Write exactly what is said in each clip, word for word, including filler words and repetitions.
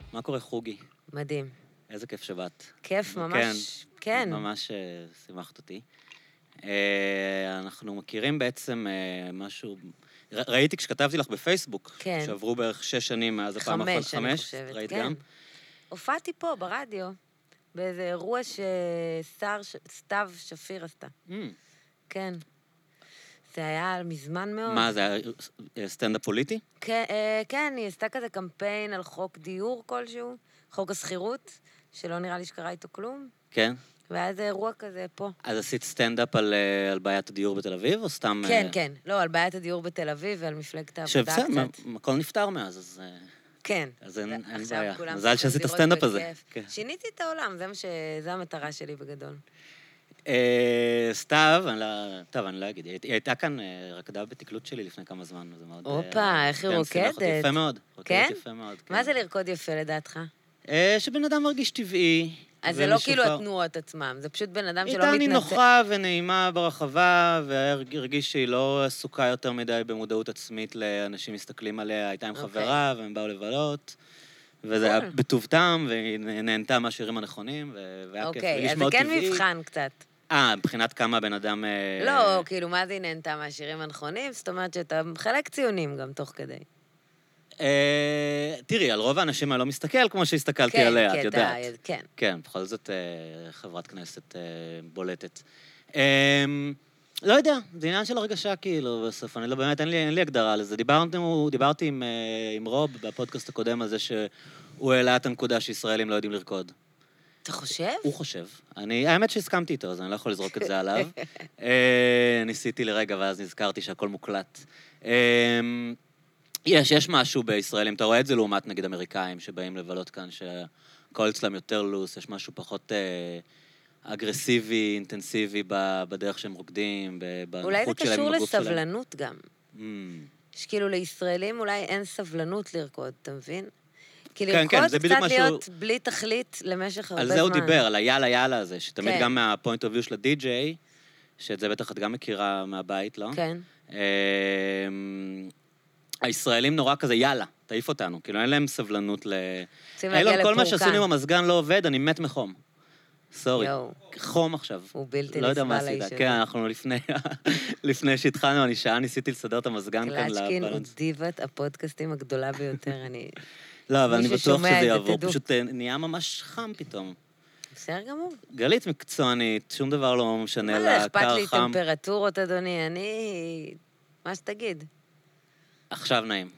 מה קורה חוגי? מדהים. איזה כיף שבאת. כיף, ממש, כן. ממש שימחת אותי. אנחנו מכירים בעצם משהו... ראיתי כשכתבתי לך בפייסבוק, כן. שעברו בערך שש שנים מאז הפעם האחרונה. חמש, אני חושבת, ראית כן. גם? הופעתי פה, ברדיו, באיזה אירוע שסתיו שפיר עשתה. כן. זה היה מזמן מאוד. מה, זה היה סטנדאפ פוליטי? כן, היא עשתה כזה קמפיין על חוק דיור כלשהו, חוק הסחירות, שלא נראה לי שקרה איתו כלום. כן. והיה איזה אירוע כזה פה. אז עשית סטנדאפ על, על בעיית הדיור בתל אביב, או סתם... כן, כן. לא, על בעיית הדיור בתל אביב ועל מפלגת העבודה קצת. שבסדר, הכל נפטר מאז, אז... כן. אז אין, אין בעיה. כולם מזל שעשית הסטנדאפ הזה. כן. שיניתי את העולם, זה, ש... זה המטרה שלי בגדול. אה, סתיו, אני לא... טוב, אני לא אגיד. היא הייתה כאן, רקדה בתקלות שלי לפני כמה זמן, זה מאוד... אופה, איך היא רוקדת. יפה מאוד. כן? יפה מאוד. מה זה לרקוד יפה לדעתך? שבן אדם מרגיש טבעי. אז זה לא כאילו התנועות עצמם, זה פשוט בן אדם שלא מתנצל. הייתה נינוחה ונעימה ברחבה, והרגיש שהיא לא עסוקה יותר מדי במודעות עצמית לאנשים מסתכלים עליה, הייתה עם חברה, והם באו לבלות, וזה היה בטוב טעם, והיא נהנתה מהשירים הנכונים, והיה כיף, הרגיש מאוד טבעי. אוקיי, אז זה כן מבחן קצת. אה, מבחינת כמה בן אדם... לא, כאילו, מה זה היא נהנתה מהשירים הנכונים? זאת אומרת שאתה מחלק ציונים גם תוך כדי. תראי, על רוב האנשים אני לא מסתכל כמו שהסתכלתי עליה, את יודעת. כן. כן, בכל זאת חברת כנסת בולטת. לא יודע, זה עניין של הרגשה כאילו, בסוף, אני לא, באמת, אין לי הגדרה לזה. דיברתי עם רוב בפודקאסט הקודם הזה, שהוא העלה את הנקודה שישראלים לא יודעים לרקוד. אתה חושב? הוא חושב. האמת שהסכמתי איתו, אז אני לא יכול לזרוק את זה עליו. ניסיתי לרגע, ואז נזכרתי שהכל מוקלט. יש, יש משהו בישראלים, אתה רואה את זה לעומת נגיד אמריקאים שבאים לבלות כאן, שהכל אצלם יותר לוס, יש משהו פחות אה, אגרסיבי, אינטנסיבי בדרך שהם רוקדים, בנוחות שלהם עם הגוף שלהם. אולי זה קשור לסבלנות גם. Mm. שכאילו לישראלים אולי אין סבלנות לרקוד, אתה מבין? כי כן, לרקוד כן, קצת משהו... להיות בלי תכלית למשך הרבה זמן. על זה הוא דיבר, על היאללה יאללה הזה, שתמיד כן. גם מהפוינט אוף ויו של הדי-ג'יי, שאת זה בטח את גם מכירה מהבית, לא? כן. אה, הישראלים נורא כזה, יאללה, תעיף אותנו. כאילו, אין להם סבלנות ל... אילון, כל מה שעשינו עם המזגן לא עובד, אני מת מחום. סורי. חום עכשיו. הוא בלתי לא יודע מה נסבל עשית. כן, אנחנו לפני... לפני שהתחלנו, אני שעה ניסיתי לסדר את המזגן כאן לבלנס. קלצ'קין הוא דיבת הפודקאסטים הגדולה ביותר, אני... לא, אבל אני בטוח שזה יעבור. פשוט נהיה ממש חם פתאום. בסדר גמור. גלית מקצוענית, שום דבר לא משנה לה, קר חם. אכפת לי טמפרטורות, אדוני, אני... מה שתגיד. עכשיו נעים.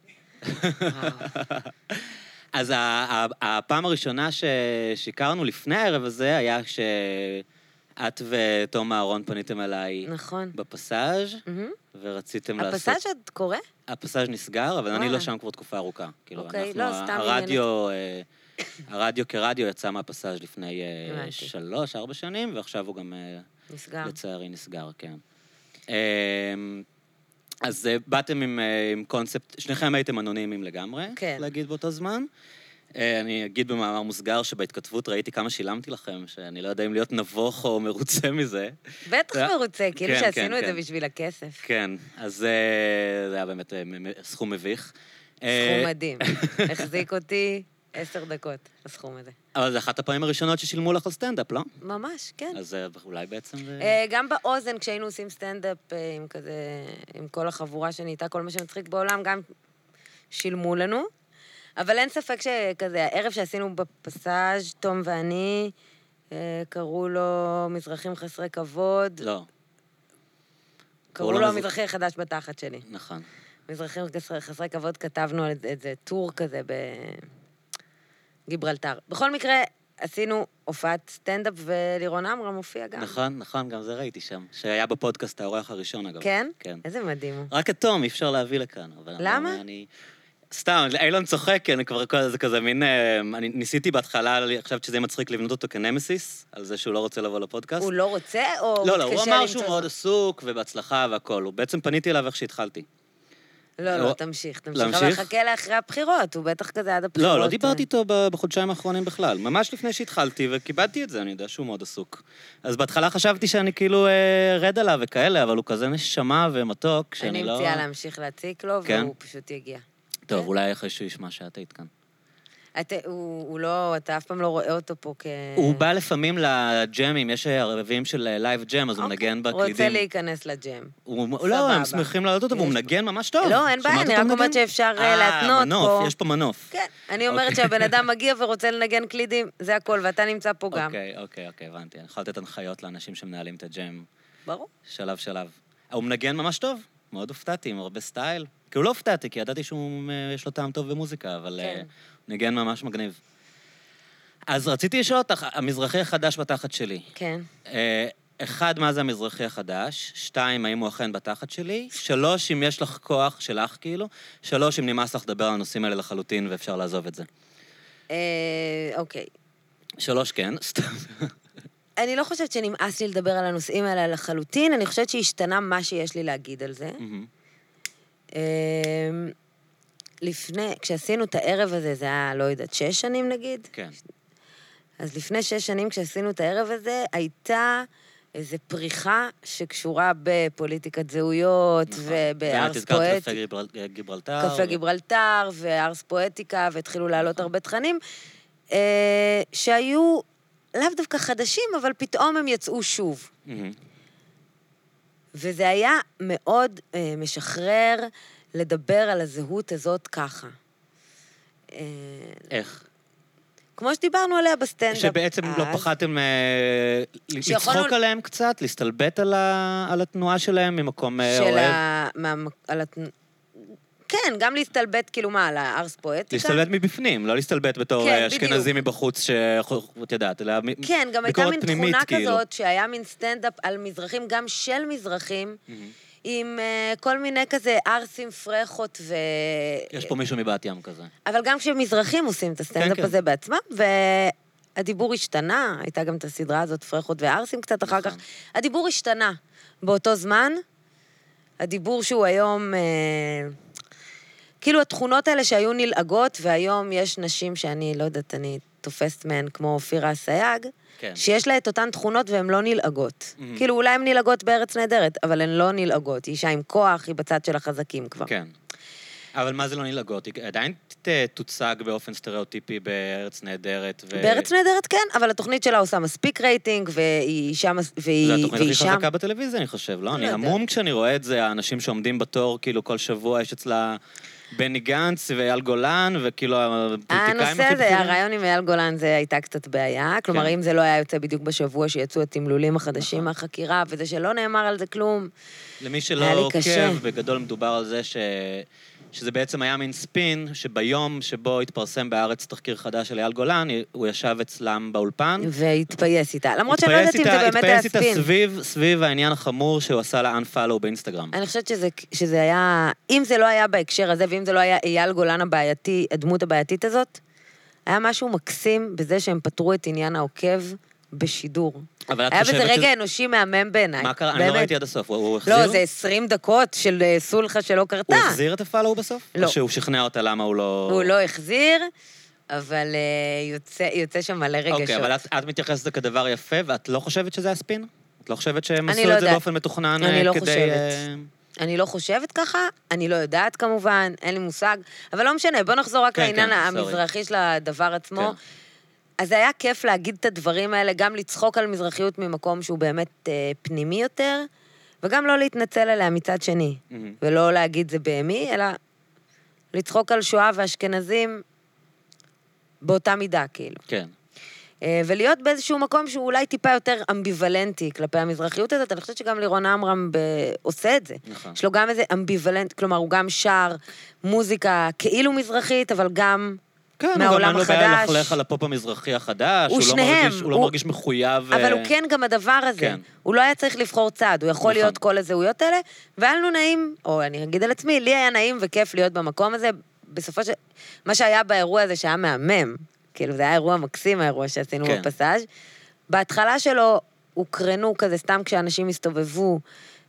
אז הפעם הראשונה ששיקרנו לפני הערב הזה, היה שאת ותום אהרון פניתם אליי בפסאז' ורציתם לעשות... הפסאז' עוד קורה? הפסאז' נסגר, אבל אני לא שם כבר תקופה ארוכה. אוקיי, לא, סתם הרדיו... הרדיו כרדיו יצא מהפסאז' לפני שלוש, ארבע שנים, ועכשיו הוא גם... נסגר. לצערי נסגר, כן. אז באתם עם, עם קונספט, שניכם הייתם אנונימיים לגמרי, כן. להגיד באותו זמן. אני אגיד במאמר מוסגר שבהתכתבות ראיתי כמה שילמתי לכם, שאני לא יודע אם להיות נבוך או מרוצה מזה. בטח מרוצה, כאילו כן, שעשינו כן, את כן. זה בשביל הכסף. כן, אז זה היה באמת סכום מביך. סכום מדהים. החזיק אותי עשר דקות, הסכום הזה. אבל זה אחת הפעמים הראשונות ששילמו לך על סטנדאפ, לא? ממש, כן. אז אולי בעצם... גם באוזן, כשהיינו עושים סטנדאפ עם כזה, עם כל החבורה שנהייתה, כל מה שמצחיק בעולם, גם שילמו לנו. אבל אין ספק שכזה, הערב שעשינו בפסאז', תום ואני, קראו לו מזרחים חסרי כבוד. לא. קראו לו המזרחי החדש בתחת שלי. נכון. מזרחים חסרי כבוד, כתבנו על איזה טור כזה ב... גיברלטר. בכל מקרה, עשינו הופעת סטנדאפ, ולירון עמרם מופיע גם. נכון, נכון, גם זה ראיתי שם. שהיה בפודקאסט האורח הראשון, אגב. כן? כן. איזה מדהים הוא. רק את תום, אי אפשר להביא לכאן. למה? אני... סתם, אילון צוחק, כי אני כבר כזה, כזה מין... אני ניסיתי בהתחלה, אני חושבת שזה מצחיק לבנות אותו כנמסיס, על זה שהוא לא רוצה לבוא לפודקאסט. הוא לא רוצה, או... לא, לא, הוא אמר שהוא מאוד עסוק, ובהצלחה והכל. הוא בעצם פניתי אליו איך שהתחלתי. לא, לא, תמשיך, תמשיך. אבל חכה לאחרי הבחירות, הוא בטח כזה עד הבחירות. לא, לא דיברתי איתו בחודשיים האחרונים בכלל. ממש לפני שהתחלתי, וכיבדתי את זה, אני יודע שהוא מאוד עסוק. אז בהתחלה חשבתי שאני כאילו רד עליו וכאלה, אבל הוא כזה נשמה ומתוק, שאני לא... אני מציעה להמשיך להציק לו, והוא פשוט יגיע. טוב, אולי אחרי שהוא ישמע שאת היית כאן. אתה, הוא, הוא לא, אתה אף פעם לא רואה אותו פה כ... הוא בא לפעמים לג'אמים, יש ערבים של לייב ג'אם, אז הוא מנגן בקלידים. רוצה להיכנס לג'אם. לא, הם שמחים לעלות אותו, והוא מנגן ממש טוב. לא, אין בעיה, אני רק אומרת שאפשר להתנות פה. אה, מנוף, יש פה מנוף. כן, אני אומרת שהבן אדם מגיע ורוצה לנגן קלידים, זה הכל, ואתה נמצא פה גם. אוקיי, אוקיי, אוקיי, הבנתי. אני יכול לתת הנחיות לאנשים שמנהלים את הג'אם. ברור. שלב, שלב. הוא מנגן ממש טוב, מאוד הופתעתי, עם הרבה סטייל. כי הוא לא הופתעתי, כי ידעתי שיש לו טעם טוב במוזיקה, אבל נגן ממש מגניב. אז רציתי לשאול אותך, המזרחי החדש בתחת שלי. כן. אחד, מה זה המזרחי החדש? שתיים, האם הוא אכן בתחת שלי? שלוש, אם יש לך כוח שלך, כאילו? שלוש, אם נמאס לך לדבר על הנושאים האלה לחלוטין ואפשר לעזוב את זה. אוקיי. שלוש, כן, סתם. אני לא חושבת שנמאס לי לדבר על הנושאים האלה לחלוטין, אני חושבת שהשתנה מה שיש לי להגיד על זה. לפני, כשעשינו את הערב הזה, זה היה, לא יודעת, שש שנים נגיד? כן. אז לפני שש שנים כשעשינו את הערב הזה, הייתה איזו פריחה שקשורה בפוליטיקת זהויות, ובארס פואטיקה. קפה גיברלטר. קפה גיברלטר, וארס פואטיקה, והתחילו לעלות הרבה תכנים, שהיו לאו דווקא חדשים, אבל פתאום הם יצאו שוב. וזה היה מאוד משחרר לדבר על הזהות הזאת ככה. איך? כמו שדיברנו עליה בסטנדאפ. שבעצם לא פחדתם לצחוק עליהם קצת, להסתלבט על התנועה שלהם ממקום אוהב? כן, גם להסתלבט, כאילו מה, על הארס פואטיקה? להסתלבט מבפנים, לא להסתלבט בתור אשכנזי מבחוץ, שאת יודעת, אלא ביקורת פנימית, כן, גם הייתה מין תכונה כזאת, שהיה מין סטנדאפ על מזרחים, גם של מזרחים, עם uh, כל מיני כזה ארסים, פרחות ו... יש פה מישהו מבת ים כזה. אבל גם כשמזרחים עושים את הסטנדאפ כן, הזה כן. בעצמם, והדיבור השתנה, הייתה גם את הסדרה הזאת, פרחות וארסים קצת אחר כך. הדיבור השתנה באותו זמן, הדיבור שהוא היום, uh, כאילו התכונות האלה שהיו נלעגות, והיום יש נשים שאני, לא יודעת, אני תופסת מהן כמו אופירה אסייג, כן. שיש לה את אותן תכונות והן לא נלעגות. Mm-hmm. כאילו אולי הן נלעגות בארץ נהדרת, אבל הן לא נלעגות. היא אישה עם כוח, היא בצד של החזקים כבר. כן. אבל מה זה לא נלעגות? היא עדיין תוצג באופן סטריאוטיפי בארץ נהדרת. ו... בארץ נהדרת כן, אבל התוכנית שלה עושה מספיק רייטינג, והיא אישה... והיא... זה התוכנית הכי שם... חזקה בטלוויזיה, אני חושב, לא? אני המום כשאני רואה את זה, האנשים שעומדים בתור, כאילו כל שבוע יש אצלה... בני גנץ ואייל גולן, וכאילו הפוליטיקאים הכי הנושא הזה, הרעיון עם אייל גולן זה הייתה קצת בעיה, כלומר, אם זה לא היה יוצא בדיוק בשבוע שיצאו התמלולים החדשים מהחקירה, וזה שלא נאמר על זה כלום, למי שלא עוקב, בגדול מדובר על זה ש... שזה בעצם היה מין ספין, שביום שבו התפרסם בארץ תחקיר חדש של אייל גולן, הוא ישב אצלם באולפן. והתפייס איתה. למרות שאני לא יודעת אם זה באמת היה ספין. התפייס איתה סביב, סביב העניין החמור שהוא עשה לה unfollow באינסטגרם. אני חושבת שזה, שזה היה, אם זה לא היה בהקשר הזה, ואם זה לא היה אייל גולן הבעייתי, הדמות הבעייתית הזאת, היה משהו מקסים בזה שהם פתרו את עניין העוקב בשידור. היה בזה רגע אנושי מהמם בעיניי. מה קרה? אני לא ראיתי עד הסוף. הוא החזיר? לא, זה עשרים דקות של סולחה שלא קרתה. הוא החזיר את הפאלו בסוף? לא. או שהוא שכנע אותה למה הוא לא... הוא לא החזיר, אבל יוצא שם מלא רגשות. אוקיי, אבל את מתייחסת לזה כדבר יפה, ואת לא חושבת שזה הספין? את לא חושבת שהם עשו את זה באופן מתוכנן כדי... אני לא חושבת. אני לא חושבת ככה, אני לא יודעת כמובן, אין לי מושג, אבל לא משנה, בוא נחזור רק לעניין המזרחי של הדבר עצמו. אז היה כיף להגיד את הדברים האלה, גם לצחוק על מזרחיות ממקום שהוא באמת אה, פנימי יותר, וגם לא להתנצל עליה מצד שני, mm-hmm. ולא להגיד זה בהמי, אלא לצחוק על שואה ואשכנזים באותה מידה, כאילו. כן. אה, ולהיות באיזשהו מקום שהוא אולי טיפה יותר אמביוולנטי כלפי המזרחיות הזאת, אני חושבת שגם לירון עמרם ב... עושה את זה. נכון. יש לו גם איזה אמביוולנט, כלומר, הוא גם שר מוזיקה כאילו מזרחית, אבל גם... כן, מהעולם החדש. הוא גם לא בעיה לחלך על הפופ המזרחי החדש, הוא, הוא, לא, מרגיש, הוא, הוא לא מרגיש מחויב. אבל הוא כן גם הדבר הזה. כן. הוא לא היה צריך לבחור צעד, הוא יכול נכון. להיות כל הזהויות האלה, והיה לנו נעים, או אני אגיד על עצמי, לי היה נעים וכיף להיות במקום הזה, בסופו של... מה שהיה באירוע הזה שהיה מהמם, כאילו זה היה אירוע מקסים, האירוע שעשינו כן. בפסאז'. בהתחלה שלו הוקרנו כזה, סתם כשאנשים הסתובבו,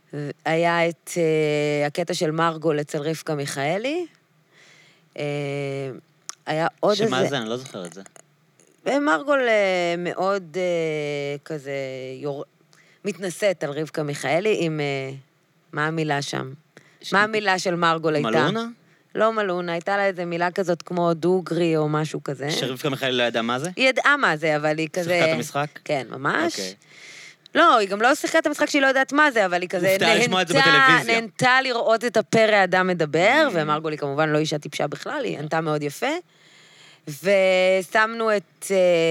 היה את uh, הקטע של מרגול אצל רבקה מיכאלי, uh, היה עוד איזה... שמה זה? אני לא זוכר את זה. מרגול מאוד כזה יור... מתנשאת על רבקה מיכאלי עם... מה המילה שם? מה המילה של מרגול הייתה? מלונה? לא מלון, הייתה לה איזה מילה כזאת כמו דוגרי או משהו כזה. שרבקה מיכאלי לא ידעה מה זה? היא ידעה מה זה, אבל היא כזה... שיחקה את המשחק? כן, ממש. אוקיי. לא, היא גם לא שיחקה את המשחק שהיא לא יודעת מה זה, אבל היא כזה הופתעה לשמוע את זה בטלוויזיה. נהנתה לראות את הפרא אדם מדבר, ומרגולי כמובן לא אישה טיפשה בכלל, היא ענתה מאוד יפה. ושמנו את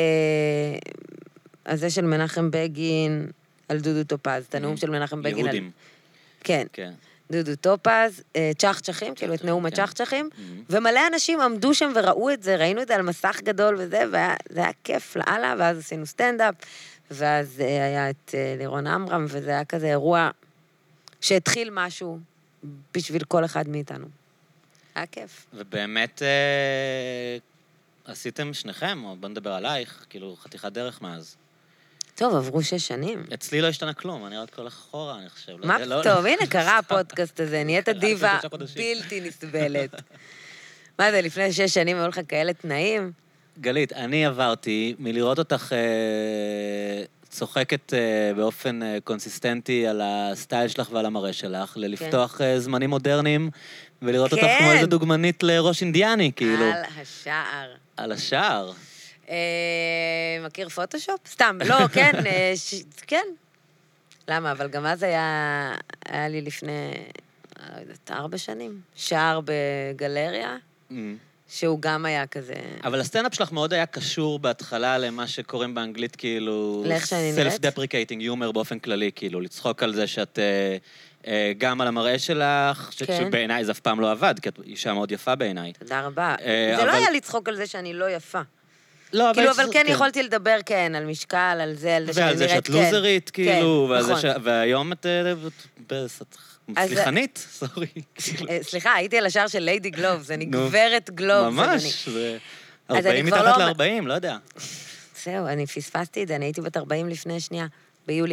הזה של מנחם בגין על דודו טופז, את הנאום של מנחם בגין. יהודים. כן. כן. דודו טופז, צ'חצ'חים, כאילו את נאום הצ'חצ'חים, ומלא אנשים עמדו שם וראו את זה, ראינו את זה על מסך גדול וזה, וזה היה כיף לאללה, ואז עשינו סטנדאפ, ואז היה את לירון אמרם, וזה היה כזה אירוע שהתחיל משהו בשביל כל אחד מאיתנו. היה כיף. ובאמת אה, עשיתם שניכם, או בוא נדבר עלייך, כאילו חתיכת דרך מאז. טוב, עברו שש שנים. אצלי לא השתנה כלום, אני רק הולך אחורה, אני חושב. מה לא, פתאום? הנה, קרה הפודקאסט הזה, נהיית דיבה בלתי נסבלת. מה זה, לפני שש שנים היו לך כאלה תנאים? גלית, אני עברתי מלראות אותך אה, צוחקת אה, באופן אה, קונסיסטנטי על הסטייל שלך ועל המראה שלך, ללפתוח כן. אה, זמנים מודרניים, ולראות כן. אותך כמו איזה דוגמנית לראש אינדיאני, כאילו. על השער. על השער. אה, מכיר פוטושופ? סתם, לא, כן, אה, ש... כן. למה? אבל גם אז היה, היה לי לפני, לא יודעת, ארבע שנים, שער בגלריה. Mm. שהוא גם היה כזה... אבל הסטנדאפ שלך מאוד היה קשור בהתחלה למה שקוראים באנגלית, כאילו... לאיך שאני נראית? self-deprecating humor באופן כללי, כאילו, לצחוק על זה שאת... גם על המראה שלך, שבעיניי זה אף פעם לא עבד, כי את אישה מאוד יפה בעיניי. תודה רבה. זה לא היה לצחוק על זה שאני לא יפה. לא, כאילו, אבל כן יכולתי לדבר, כן, על משקל, על זה, על זה שאני נראית, כן. ועל זה שאת לוזרית, כאילו, והיום את... סליחנית, סורי. סליחה, הייתי על השער של ליידי גלובס, אני גברת גלובס. ממש, זה ארבעים מתחת ל-ארבעים, לא יודע. זהו, אני פספסתי את זה, אני הייתי בת ארבעים לפני שנייה, ביולי.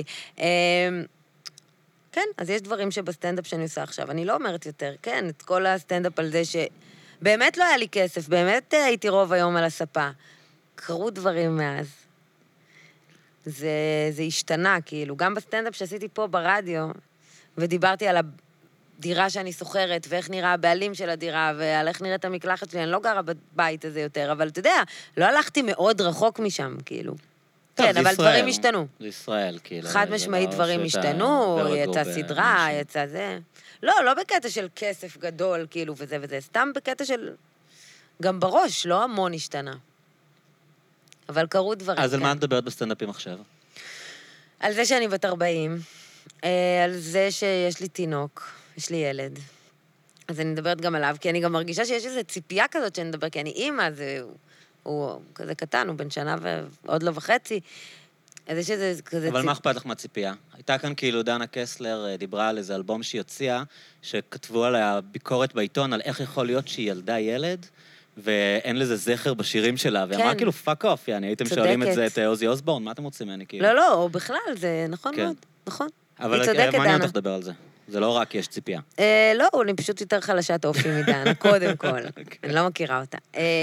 כן, אז יש דברים שבסטנדאפ שאני עושה עכשיו, אני לא אומרת יותר, כן, את כל הסטנדאפ על זה שבאמת לא היה לי כסף, באמת הייתי רוב היום על הספה. קרו דברים מאז. זה, זה השתנה, כאילו, גם בסטנדאפ שעשיתי פה ברדיו, ודיברתי על הדירה שאני סוחרת, ואיך נראה הבעלים של הדירה, ועל איך נראית המקלחת שלי, אני לא גרה בבית הזה יותר, אבל אתה יודע, לא הלכתי מאוד רחוק משם, כאילו. כן, אבל דברים השתנו. זה ישראל, כאילו. חד משמעית דברים השתנו, יצא סדרה, יצא זה. לא, לא בקטע של כסף גדול, כאילו, וזה וזה, סתם בקטע של... גם בראש, לא המון השתנה. אבל קרו דברים. אז על מה את מדברת בסטנדאפים עכשיו? על זה שאני בת ארבעים, על זה שיש לי תינוק, יש לי ילד. אז אני מדברת גם עליו, כי אני גם מרגישה שיש איזו ציפייה כזאת שאני מדבר, כי אני אימא, זה... הוא כזה קטן, הוא בן שנה ועוד לא וחצי. אז יש איזה כזה... אבל מה אכפת לך מהציפייה? הייתה כאן כאילו דנה קסלר דיברה על איזה אלבום שהיא הוציאה, שכתבו עליה ביקורת בעיתון על איך יכול להיות שהיא ילדה ילד, ואין לזה זכר בשירים שלה, והיא אמרה כאילו פאק אוף, יעני, הייתם שואלים את זה, את עוזי אוסבורן, מה אתם רוצים ממני כאילו? לא, לא, או בכלל, זה נכון מאוד, נכון. אבל מעניין אותך לדבר על זה. זה לא רק יש ציפייה. לא, אני פשוט יותר חלשת אופי מדנה, קודם כל. אני לא מכירה אותה.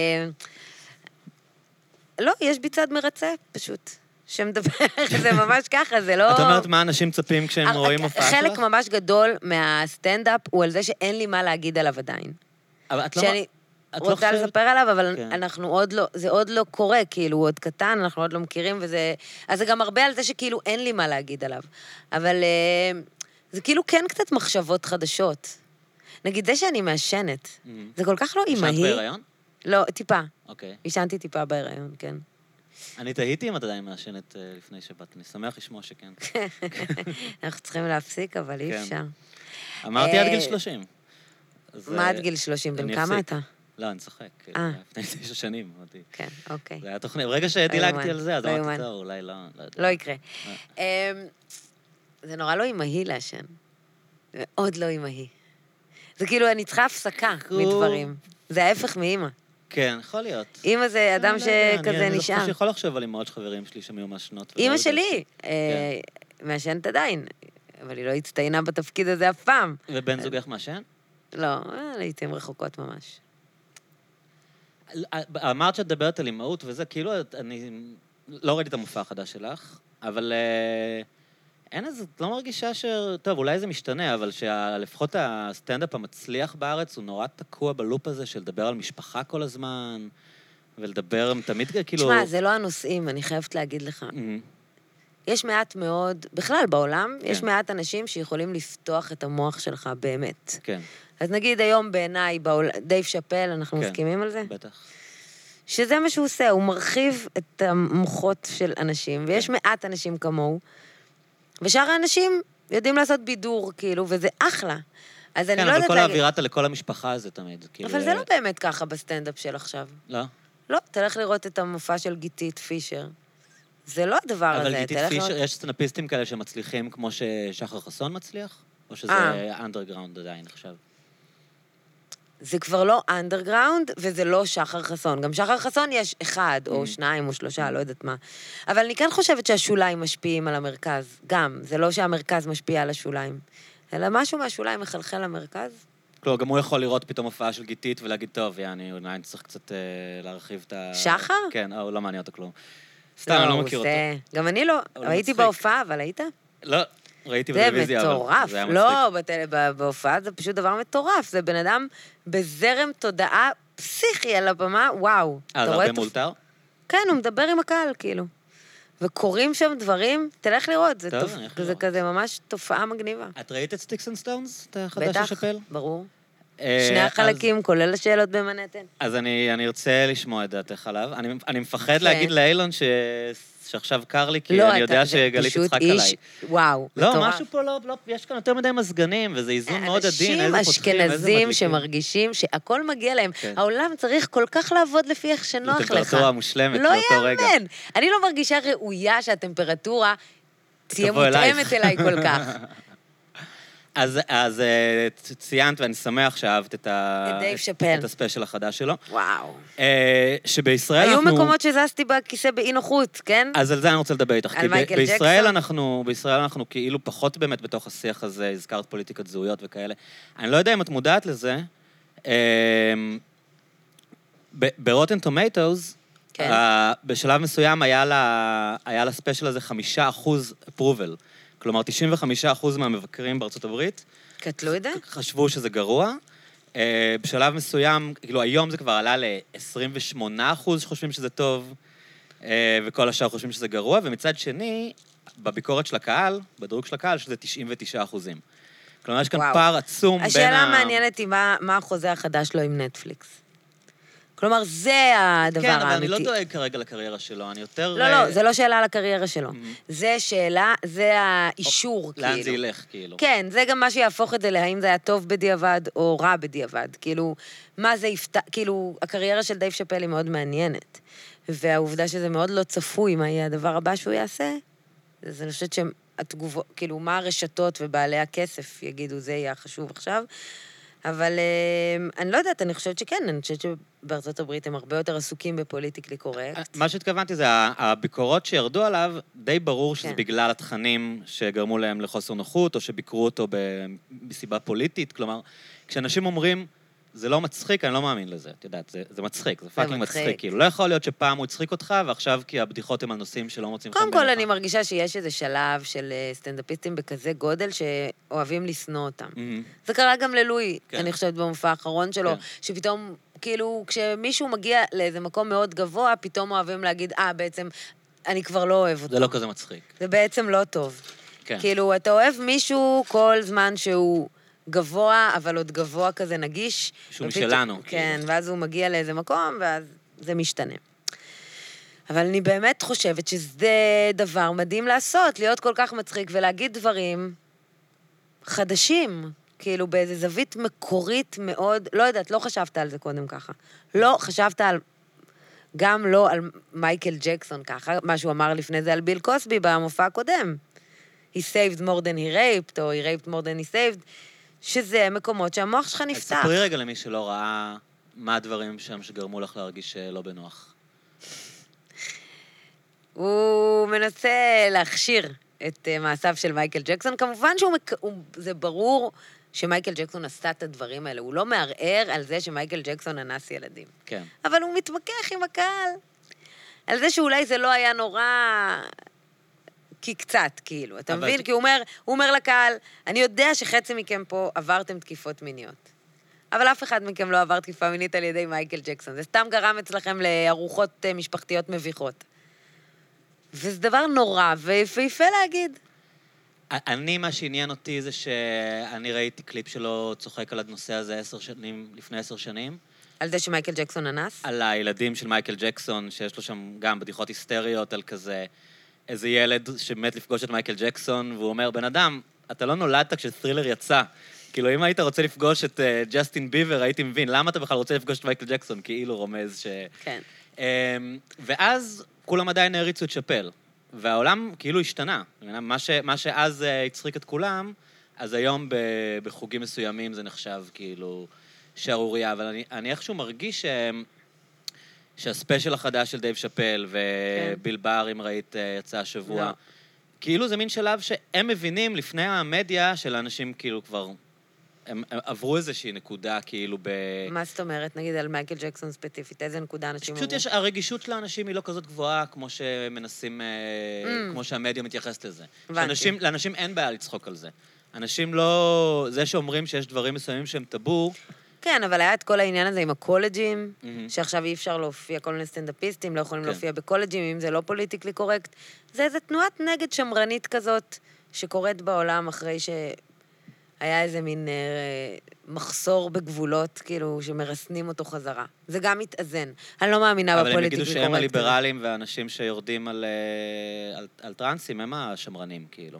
לא, יש בי צד מרצה, פשוט. שמדבר, זה ממש ככה, זה לא... את אומרת מה אנשים צפים כשהם רואים הופעה שלך? חלק ממש גדול מהסטנדאפ הוא על זה שאין לי מה להגיד עליו עדיין. אבל את לא... שאני רוצה לספר עליו, אבל אנחנו עוד לא, זה עוד לא קורה, כאילו, הוא עוד קטן, אנחנו עוד לא מכירים, וזה... אז זה גם הרבה על זה שכאילו אין לי מה להגיד עליו. אבל זה כאילו כן קצת מחשבות חדשות. נגיד, זה שאני מעשנת, זה כל כך לא אימהי. ישנת בהיריון? לא, טיפה. אוקיי. ישנתי טיפה בהיריון, כן. אני תהיתי אם את עדיין מעשנת לפני שבת, אני שמח לשמוע שכן. אנחנו צריכים להפסיק, אבל אי אפשר. אמרתי עד גיל שלושים. מה עד גיל שלושים? בן כמה אתה? לא, אני צוחק. לפני תשע שנים. כן, אוקיי. זה היה תוכנית. ברגע שדילגתי על זה, אז אמרתי, טוב, אולי לא... לא יקרה. זה נורא לא אימהי לעשן. מאוד לא אימהי. זה כאילו, אני צריכה הפסקה מדברים. זה ההפך מאמא. כן, יכול להיות. אמא זה אדם שכזה נשאר. אני שיכול לחשוב על אמהות חברים שלי שהם היו מעשנות. אמא שלי, מעשנת עדיין, אבל היא לא הצטיינה בתפקיד הזה אף פעם. ובן זוגך מעשן? לא, לעתים רחוקות ממש. אמרת שאת מדברת על אמהות וזה, כאילו, אני לא ראיתי את המופע החדש שלך, אבל אין איזה, לא מרגישה ש... טוב, אולי זה משתנה, אבל שלפחות הסטנדאפ המצליח בארץ הוא נורא תקוע בלופ הזה של לדבר על משפחה כל הזמן, ולדבר תמיד כאילו... תשמע, זה לא הנושאים, אני חייבת להגיד לך. יש מעט מאוד, בכלל בעולם, כן. יש מעט אנשים שיכולים לפתוח את המוח שלך באמת. כן. אז נגיד היום בעיניי, בעול... דייב שאפל, אנחנו כן. מסכימים על זה? בטח. שזה מה שהוא עושה, הוא מרחיב את המוחות של אנשים, ויש כן. מעט אנשים כמוהו, ושאר האנשים יודעים לעשות בידור, כאילו, וזה אחלה. אז כן, אני לא יודעת... כן, אבל כל האווירת לכל המשפחה הזה תמיד. כאילו... אבל זה לא באמת ככה בסטנדאפ של עכשיו. לא? לא, תלך לראות את המופע של גיתית פישר. זה לא הדבר הזה. אבל גיתית פישר, לראות... יש סטנדאפיסטים כאלה שמצליחים כמו ששחר חסון מצליח? או שזה אנדרגראונד עדיין עכשיו? זה כבר לא אנדרגראונד, וזה לא שחר חסון. גם שחר חסון יש אחד, או שניים, או שלושה, לא יודעת מה. אבל אני כן חושבת שהשוליים משפיעים על המרכז. גם, זה לא שהמרכז משפיע על השוליים. אלא משהו מהשוליים מחלחל למרכז. כלומר, גם הוא יכול לראות פתאום הופעה של גיתית ולהגיד, טוב, יעני, אולי אני צריך קצת להרחיב את ה... שחר? כן, הוא לא מעניין אותו כלום. סתם, אני לא מכיר אותו. גם אני לא. הייתי בהופעה, אבל היית? לא. ראיתי בטלוויזיה, אבל זה מטורף. לא, בהופעה זה פשוט דבר מטורף. זה בן אדם בזרם תודעה פסיכי על הבמה, וואו. אה, זה הרבה מולתר? כן, הוא מדבר עם הקהל, כאילו. וקוראים שם דברים, תלך לראות, זה כזה ממש תופעה מגניבה. את ראית את סטיקס אנד סטונס, את החדש השפל? בטח, ברור. שני החלקים, כולל השאלות במנהטן. אז אני ארצה לשמוע את דעתך עליו. אני מפחד להגיד לאילון ש... שעכשיו קר לי, כי אני יודע שגלית תצחק עליי. וואו, מטורף. לא, משהו פה לא, יש כאן יותר מדי מזגנים, וזה איזון מאוד עדין, איזה פותחים, איזה מדליקים. אנשים אשכנזים שמרגישים שהכל מגיע להם. העולם צריך כל כך לעבוד לפי איך שנוח לך. זו טמפרטורה מושלמת לאותו רגע. לא יאמן. אני לא מרגישה ראויה שהטמפרטורה תהיה מותאמת אליי כל כך. אז, אז ציינת, ואני שמח שאהבת את, ה... את הספיישל החדש שלו. וואו. שבישראל היו אנחנו... היו מקומות שזזתי בכיסא באי נוחות, כן? אז על זה אני רוצה לדבר איתך. על מייקל ג'קסון? בישראל אנחנו, בישראל אנחנו כאילו פחות באמת בתוך השיח הזה, הזכרת פוליטיקת זהויות וכאלה. אני לא יודע אם את מודעת לזה. ברוטן טומטוס, בשלב מסוים היה לה, היה לה ספיישל הזה חמישה אחוז approval. כלומר, תשעים וחמישה אחוז מהמבקרים בארצות הברית... קטלו את זה? חשבו שזה גרוע. בשלב מסוים, כאילו, היום זה כבר עלה ל-עשרים ושמונה אחוז שחושבים שזה טוב, וכל השאר חושבים שזה גרוע, ומצד שני, בביקורת של הקהל, בדרוג של הקהל, שזה תשעים ותשעה אחוזים. כלומר, יש כאן פער עצום בין ה... השאלה מעניינת היא מה החוזה החדש לו עם נטפליקס. כלומר, זה הדבר האמיתי. כן, אבל אני לא דואג כרגע לקריירה שלו, אני יותר... לא, לא, זה לא שאלה על הקריירה שלו. זה שאלה, זה האישור, כאילו. לאן זה ילך, כאילו. כן, זה גם מה שיהפוך את זה להאם זה היה טוב בדיעבד או רע בדיעבד. כאילו, מה זה יפתח... כאילו, הקריירה של דייב שאפל היא מאוד מעניינת. והעובדה שזה מאוד לא צפוי מה יהיה הדבר הבא שהוא יעשה, אז אני חושבת שהתגובות, כאילו, מה הרשתות ובעלי הכסף יגידו, זה יהיה חשוב עכשיו. אבל אני לא יודעת, אני חושבת שכן, אני חושבת שבארצות הברית הם הרבה יותר עסוקים בפוליטיקלי קורקט. מה שהתכוונתי זה, הביקורות שירדו עליו, די ברור שזה בגלל התכנים שגרמו להם לחוסר נוחות, או שביקרו אותו בסיבה פוליטית. כלומר, כשאנשים אומרים, זה לא מצחיק, אני לא מאמין לזה. את יודעת, זה, זה מצחיק, זה פאקינג מצחיק. כאילו, לא יכול להיות שפעם הוא הצחיק אותך, ועכשיו כי הבדיחות הם על נושאים שלא מוצאים חן בעיניך. קודם כל, אני מרגישה שיש איזה שלב של סטנדאפיסטים בכזה גודל שאוהבים לשנוא אותם. זה קרה גם ללואי, אני חושבת במופע האחרון שלו, שפתאום, כאילו, כשמישהו מגיע לאיזה מקום מאוד גבוה, פתאום אוהבים להגיד, אה, בעצם, אני כבר לא אוהב אותו. זה לא כזה מצחיק. זה בעצם לא טוב. כאילו, אתה אוהב מישהו כל זמן שהוא גבוה, אבל עוד גבוה כזה נגיש. שהוא משלנו. כן, ואז הוא מגיע לאיזה מקום, ואז זה משתנה. אבל אני באמת חושבת שזה דבר מדהים לעשות, להיות כל כך מצחיק ולהגיד דברים חדשים, כאילו באיזה זווית מקורית מאוד, לא יודעת, לא חשבת על זה קודם ככה. לא חשבת על, גם לא על מייקל ג'קסון ככה, מה שהוא אמר לפני זה על ביל קוסבי במופע הקודם. He saved more than he raped, או he raped more than he saved, שזה מקומות שהמוח שלך נפתח. אז ספרי רגע למי שלא ראה מה הדברים שם שגרמו לך להרגיש לא בנוח. הוא מנסה להכשיר את מעשיו של מייקל ג'קסון. כמובן שזה ברור שמייקל ג'קסון עשה את הדברים האלה. הוא לא מערער על זה שמייקל ג'קסון אנס ילדים. כן. אבל הוא מתמקח עם הקהל. על זה שאולי זה לא היה נורא כי קצת, כאילו. אתה אבל- מבין? כי הוא אומר, הוא אומר לקהל, אני יודע שחצי מכם פה עברתם תקיפות מיניות. אבל אף אחד מכם לא עבר תקיפה מינית על ידי מייקל ג'קסון. זה סתם גרם אצלכם לארוחות אה, משפחתיות מביכות. וזה דבר נורא ויפה להגיד. אני, מה שעניין אותי זה שאני ראיתי קליפ שלו צוחק על הנושא הזה עשר שנים, לפני עשר שנים. על זה שמייקל ג'קסון אנס? על הילדים של מייקל ג'קסון, שיש לו שם גם בדיחות היסטריות על כזה, איזה ילד שמת לפגוש את מייקל ג'קסון, והוא אומר, בן אדם, אתה לא נולדת כשת'רילר יצא. כאילו, אם היית רוצה לפגוש את uh, ג'סטין ביבר, הייתי מבין, למה אתה בכלל רוצה לפגוש את מייקל ג'קסון? כאילו רומז ש... כן. Um, ואז כולם עדיין העריצו את שאפל. והעולם כאילו השתנה. מה, ש, מה שאז uh, הצחיק את כולם, אז היום ב, בחוגים מסוימים זה נחשב כאילו שערוריה, אבל אני, אני איכשהו מרגיש ש, שהספיישל החדש של דייב שאפל וביל בר, אם ראית, יצא השבוע, לא. כאילו זה מין שלב שהם מבינים לפני המדיה של האנשים כאילו כבר, הם, הם עברו איזושהי נקודה כאילו ב... מה זאת אומרת? נגיד על מייקל ג'קסון ספציפית, איזה נקודה אנשים פשוט יש, הרגישות של האנשים היא לא כזאת גבוהה כמו שמנסים, Mm. כמו שהמדיה מתייחסת לזה. הבנתי. שאנשים, לאנשים אין בעיה לצחוק על זה. אנשים לא... זה שאומרים שיש דברים מסוימים שהם טאבו, כן, אבל היה את כל העניין הזה עם הקולג'ים, מהמם. שעכשיו אי אפשר להופיע, כל מיני סטנדאפיסטים לא יכולים כן. להופיע בקולג'ים, אם זה לא פוליטיקלי קורקט. זה איזו תנועת נגד שמרנית כזאת, שקורית בעולם אחרי שהיה איזה מין אה, מחסור בגבולות, כאילו, שמרסנים אותו חזרה. זה גם מתאזן. אני לא מאמינה אבל הם בפוליטיקלי יגידו קורקט. שהם הליברלים והאנשים שיורדים על, אה, על, על טרנסים, הם השמרנים, כאילו.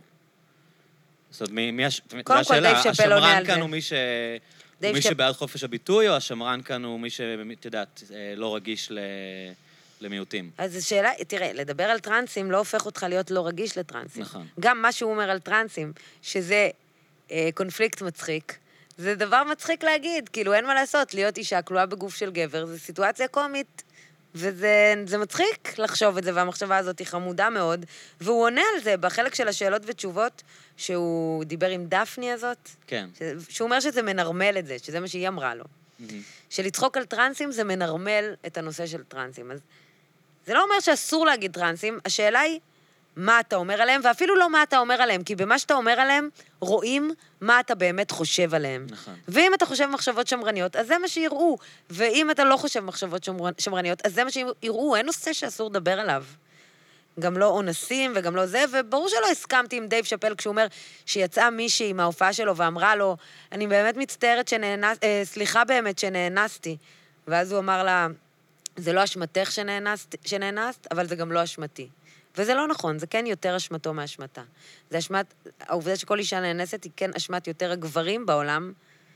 זאת אומרת, מי, מי הש... קודם כל, השאלה, דייב שאפל עונה על השמרן כאן זה. הוא מי, ש... דייב מי שאפ- שבעד חופש הביטוי, או השמרן כאן הוא מי שאת יודעת, אה, לא רגיש ל... למיעוטים. אז זו שאלה, תראה, לדבר על טרנסים לא הופך אותך להיות לא רגיש לטרנסים. נכון. גם מה שהוא אומר על טרנסים, שזה אה, קונפליקט מצחיק, זה דבר מצחיק להגיד, כאילו אין מה לעשות, להיות אישה כלואה בגוף של גבר, זו סיטואציה קומית, וזה זה מצחיק לחשוב את זה, והמחשבה הזאת היא חמודה מאוד, והוא עונה על זה בחלק של השאלות ותשובות, שהוא דיבר עם דפני הזאת, כן. ש- שהוא אומר שזה מנרמל את זה, שזה מה שהיא אמרה לו. מהמם. שלצחוק על טרנסים זה מנרמל את הנושא של טרנסים. אז זה לא אומר שאסור להגיד טרנסים, השאלה היא מה אתה אומר עליהם, ואפילו לא מה אתה אומר עליהם, כי במה שאתה אומר עליהם, רואים מה אתה באמת חושב עליהם. נכון. ואם אתה חושב מחשבות שמרניות, אז זה מה שיראו. ואם אתה לא חושב מחשבות שמר... שמרניות, אז זה מה שיראו. אין נושא שאסור לדבר עליו. גם לא אונסים וגם לא זה, וברור שלא הסכמתי עם דייב שאפל כשהוא אומר שיצאה מישהי מההופעה שלו ואמרה לו, אני באמת מצטערת שנאנס... אה, סליחה באמת שנאנסתי. ואז הוא אמר לה, זה לא אשמתך שנאנסת, שנאנסת, אבל זה גם לא אשמתי. וזה לא נכון, זה כן יותר אשמתו מאשמתה. זה אשמת, העובדה שכל אישה נאנסת היא כן אשמת יותר הגברים בעולם,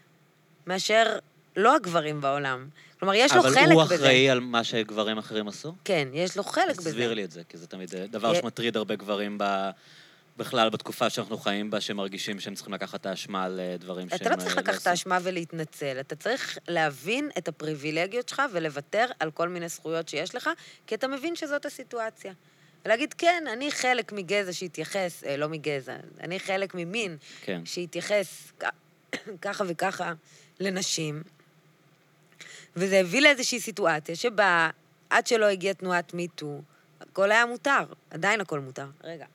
מאשר לא הגברים בעולם. כלומר, יש לו חלק בזה. אבל הוא אחראי על מה שגברים אחרים עשו? כן, יש לו חלק בזה. תסביר לי את זה, כי זה תמיד דבר יה- שמטריד הרבה גברים ב... בכלל בתקופה שאנחנו חיים בה, שמרגישים שהם צריכים לקחת את האשמה על אה, דברים שהם... אתה לא צריך אה, לקחת את עשו. האשמה ולהתנצל, אתה צריך להבין את הפריבילגיות שלך ולוותר על כל מיני זכויות שיש לך, כי אתה מבין שזאת הסיטואציה. ולהגיד, כן, אני חלק מגזע שהתייחס, אה, לא מגזע, אני חלק ממין כן. שהתייחס כ- ככה וככה לנשים, וזה הביא לאיזושהי סיטואציה שבה, עד שלא הגיעה תנועת מיטו, הכל היה מותר, עדיין הכל מותר. רגע.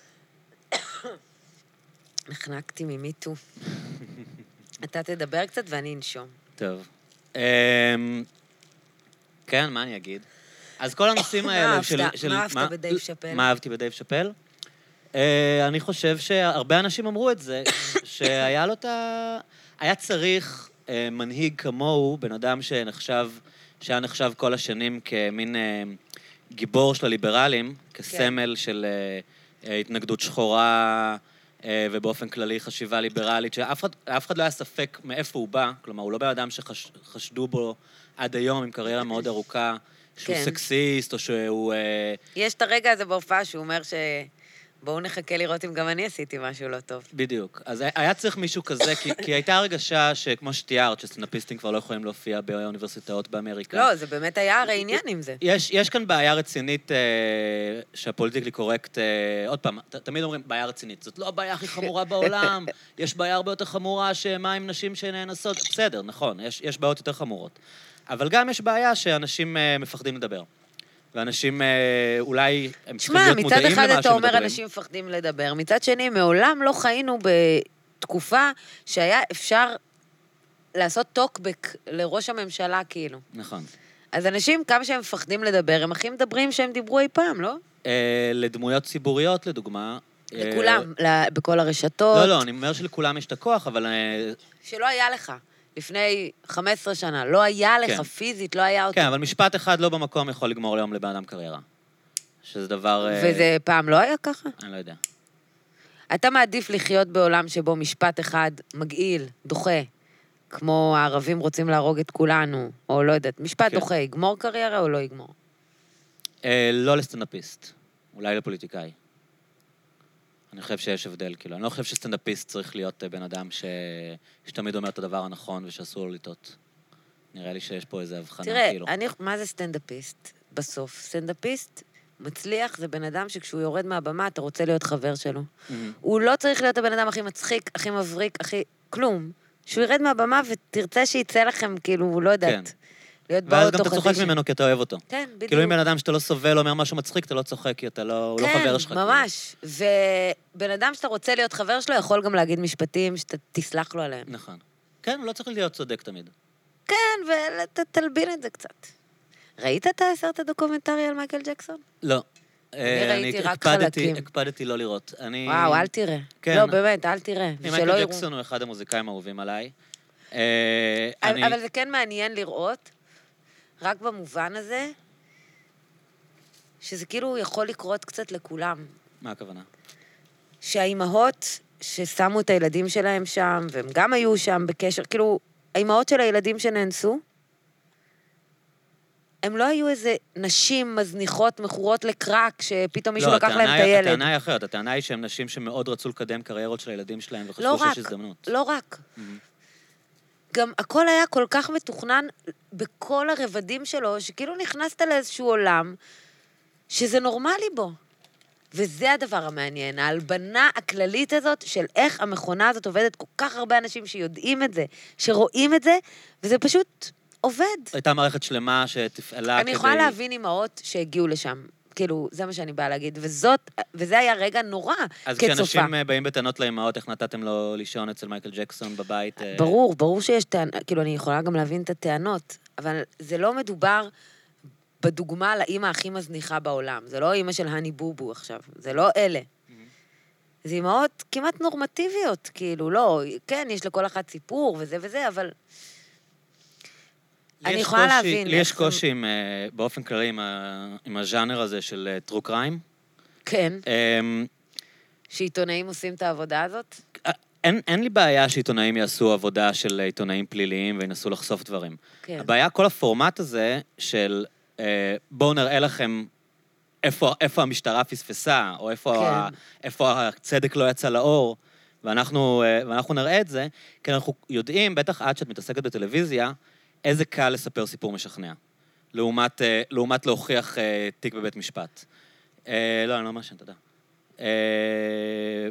נחנקתי ממיטו. אתה תדבר קצת ואני אנשום. טוב. אמ, כן, מה אני אגיד? אז כל הנושאים מה האלה אהבת? של... של- מה אהבת בדייב שאפל? מה אהבתי בדייב שאפל? אה, אני חושב שהרבה אנשים אמרו את זה, שהיה לו את ה... היה צריך אה, מנהיג כמוהו, בן אדם שנחשב, שהיה נחשב כל השנים כמין אה, גיבור של הליברלים, כסמל של אה, אה, התנגדות שחורה, אה, ובאופן כללי חשיבה ליברלית, שאף אחד, אף אחד לא היה ספק מאיפה הוא בא, כלומר, הוא לא בן אדם שחשדו בו עד היום עם קריירה מאוד ארוכה, שהוא כן. סקסיסט, או שהוא... אה, יש את הרגע הזה בהופעה שהוא אומר ש... בואו נחכה לראות אם גם אני עשיתי משהו לא טוב. בדיוק. אז היה צריך מישהו כזה, כי, כי הייתה הרגשה שכמו שתיארת, שסטנדאפיסטים כבר לא יכולים להופיע באוניברסיטאות באמריקה. לא, זה באמת היה הרי עניין עם זה. יש, יש כאן בעיה רצינית אה, שהפוליטיקלי קורקט, אה, עוד פעם, ת, תמיד אומרים, בעיה רצינית. זאת לא הבעיה הכי חמורה בעולם, יש בעיה הרבה יותר חמורה שמה עם נשים שנאנסות. בסדר, נכון, יש, יש בעיות יותר חמורות. אבל גם יש בעיה שאנשים אה, מפחדים לדבר. ואנשים אה, אולי הם צריכים שמע, להיות מצד מודעים אחד למה אתה שהם אומר מדברים. אנשים מפחדים לדבר, מצד שני, מעולם לא חיינו בתקופה שהיה אפשר לעשות טוקבק לראש הממשלה, כאילו. נכון. אז אנשים, כמה שהם מפחדים לדבר, הם הכי מדברים שהם דיברו אי פעם, לא? אה, לדמויות ציבוריות, לדוגמה. אה, לכולם, ל- בכל הרשתות. לא, לא, אני אומר שלכולם יש את הכוח, אבל... אה, שלא היה לך. לפני חמש עשרה שנה, לא היה לך כן. פיזית, לא היה אותו. כן, אבל משפט אחד לא במקום יכול לגמור ליום לבן אדם קריירה. שזה דבר... אה, וזה פעם לא היה ככה? אני לא יודע. אתה מעדיף לחיות בעולם שבו משפט אחד מגעיל, דוחה, כמו הערבים רוצים להרוג את כולנו, או לא יודעת, משפט כן. דוחה, יגמור קריירה או לא יגמור? אה, לא לסטנדאפיסט, אולי לפוליטיקאי. אני חושב שיש הבדל, כאילו. אני לא חושב שסטנדאפיסט צריך להיות אה, בן אדם ש... שתמיד אומר את הדבר הנכון ושאסור לו לטעות. נראה לי שיש פה איזו הבחנה, תראה, כאילו. אני, מה זה סטנדאפיסט? בסוף, סטנדאפיסט מצליח זה בן אדם שכשהוא יורד מהבמה, אתה רוצה להיות חבר שלו. Mhm. הוא לא צריך להיות הבן אדם הכי מצחיק, הכי מבריק, הכי... כלום. שהוא ירד מהבמה ותרצה שיצא לכם, כאילו, לא יודעת, כן. להיות ואז באוטו גם אתה צוחק ממנו כי אתה אוהב אותו. כן, בדיוק. כאילו אם בן אדם שאתה לא סובל אומר משהו מצחיק, אתה לא צוחק כי אתה לא, הוא לא חבר שלך. כן, ממש. ובן אדם שאתה רוצה להיות חבר שלו, יכול גם להגיד משפטים שאתה תסלח לו עליהם. כאילו. נכון. כן, הוא לא צריך להיות צודק תמיד. כן, ותלבין את זה קצת. ראית את הסרט הדוקומנטרי על מייקל ג'קסון? לא. אני אה, ראיתי רק הקפדתי- חלקים. הקפדתי לא לראות. אני... וואו, אל תראה. כן. לא, באמת, אל תראה. שלא מייקל יראו. ג'קסון הוא אחד המוזיקאים האהובים עליי. אה, אני... אבל זה כן מעניין לראות, רק במובן הזה, שזה כאילו יכול לקרות קצת לכולם. מה הכוונה? שהאימהות ששמו את הילדים שלהם שם, והם גם היו שם בקשר, כאילו, האימהות של הילדים שנאנסו, הם לא היו איזה נשים מזניחות, מכורות לקרק, שפתאום מישהו לא, לקח הטענה להם את היא- הילד. הטענה היא אחרת. הטענה היא שהם נשים שמאוד רצו לקדם קריירות של הילדים שלהם, לא וחשבו רק, שיש הזדמנות. לא רק. Mhm. גם הכל היה כל כך מתוכנן בכל הרבדים שלו, שכאילו נכנסת לאיזשהו עולם, שזה נורמלי בו. וזה הדבר המעניין, ההלבנה הכללית הזאת של איך המכונה הזאת עובדת, כל כך הרבה אנשים שיודעים את זה, שרואים את זה, וזה פשוט עובד. הייתה מערכת שלמה שתפעלה כדי... אני יכולה להבין אימהות שהגיעו לשם. כאילו, זה מה שאני באה להגיד. וזאת, וזה היה רגע נורא אז כצופה. כשאנשים אה, באים בטענות לאמהות, איך נתתם לו לישון אצל מייקל ג'קסון בבית? אה, ברור, ברור שיש טענות, כאילו, אני יכולה גם להבין את הטענות, אבל זה לא מדובר בדוגמה לאמא הכי מזניחה בעולם. זה לא אמא של הני בובו עכשיו, זה לא אלה. זה אמהות כמעט נורמטיביות, כאילו, לא, כן, יש לכל אחת סיפור וזה וזה, אבל... לי אני יש יכולה קושי- להבין לי יש איך זה- קושי עם, אה, באופן כללי עם ה- עם הז'אנר הזה של טרו קריים. כן, שעיתונאים עושים את העבודה הזאת. אין, אין לי בעיה שעיתונאים יעשו עבודה של עיתונאים פליליים וינסו לחשוף דברים. כן. הבעיה, כל הפורמט הזה של אה, בואו נראה לכם איפה, איפה המשטרה פספסה, או איפה, כן. ה, איפה הצדק לא יצא לאור, ואנחנו, אה, ואנחנו נראה את זה, כי אנחנו יודעים, בטח עד שאת מתעסקת בטלוויזיה, איזה קל לספר סיפור משכנע, לעומת, אה, לעומת להוכיח אה, תיק בבית משפט. אה, לא, אני לא מאשן, אתה יודע. אה,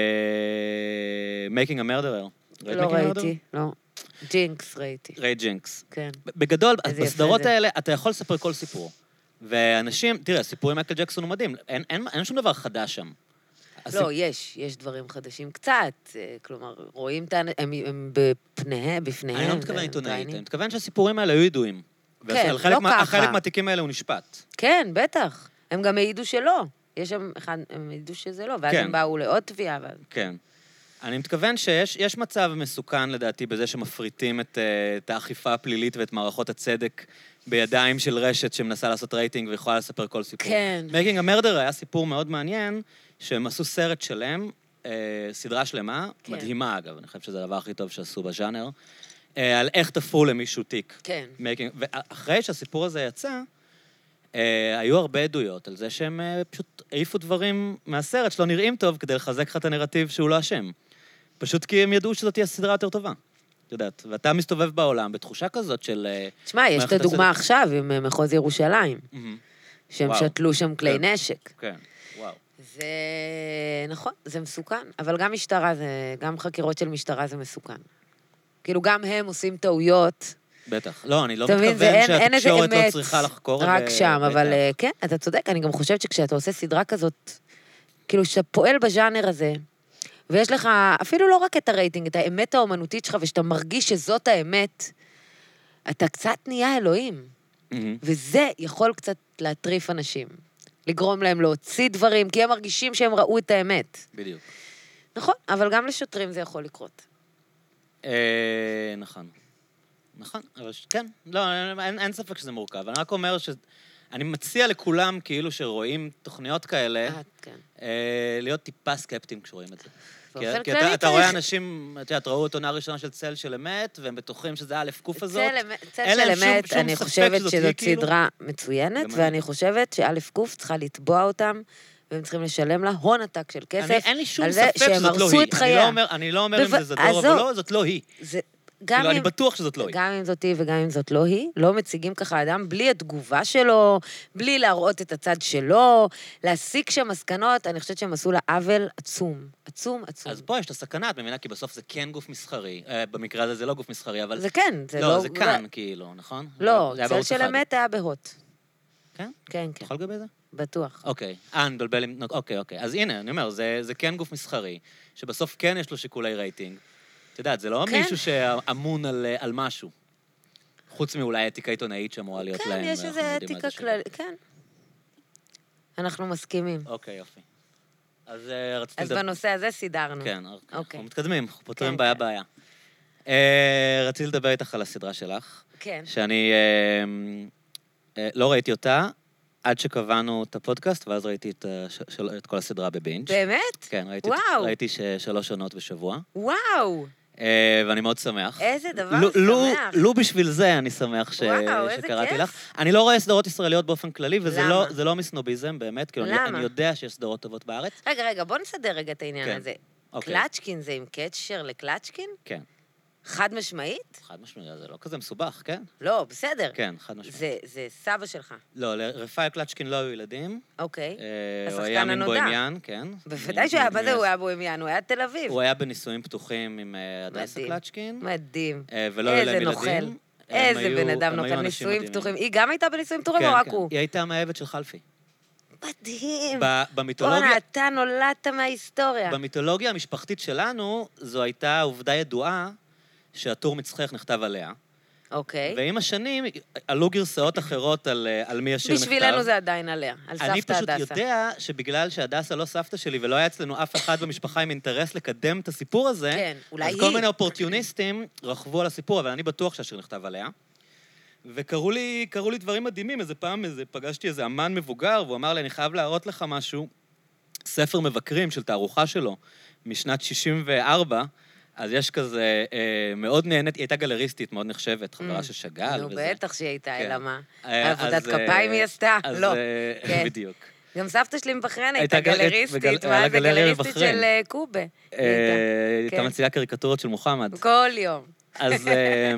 ב-Making a Murderer. ראית לא Making a Murderer? ראיתי, לא. ג'ינקס ראיתי, ריי ג'ינקס. כן. בגדול, איזה יפה בסדרות זה. האלה, אתה יכול לספר כל סיפור. ואנשים, תראה, סיפור עם מייקל ג'קסון הוא מדהים, אין, אין, אין שום דבר חדש שם. הסיפ- לא, יש, יש דברים חדשים קצת, אה, כלומר, רואים את האנשים, הם, הם בפניהם, בפניהם. אני לא מתכוון והם עיתונאית, מתראיינים. אני מתכוון שהסיפורים האלה היו ידועים. כן, ועל חלק לא מה- ככה. החלק מהתיקים האלה הוא נשפט. כן, בטח. הם גם העידו שלא. יש שם אחד, הם העידו שזה לא, ואז כן. הם באו לעוד תביעה, ואז... כן. אני מתכוון שיש יש מצב מסוכן לדעתי בזה שמפריטים את, אה, את האכיפה הפלילית ואת מערכות הצדק בידיים של רשת שמנסה לעשות רייטינג ויכולה לספר כל סיפור. כן. Making a Murderer היה סיפור מאוד מעניין, שהם עשו סרט שלם, אה, סדרה שלמה, כן. מדהימה אגב, אני חושב שזה הדבר הכי טוב שעשו בז'אנר, אה, על איך תפרו למישהו תיק. כן. Making, ואחרי שהסיפור הזה יצא, אה, היו הרבה עדויות על זה שהם אה, פשוט העיפו דברים מהסרט שלא נראים טוב כדי לחזק לך את הנרטיב שהוא לא אשם. פשוט כי הם ידעו שזאת תהיה סדרה יותר טובה. את יודעת, ואתה מסתובב בעולם בתחושה כזאת של... אה, תשמע, יש את מערכת הדוגמה הצדק. עכשיו עם אה, מחוז ירושלים, מהמם. שהם וואו. שתלו שם כלי כן. נשק. כן, וואו. זה נכון, זה מסוכן, אבל גם משטרה זה, גם חקירות של משטרה זה מסוכן. כאילו גם הם עושים טעויות בטח. לא, אני לא אתה מבין, זה מתכוון אין- אין איזה שהתקשורת לא אמת צריכה לחקור. רק ו- שם, אבל בטח. אה, כן, אתה צודק, אני גם חושבת שכשאתה עושה סדרה כזאת, כאילו שאתה פועל בז'אנר הזה, ויש לך אפילו לא רק את הרייטינג, את האמת האומנותית שלך, ושאתה מרגיש שזאת האמת, אתה קצת נהיה אלוהים. מהמם. וזה יכול קצת להטריף אנשים. לגרום להם להוציא דברים, כי הם מרגישים שהם ראו את האמת. בדיוק. נכון, אבל גם לשוטרים זה יכול לקרות. אה, נכון. נכון, אבל ש- כן, לא, אין, אין ספק שזה מורכב. אני רק אומר ש... אני מציע לכולם, כאילו שרואים תוכניות כאלה, אה, כן. אה, להיות טיפה סקפטיים כשרואים את זה. כי, באופן כי כללי אתה, אתה רואה צריך- אנשים, את יודעת, ראו את עונה ראשונה של צל של אמת, והם בטוחים שזה א' קוף הזאת. צל אמת- צל אין של להם שום- אמת, שום אני ספק חושבת שזאת שזאת היא, כאילו. סדרה מצוינת, גם אני. ואני חושבת שא' קוף צריכה לתבוע אותם, והם צריכים לשלם לה הון עתק של אני, כסף, אין לי שום על זה ספק שהם שזאת לא הרסו היא. את אני חייה. לא אומר, אני לא אומר אם בו- זה זדורוב עזוב. או לא, זאת לא היא. זה, גם כאילו, אם... אני בטוח שזאת לא היא. גם אם זאת היא וגם אם זאת לא היא, לא מציגים ככה אדם בלי התגובה שלו, בלי להראות את הצד שלו, להסיק שם מסקנות, אני חושבת שהם עשו לה עוול עצום, עצום, עצום. אז פה יש את הסכנה, את מבינה? כי בסוף זה כן גוף מסחרי. אה, במקרה הזה זה לא גוף מסחרי, אבל... זה כן, זה לא... לא, זה כאן, כאילו, נכון? לא, זה היה צל בערוץ של אחד. אמת היה בהוט. כן? כן, אתה כן, יכול לגבי זה? בטוח. אוקיי. אה, נבלבל עם... אוקיי, אוקיי. אז הנה, אני אומר, זה, זה כן גוף מסחרי, שבסוף כן יש לו שיקולי רייטינג. את יודעת, זה לא כן. מישהו שאמון על, על משהו. חוץ מאולי אתיקה עיתונאית שאמורה להיות כן, להם. יש ואנחנו איזו יודעים מה אתיקה זה כללית, כן. אנחנו מסכימים. אוקיי, יופי. אז אה, רציתי אז לדבר... בנושא הזה סידרנו. כן, אוקיי. אוקיי. אנחנו מתקדמים, אנחנו פותרים כן, בעיה כן. בעיה. אה, רציתי לדבר איתך על הסדרה שלך, כן. שאני אה, אה, לא ראיתי אותה עד שקבענו את הפודקאסט, ואז ראיתי את, אה, ש- של- את כל הסדרה בבינג'. באמת? כן, ראיתי, את- וואו. ראיתי ש- שלוש עונות בשבוע, וואו, אה, ואני מאוד שמח. איזה דבר לו- לו- משמח. לו בשביל זה אני שמח ש... וואו, איזה שקראתי כיף. לך. אני לא רואה סדרות ישראליות באופן כללי, וזה למה? לא, זה לא מסנוביזם, באמת, כאילו, אני, למה? אני יודע שיש סדרות טובות בארץ. רגע, רגע, בוא נסדר רגע את העניין כן. הזה. אוקיי. קלצ'קין זה עם קצ'ר לקלצ'קין? כן, חד משמעית? חד משמעית, זה לא כזה מסובך, כן? לא, בסדר. כן, חד משמעית. זה, זה סבא שלך. לא, לרפאל קלצ'קין לא היו ילדים. אוקיי. אה, השחקן הוא היה מין הנודע. בוהמיאן, כן. בוודאי שהוא היה, מה זה הוא היה בוהמיאן? הוא היה תל אביב. הוא היה בנישואים פתוחים עם אה, הדסה מדהים. קלצ'קין. מדהים. אה, ולא היו להם איזה ילדים. נוכל. הם איזה היו- בן אדם הם היו נוכל, אנשים נישואים מדהימים. פתוחים. היא גם הייתה בנישואים פתוחים כן, או רק כן. הוא? היא הייתה המאהבת של חלפי. מדהים. ב- במיתולוגיה... בואנה, אתה נולדת מההיסטוריה. במיתולוגיה המשפחתית שלנו, זו הייתה עובדה ידועה שהטור מצחך נכתב עליה. אוקיי. ועם השנים עלו גרסאות אחרות על, אה, על מי השיר נכתב. בשבילנו זה עדיין עליה, על אני סבתא פשוט הדסה. יודע שבגלל שהדסה לא סבתא שלי ולא היה אצלנו אף אחד במשפחה עם אינטרס לקדם את הסיפור הזה, כן, אולי אז היא. כל מיני אופורטיוניסטים רכבו על הסיפור, אבל אני בטוח שהשיר נכתב עליה. וקראו לי, קראו לי דברים מדהימים. איזה פעם איזה, פגשתי איזה אמן מבוגר, והוא אמר לי, אני חייב להראות לך משהו, ספר מבקרים של תערוכה שלו, משנת שישים וארבע, אז יש כזה, אה, מאוד נהנית, היא הייתה גלריסטית, מאוד נחשבת, חברה של שאגאל נו, וזה. בטח שהיא הייתה, כן. אלא מה? אה, עבודת אז, אה, כפיים היא עשתה? אז, לא. אה, כן. בדיוק. גם סבתא שלי מבחרן הייתה הייתה גל- גלריסטית, וגל- היה לה מה זה גלריה גלריסטית בבחריין. של אה, קובה. היא אה, הייתה. הייתה כן. מציגה קריקטורות של מוחמד. כל יום. אז, אה,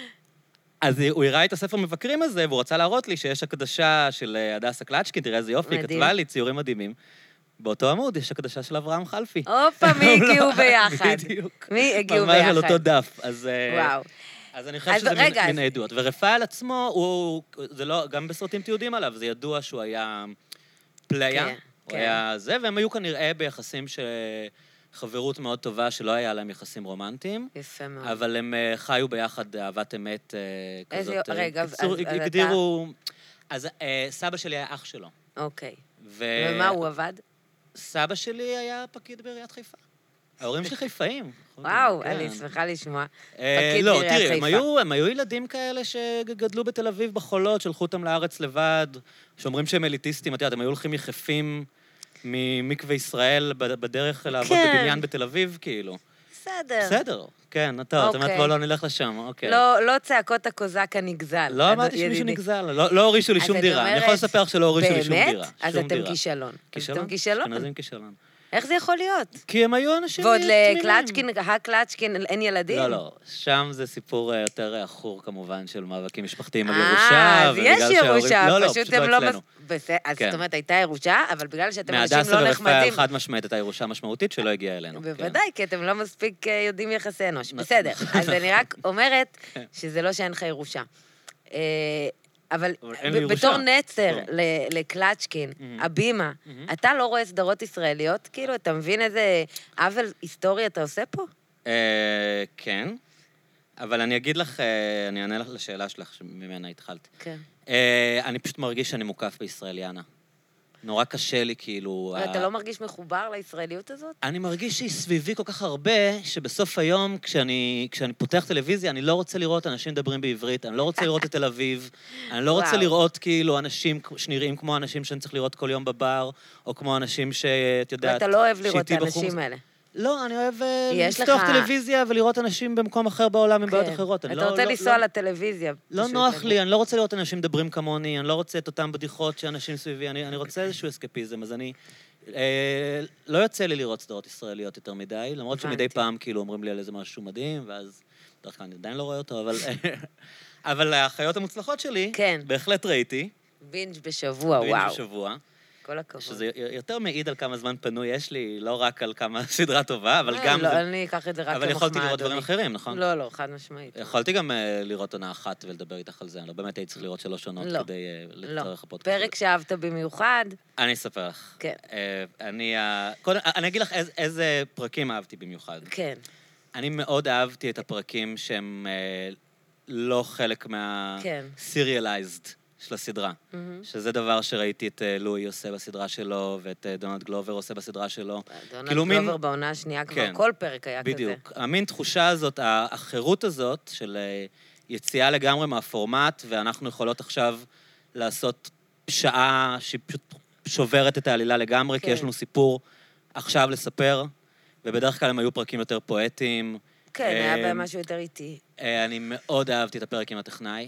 אז הוא הראה את הספר מבקרים הזה, והוא רצה להראות לי שיש הקדשה של אה, הדסה קלצ'קין, תראה איזה יופי, היא מדהים. כתבה לי ציורים מדהימים. באותו עמוד יש הקדשה של אברהם חלפי. הופה, מי הגיעו ביחד? בדיוק. מי הגיעו ממש על ביחד? אותו דף. אז, אה, וואו. אז אני חושב אז שזה רגע, מין, אז- מין עדות. ורפאל עצמו, הוא, זה לא, גם בסרטים תיעודים עליו, זה ידוע שהוא היה פליה, כן, הוא כן. היה זה, והם היו כנראה ביחסים של חברות מאוד טובה, שלא היה להם יחסים רומנטיים, יפה מאוד. אבל הם אה, חיו ביחד אהבת אמת אה, איזה כזאת. יו- אה, רגע, אז- קיצור, אז- אז אתה- הגדירו... אז אה, סבא שלי היה אח שלו. אוקיי. ו... ומה הוא עבד? סבא שלי היה פקיד בעיריית חיפה. ההורים שלי חיפאים. וואו, כן. אני שמחה לשמוע. אה, פקיד לא, בעיריית תראי, הם חיפה. היו, הם היו ילדים כאלה שגדלו בתל אביב בחולות, שלחו אותם לארץ לבד, שאומרים שהם אליטיסטים, את יודעת, הם היו הולכים יחפים ממקווה ישראל ב- בדרך לעבוד כן. בבניין בתל אביב, כאילו. בסדר. בסדר, כן, אתה אומרת, אוקיי. בוא לא נלך לשם, אוקיי. לא, לא צעקות הקוזק הנגזל. לא אמרתי שמישהו ידידי. נגזל, לא לא הורישו לי אז שום אני דירה. אני יכול אומרת, לספר לך שלא הורישו לי שום דירה. באמת? אז שום אתם דירה. כישלון. אז כישלון? אתם כישלון. אשכנזים כישלון. איך זה יכול להיות? כי הם היו אנשים ועוד תמימים. לקלצ'קין, הקלצ'קין, אין ילדים? לא, לא. שם זה סיפור אה, יותר עכור, כמובן, של מאבקים משפחתיים על אה, ירושה. אז יש ובגלל שההורים- ירושה, לא, לא, פשוט פשוט הם לא לא... אצלנו. מס- בסדר, אז כן. זאת אומרת, הייתה ירושה, אבל בגלל שאתם אנשים מהדסה לא ורפאל נחמדים... חד משמעית הייתה ירושה משמעותית שלא הגיעה אלינו. כן. בוודאי, כי אתם לא מספיק אה, יודעים יחסי אנוש. נכון. בסדר, אז אני רק אומרת כן. שזה לא שאין לך ירושה. אה, אבל אבל אין לי ב- ירושה. בתור נצר טוב. ל- לקלצ'קין, מהמם. הבימה, מהמם. אתה לא רואה סדרות ישראליות? כאילו, אתה מבין איזה עוול היסטורי אתה עושה פה? אה, כן, אבל אני אגיד לך, אה, אני אענה לך לשאלה שלך שממנה התחלת. כן. אה, אני פשוט מרגיש שאני מוקף בישראליאנה. נורא קשה לי, כאילו... ואתה ה- לא מרגיש מחובר לישראליות הזאת? אני מרגיש שהיא סביבי כל כך הרבה, שבסוף היום, כשאני, כשאני פותח טלוויזיה, אני לא רוצה לראות אנשים מדברים בעברית, אני לא רוצה לראות את תל אביב, אני לא רוצה וואו. לראות כאילו אנשים שנראים כמו אנשים שאני צריך לראות כל יום בבר, או כמו אנשים שאת יודעת... ואתה לא אוהב לראות את שאיתי בחור- האנשים האלה. לא, אני אוהב אה, יש לפתוח לך- טלוויזיה ולראות אנשים במקום אחר בעולם עם בעיות כן. אחרות. אני אתה לא- רוצה לא- לנסוע לא- לטלוויזיה. לא פשוט, נוח אני- לי, אני לא רוצה לראות אנשים מדברים כמוני, אני לא רוצה את אותם בדיחות שאנשים סביבי, אני, אני רוצה איזשהו אסקפיזם, אז אני... אה, לא יוצא לי לראות סדרות ישראליות יותר מדי, למרות שמדי הבנתי. פעם כאילו אומרים לי על איזה משהו מדהים, ואז בדרך כלל אני עדיין לא רואה אותו, אבל... אבל החיות המוצלחות שלי, כן. בהחלט ראיתי, בינג' בשבוע, בינג' וואו. בשבוע, כל הכבוד. שזה יותר מעיד על כמה זמן פנוי יש לי, לא רק על כמה סדרה טובה, אבל אה, גם... לא, זה- אני אקח את זה רק כמחמאה, אבל יכולתי לראות דברים אדוני. אחרים, נכון? לא, לא, חד משמעית. יכולתי גם אה, לראות עונה אחת ולדבר איתך על זה, אני לא באמת הייתי צריך לראות שלוש עונות לא. כדי אה, לא. לצורך הפודקאסט. פרק שאהבת במיוחד, אני אספר לך. כן. אה, אני... אה, קודם, אני אגיד לך איזה- איזה פרקים אהבתי במיוחד. כן. אני מאוד אהבתי את הפרקים שהם אה, לא חלק כן. מה-serialized של הסדרה. מהמם. שזה דבר שראיתי את אה, לואי עושה בסדרה שלו, ואת אה, דונלד גלובר עושה בסדרה שלו. דונלד כאילו מין- גלובר בעונה השנייה כבר כן. כל פרק היה כזה. בדיוק. המין תחושה הזאת, ה- החירות הזאת של אה, יציאה לגמרי מהפורמט, ואנחנו יכולות עכשיו לעשות שעה שהיא פשוט שוברת את העלילה לגמרי, כי כן. יש לנו סיפור עכשיו לספר, ובדרך כלל הם היו פרקים יותר פואטיים. כן, היה אה, בהם משהו יותר איטי. אה, אני מאוד אהבתי את הפרק עם הטכנאי,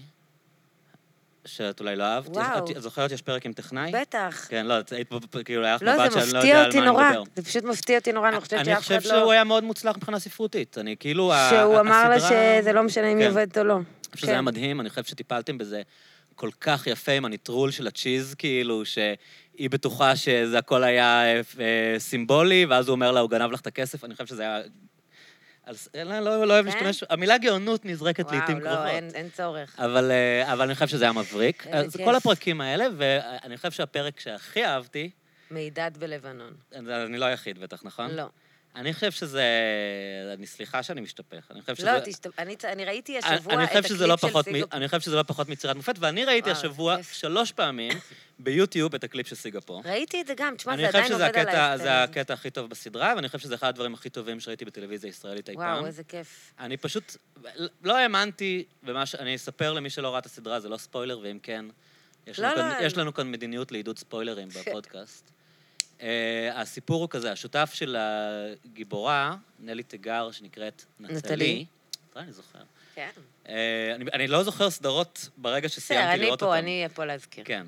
שאת אולי לא אהבת. וואו. את- את זוכרת שיש פרק עם טכנאי? בטח. כן, לא, את היית פה, כאילו, היה לך לא, מבט זה שאני לא מפתיע יודע על אותי מה אני נורא. מדבר. זה פשוט מפתיע אותי נורא, אני חושבת אני שאף חושב אחד שהוא לא... היה מאוד מוצלח מבחינה ספרותית. אני כאילו... ה- שהוא אמר לה הסדרה- שזה לא משנה אם היא כן. עובדת או לא. אני חושב שזה היה מדהים, אני חושב שטיפלתם בזה כל כך יפה עם הניטרול של הצ'יז, כאילו, שהיא בטוחה שזה הכל היה אה, אה, סימבולי, ואז הוא אומר לה, הוא גנב לך את הכסף, אני חושב שזה היה... על- לא, לא, לא אוהב כן? להשתמש... המילה גאונות נזרקת לעיתים וואו, לא, קרובות. אין- אין צורך. אבל, אה, אבל אני חושב שזה היה מבריק. איזה אז כיף. כל הפרקים האלה, ואני חושב שהפרק שהכי אהבתי, מידד בלבנון. אני לא היחיד בטח, נכון? לא. אני חושב שזה... אני סליחה שאני משתפך. אני חושב שזה... לא, תשת- אני צ- אני ראיתי אני השבוע אני את חושב שזה לא הקליפ של פחות מ- סיגפור. אני חושב שזה לא פחות מיצירת מופת, ואני ראיתי וואו, השבוע כיף. שלוש פעמים ביוטיוב את הקליפ של סיגפור. ראיתי את זה גם, תשמע, אני זה חושב עדיין שזה עובד על הקטע- ההסתר זה הזה. הקטע הכי טוב בסדרה, ואני חושב שזה אחד הדברים הכי טובים שראיתי בטלוויזיה הישראלית אי פעם. וואו, איזה כיף. אני פשוט לא האמנתי במה ש... אני אספר למי שלא ראה את הסדרה, זה לא ספוילר, ואם כן, יש לא, לנו כאן- לא. יש לנו כאן מדיניות לעידוד ספוילרים בפודקאסט. אה, הסיפור הוא כזה, השותף של הגיבורה, נלי תיגר, שנקראת נטלי. נטלי, תראה, אני זוכר. כן. אה, אני, אני לא זוכר סדרות ברגע בסדר, שסיימתי אני לראות אותן. פה, אני אהיה פה להזכיר. כן.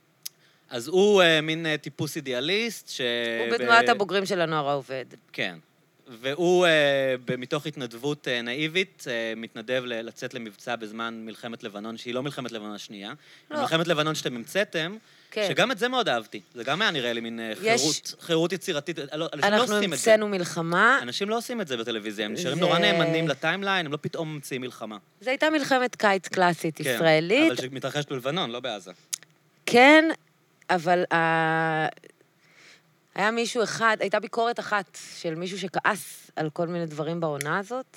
אז הוא אה, מין אה, טיפוס אידיאליסט, ש... הוא ב- בתנועת הבוגרים של הנוער העובד. כן. והוא, אה, ב- מתוך התנדבות אה, נאיבית, אה, מתנדב ל- לצאת למבצע בזמן מלחמת לבנון, שהיא לא מלחמת לבנון השנייה. לא. מלחמת לבנון שאתם המצאתם, כן. שגם את זה מאוד אהבתי. זה גם היה נראה לי מין אה, יש- חירות, חירות יצירתית. לא, אנשים לא אנחנו עושים את זה. המצאנו מלחמה, אנשים לא עושים את זה בטלוויזיה, הם נשארים זה- נורא נאמנים לטיימליין, הם לא פתאום ממציאים מלחמה. זו הייתה מלחמת קיץ קלאסית כן, ישראלית. אבל שמתרחשת בלבנון, לא בעזה. כן, אבל ה- היה מישהו אחד, הייתה ביקורת אחת של מישהו שכעס על כל מיני דברים בעונה הזאת,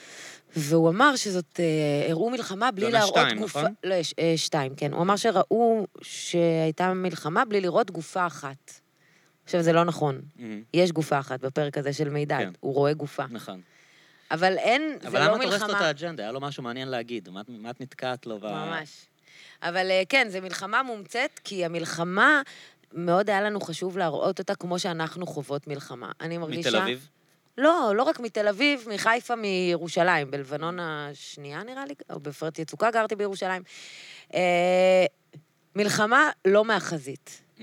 והוא אמר שזאת, אה, הראו מלחמה בלי זה עונה להראות שתיים, גופה... נכון? לא, יש, אה, שתיים, כן. הוא אמר שראו שהייתה מלחמה בלי לראות גופה אחת. עכשיו, זה לא נכון. מהמם. יש גופה אחת בפרק הזה של מידד, כן. הוא רואה גופה. נכון. אבל אין, זה אבל לא למה את הורסת לו את מלחמה... האג'נדה? היה לו משהו מעניין להגיד. מה את- מה את נתקעת לו ב... ממש. אבל אה, כן, זו מלחמה מומצאת, כי המלחמה, מאוד היה לנו חשוב להראות אותה כמו שאנחנו חוות מלחמה. אני מרגישה... מתל אביב? לא, לא רק מתל אביב, מחיפה, מירושלים. בלבנון השנייה, נראה לי, או בפרט יצוקה, גרתי בירושלים. אה, מלחמה לא מהחזית. מהמם.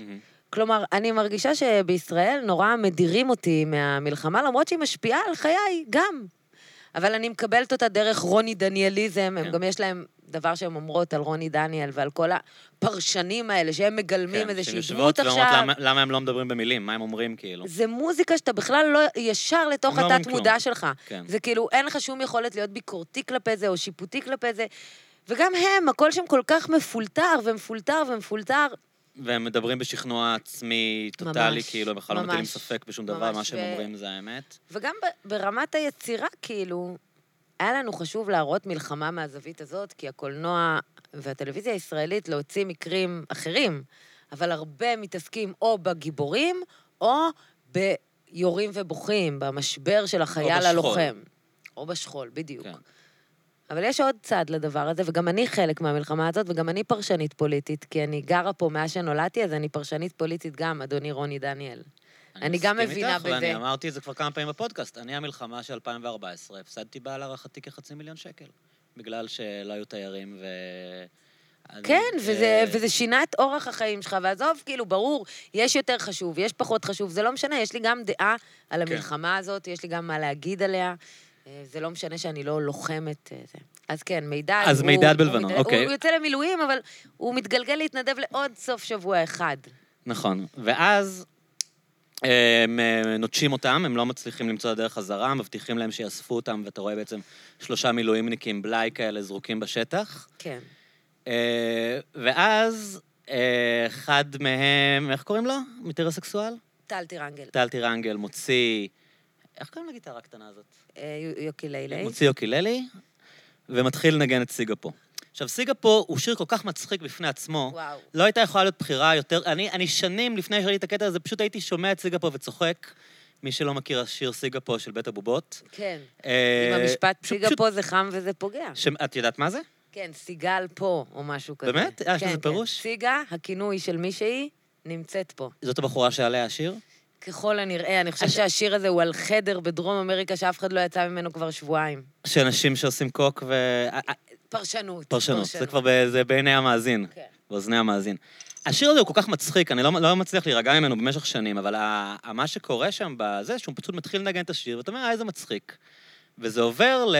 כלומר, אני מרגישה שבישראל נורא מדירים אותי מהמלחמה, למרות שהיא משפיעה על חיי, גם. אבל אני מקבלת אותה דרך רוני דניאליזם, הם כן. גם יש להם דבר שהן אומרות על רוני דניאל ועל כל הפרשנים האלה, שהם מגלמים כן, איזושהי שהן דמות יושבות ואומרות עכשיו. למה, למה הם לא מדברים במילים, מה הם אומרים כאילו. זה מוזיקה שאתה בכלל לא ישר לתוך הם לא אומרים התת מודע כלום. שלך. כן. זה כאילו, אין לך שום יכולת להיות ביקורתי כלפי זה, או שיפוטי כלפי זה. וגם הם, הכל שם כל כך מפולטר, ומפולטר, ומפולטר. והם מדברים בשכנוע עצמי טוטלי, ממש, כאילו, הם בכלל לא ממש, מטילים ספק בשום דבר, ממש, מה שהם ו- אומרים זה האמת. וגם ב- ברמת היצירה, כאילו, היה לנו חשוב להראות מלחמה מהזווית הזאת, כי הקולנוע והטלוויזיה הישראלית להוציא מקרים אחרים, אבל הרבה מתעסקים או בגיבורים, או ביורים ובוכים, במשבר של החייל בשכול. הלוחם. או בשכול, בדיוק. כן. אבל יש עוד צד לדבר הזה, וגם אני חלק מהמלחמה הזאת, וגם אני פרשנית פוליטית, כי אני גרה פה מאז שנולדתי, אז אני פרשנית פוליטית גם, אדוני רוני דניאל. אני גם מסכים מבינה איתך, בזה. ואני אמרתי את זה כבר כמה פעמים בפודקאסט. אני המלחמה של אלפיים וארבע עשרה, הפסדתי בה להערכתי כחצי מיליון שקל, בגלל שלא היו תיירים ו... אני, כן, וזה, אה, וזה שינה את אורח החיים שלך, ועזוב, כאילו, ברור, יש יותר חשוב, יש פחות חשוב, זה לא משנה, יש לי גם דעה על המלחמה הזאת, יש לי גם מה להגיד עליה, אה, זה לא משנה שאני לא לוחמת. אה, זה. אז כן, מידע... אז הוא- מידע הוא בלבנון, מתגל- אוקיי. הוא יוצא למילואים, אבל הוא מתגלגל להתנדב לעוד סוף שבוע אחד. נכון, ואז הם אה, נוטשים אותם, הם לא מצליחים למצוא את הדרך חזרה, מבטיחים להם שיאספו אותם, ואתה רואה בעצם שלושה מילואימניקים בלאי כאלה זרוקים בשטח. כן. אה, ואז אה, אחד מהם, איך קוראים לו? מטרוסקסואל? טל טירנגל. טל טירנגל מוציא, איך קוראים לגיטרה הקטנה הזאת? אה, יוקי לילי. מוציא יוקיללי, ומתחיל לנגן את סיגפו. עכשיו, סיגפו הוא שיר כל כך מצחיק בפני עצמו, וואו. לא הייתה יכולה להיות בחירה יותר... אני, אני שנים לפני שראיתי את הקטע הזה, פשוט הייתי שומע את סיגפו וצוחק, מי שלא מכיר השיר סיגפו של בית הבובות. כן. אה, עם המשפט פשוט- סיגה פשוט- פה זה חם וזה פוגע. ש... את יודעת מה זה? כן, סיגל פה, או משהו כזה. באמת? אה, יש כן, לזה כן. פירוש? סיגה, הכינוי של מישהי, נמצאת פה. זאת הבחורה שעליה השיר? ככל הנראה, אני חושבת שהשיר הזה הוא על חדר בדרום אמריקה, שאף אחד לא יצא ממנו כבר שבועיים. שאנשים שעושים קוק ו... אה, אה, פרשנות. פרשנות, זה כבר ב- זה בעיני המאזין, כן. באוזני המאזין. השיר הזה הוא כל כך מצחיק, אני לא, לא מצליח להירגע ממנו במשך שנים, אבל ה, ה- מה שקורה שם בזה, שהוא פשוט מתחיל לנגן את השיר, ואתה אומר, אה, איזה מצחיק. וזה עובר ל,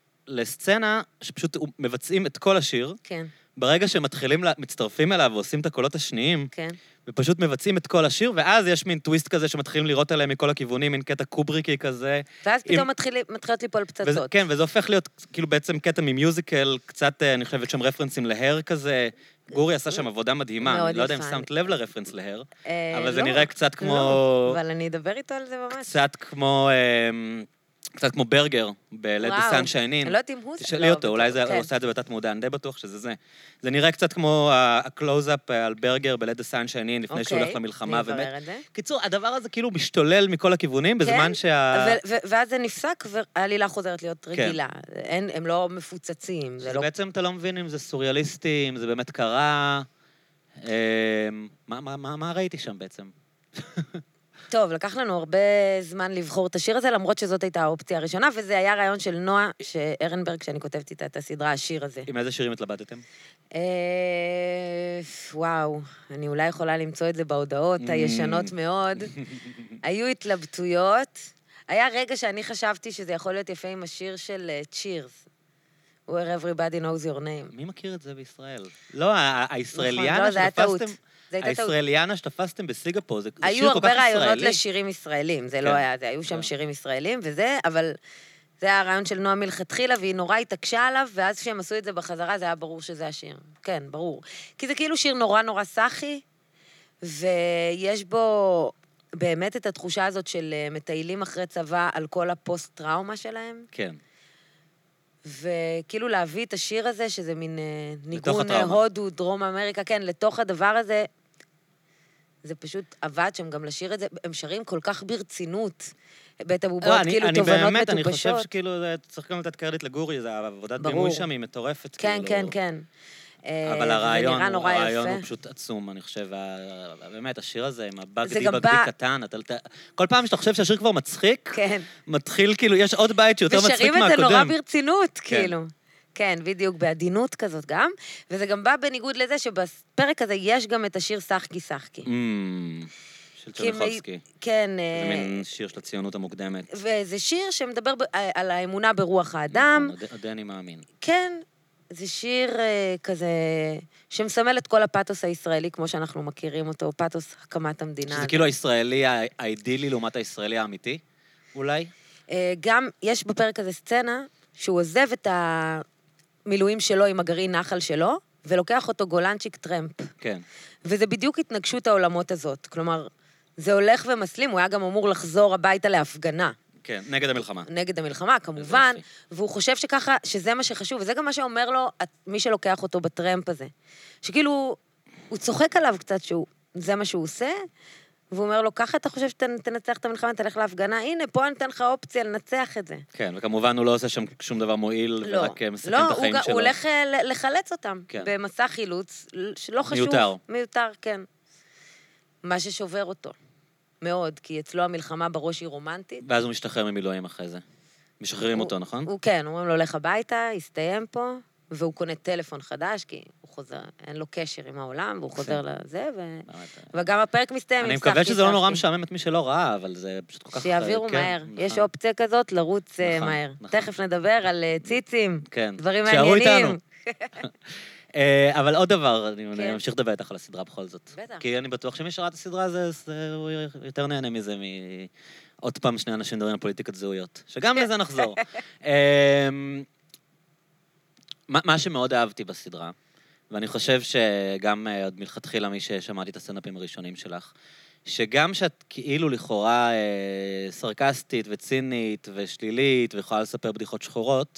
לסצנה שפשוט מבצעים את כל השיר, כן, ברגע שמתחילים, לה, מצטרפים אליו ועושים את הקולות השניים, כן. ופשוט מבצעים את כל השיר, ואז יש מין טוויסט כזה שמתחילים לראות עליהם מכל הכיוונים, מין קטע קובריקי כזה. ואז עם- פתאום מתחיל- מתחילות ליפול וזה, פצצות. כן, וזה הופך להיות כאילו בעצם קטע ממיוזיקל, קצת, אה, אני חושבת שם רפרנסים להר כזה. גורי עשה שם עבודה מדהימה, מאוד אני לא יודע אם יפה. שמת לב לרפרנס להר, אה, אבל זה לא, נראה קצת כמו... לא, אבל אני אדבר איתו על זה ממש. קצת כמו... אה, קצת כמו ברגר, ב-Let the וואו. Sun Shine אני In. לא יודעת אם הוא... תשאלי לא, אותו, אולי זה- כן. הוא עושה את זה בתת מודע, אני די בטוח שזה זה. זה נראה קצת כמו ה-close-up על ברגר ב-Let the Sun Shine In, לפני שהוא אוקיי, הולך למלחמה אני ומת. אברר את זה. קיצור, הדבר הזה כאילו משתולל מכל הכיוונים, בזמן כן, שה... ו- ו- ואז זה נפסק, והעלילה חוזרת להיות כן. רגילה. אין- הם לא מפוצצים, זה זה לא... בעצם אתה לא מבין אם זה סוריאליסטי, אם זה באמת קרה. אה, מה- מה מה- מה ראיתי שם בעצם? טוב, לקח לנו הרבה זמן לבחור את השיר הזה, למרות שזאת הייתה האופציה הראשונה, וזה היה רעיון של נועה שארנברג, שאני כותבת איתה את הסדרה, השיר הזה. עם איזה שירים התלבטתם? אה, וואו, אני אולי יכולה למצוא את זה בהודעות Mm. הישנות מאוד. היו התלבטויות. היה רגע שאני חשבתי שזה יכול להיות יפה עם השיר של צ'ירס. Where everybody knows your name. מי מכיר את זה בישראל? לא, ה- ה- נכון, הישראליאנה לא, זה היה טעות. שתפסתם... זה הייתה טעות. הישראליאנה שתפסתם בסיגפו, זה זה היו שיר כל כך הרבה ישראלי. רעיונות לשירים ישראלים, זה לא כן. היה, זה היו שם כן. שירים ישראלים וזה, אבל זה היה הרעיון של נועה מלכתחילה, והיא נורא התעקשה עליו, ואז כשהם עשו את זה בחזרה, זה היה ברור שזה השיר. כן, ברור. כי זה כאילו שיר נורא נורא סאחי, ויש בו באמת את התחושה הזאת של אה, מטיילים אחרי צבא על כל הפוסט-טראומה שלהם, כן. וכאילו להביא את השיר הזה, שזה מין אה, ניגון אה, הטראומה. הודו, דרום אמריקה, כן, לתוך הדבר הזה, זה פשוט עבד שם גם לשיר את זה, הם שרים כל כך ברצינות, בית הבובות, לא, אני- כאילו אני תובנות באמת, אני חושב מטופשות. שכאילו, זה- צריך גם לתת קרדיט לגורי, זה עבודת ברור. בימוי שם, היא מטורפת. כן, כאילו. כן, כן. אה, אבל זה הרעיון, נראה הוא, נורא הרעיון יפה. הוא פשוט עצום, אני חושב. ה- באמת, השיר הזה עם הבגדי זה גם בגדי בא- קטן, אתה, אתה, כל פעם שאתה חושב שהשיר כבר מצחיק, כן. מתחיל כאילו, יש עוד בית שיותר מצחיק ושרים מהקודם. את זה נורא ברצינות, כן. כאילו. כן, בדיוק, בעדינות כזאת גם, וזה גם בא בניגוד לזה שבפרק הזה יש גם את השיר שחקי שחקי. של צ'רניחובסקי. כן. זה מין שיר של הציונות המוקדמת. וזה שיר שמדבר על האמונה ברוח האדם. עדיין אני מאמין. כן, זה שיר כזה שמסמל את כל הפאתוס הישראלי, כמו שאנחנו מכירים אותו, פאתוס הקמת המדינה. שזה כאילו הישראלי האידילי לעומת הישראלי האמיתי, אולי? גם יש בפרק הזה סצנה שהוא עוזב את המילואים שלו עם הגרעין נחל שלו, ולוקח אותו גולנצ'יק טרמפ. כן. וזה בדיוק התנגשות העולמות הזאת. כלומר, זה הולך ומסלים, הוא היה גם אמור לחזור הביתה להפגנה. כן, נגד המלחמה. נגד המלחמה, כמובן, והוא חושב שככה, שזה מה שחשוב, וזה גם מה שאומר לו, מי שלוקח אותו בטרמפ הזה. שכאילו, הוא צוחק עליו קצת, שזה מה שהוא עושה, והוא אומר לו, ככה אתה חושב שתנצח את המלחמה, תלך להפגנה, הנה, פה אני אתן לך אופציה לנצח את זה. כן, וכמובן הוא לא עושה שם שום דבר מועיל, ורק מסכן את החיים שלו. לא, הוא הולך לחלץ אותם, במסע חילוץ, שלא חשוב. מיותר. מיותר, כן. מה ששובר אותו. מאוד, כי אצלו המלחמה בראש היא רומנטית. ואז הוא משתחרר ממילואים אחרי זה. משחררים אותו, נכון? הוא כן, אומרים לו, הולך הביתה, יסתיים פה, והוא קונה טלפון חדש, כי הוא חוזר, אין לו קשר עם העולם, והוא חוזר לזה, וגם הפרק מסתיים. אני מקווה שזה לא נורא משעמם את מי שלא ראה, אבל זה פשוט כל כך... שיעבירו מהר. יש אופציה כזאת לרוץ מהר. תכף נדבר על ציצים, דברים מעניינים. אבל עוד דבר, אני ממשיך לדבר איתך על הסדרה בכל זאת. בטח. כי אני בטוח שמי שראה את הסדרה הזאת, הוא יותר נהנה מזה, עוד פעם שני אנשים מדברים על פוליטיקת זהויות. שגם לזה נחזור. מה שמאוד אהבתי בסדרה, ואני חושב שגם עוד מלכתחילה מי ששמעתי את הסטנדאפים הראשונים שלך, שגם שאת כאילו לכאורה סרקסטית וצינית ושלילית, ויכולה לספר בדיחות שחורות,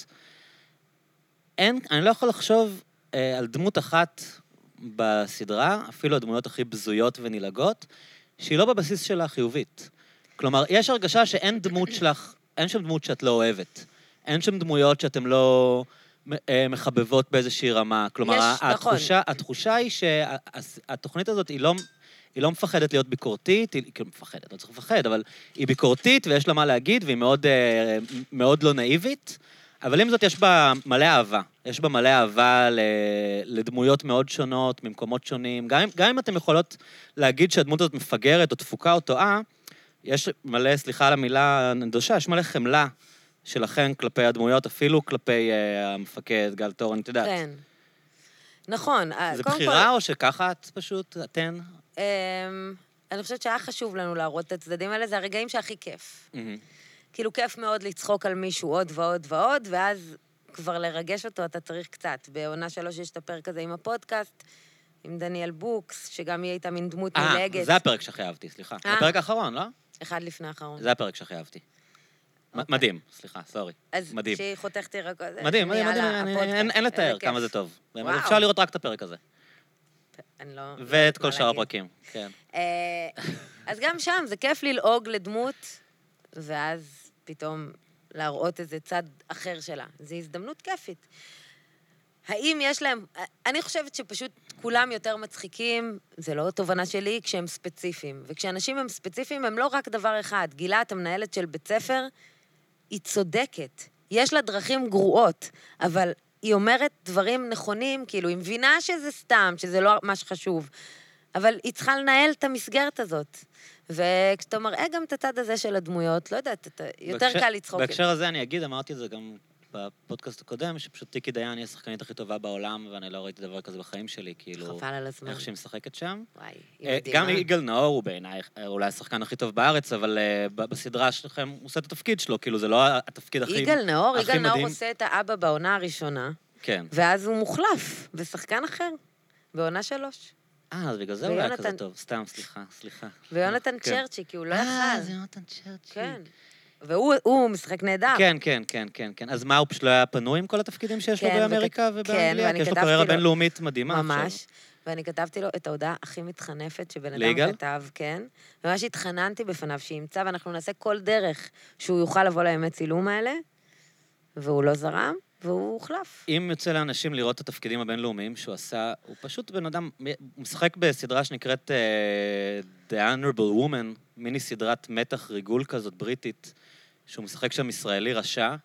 אין, אני לא יכול לחשוב על דמות אחת בסדרה, אפילו הדמויות הכי בזויות ונילגות, שהיא לא בבסיס שלה חיובית. כלומר, יש הרגשה שאין דמות שלך, אין שם דמות שאת לא אוהבת. אין שם דמויות שאתם לא מחבבות באיזושהי רמה. כלומר, התחושה, התחושה היא שהתוכנית הזאת היא לא, היא לא מפחדת להיות ביקורתית, היא כאילו מפחדת, לא צריך לפחד, אבל היא ביקורתית ויש לה מה להגיד, והיא מאוד, מאוד לא נאיבית. אבל עם זאת יש בה מלא אהבה, יש בה מלא אהבה לדמויות מאוד שונות, ממקומות שונים, גם, גם אם אתם יכולות להגיד שהדמות הזאת מפגרת או תפוקה או טועה, יש מלא, סליחה על המילה הנדושה, יש מלא חמלה שלכם כלפי הדמויות, אפילו כלפי uh, המפקד, גל תורן, את יודעת. כן. נכון. זה בחירה כל... או שככה את פשוט, אתן? Um, אני חושבת שהיה חשוב לנו להראות את הצדדים האלה, זה הרגעים שהכי כיף. Mm-hmm. כאילו כיף מאוד לצחוק על מישהו עוד ועוד ועוד, ואז כבר לרגש אותו אתה צריך קצת. בעונה שלוש יש את הפרק הזה עם הפודקאסט, עם דניאל בוקס, שגם היא הייתה מין דמות מלגת. אה, זה הפרק שחייבתי, סליחה. זה הפרק האחרון, לא? אחד לפני האחרון. זה הפרק שחייבתי. מדהים, סליחה, סורי. מדהים. אז שהיא חותכת ירקות. מדהים, מדהים, מדהים. אין לתאר כמה זה טוב. אפשר לראות רק את הפרק הזה. אני לא... ואת כל שאר הפרקים, כן. אז גם שם זה כיף ללעוג לדמות, ואז פתאום להראות איזה צד אחר שלה. זו הזדמנות כיפית. האם יש להם... אני חושבת שפשוט כולם יותר מצחיקים, זה לא תובנה שלי, כשהם ספציפיים. וכשאנשים הם ספציפיים, הם לא רק דבר אחד. גילה, את המנהלת של בית ספר, היא צודקת. יש לה דרכים גרועות, אבל היא אומרת דברים נכונים, כאילו, היא מבינה שזה סתם, שזה לא מה שחשוב. אבל היא צריכה לנהל את המסגרת הזאת. וכשאתה מראה גם את הצד הזה של הדמויות, לא יודעת, אתה יותר בהקשר, קל לצחוק. בהקשר הזה אני אגיד, אמרתי את זה גם בפודקאסט הקודם, שפשוט טיקי דיין היא השחקנית הכי טובה בעולם, ואני לא ראיתי דבר כזה בחיים שלי, כאילו... חבל על הזמן. איך שהיא משחקת שם. וואי, היא מדהימה. גם יגאל נאור הוא בעיניי אולי השחקן הכי טוב בארץ, אבל בסדרה שלכם הוא עושה את התפקיד שלו, כאילו זה לא התפקיד הכי מדהים. יגאל נאור, יגאל נאור עושה את האבא בעונה הראשונה, כן. ואז הוא מוחלף בשחקן אחר, בעונה שלוש. אה, אז בגלל זה הוא היה כזה טוב. סתם, סליחה, סליחה. ויונתן צ'רצ'י, כי הוא לא יכל. אה, זה יונתן צ'רצ'י. כן. והוא משחק נהדר. כן, כן, כן, כן, כן. אז מה, הוא פשוט לא היה פנוי עם כל התפקידים שיש לו באמריקה ובאנגליה? כי יש לו קריירה בינלאומית מדהימה. ממש. ואני כתבתי לו את ההודעה הכי מתחנפת שבן אדם כתב, כן. ממש התחננתי בפניו שימצא, ואנחנו נעשה כל דרך שהוא יוכל לבוא לימי צילום האלה, והוא לא זרם. והוא הוחלף. אם יוצא לאנשים לראות את התפקידים הבינלאומיים שהוא עשה, הוא פשוט בן אדם, הוא משחק בסדרה שנקראת uh, The Honorable Woman, מיני סדרת מתח ריגול כזאת בריטית, שהוא משחק שם ישראלי רשע,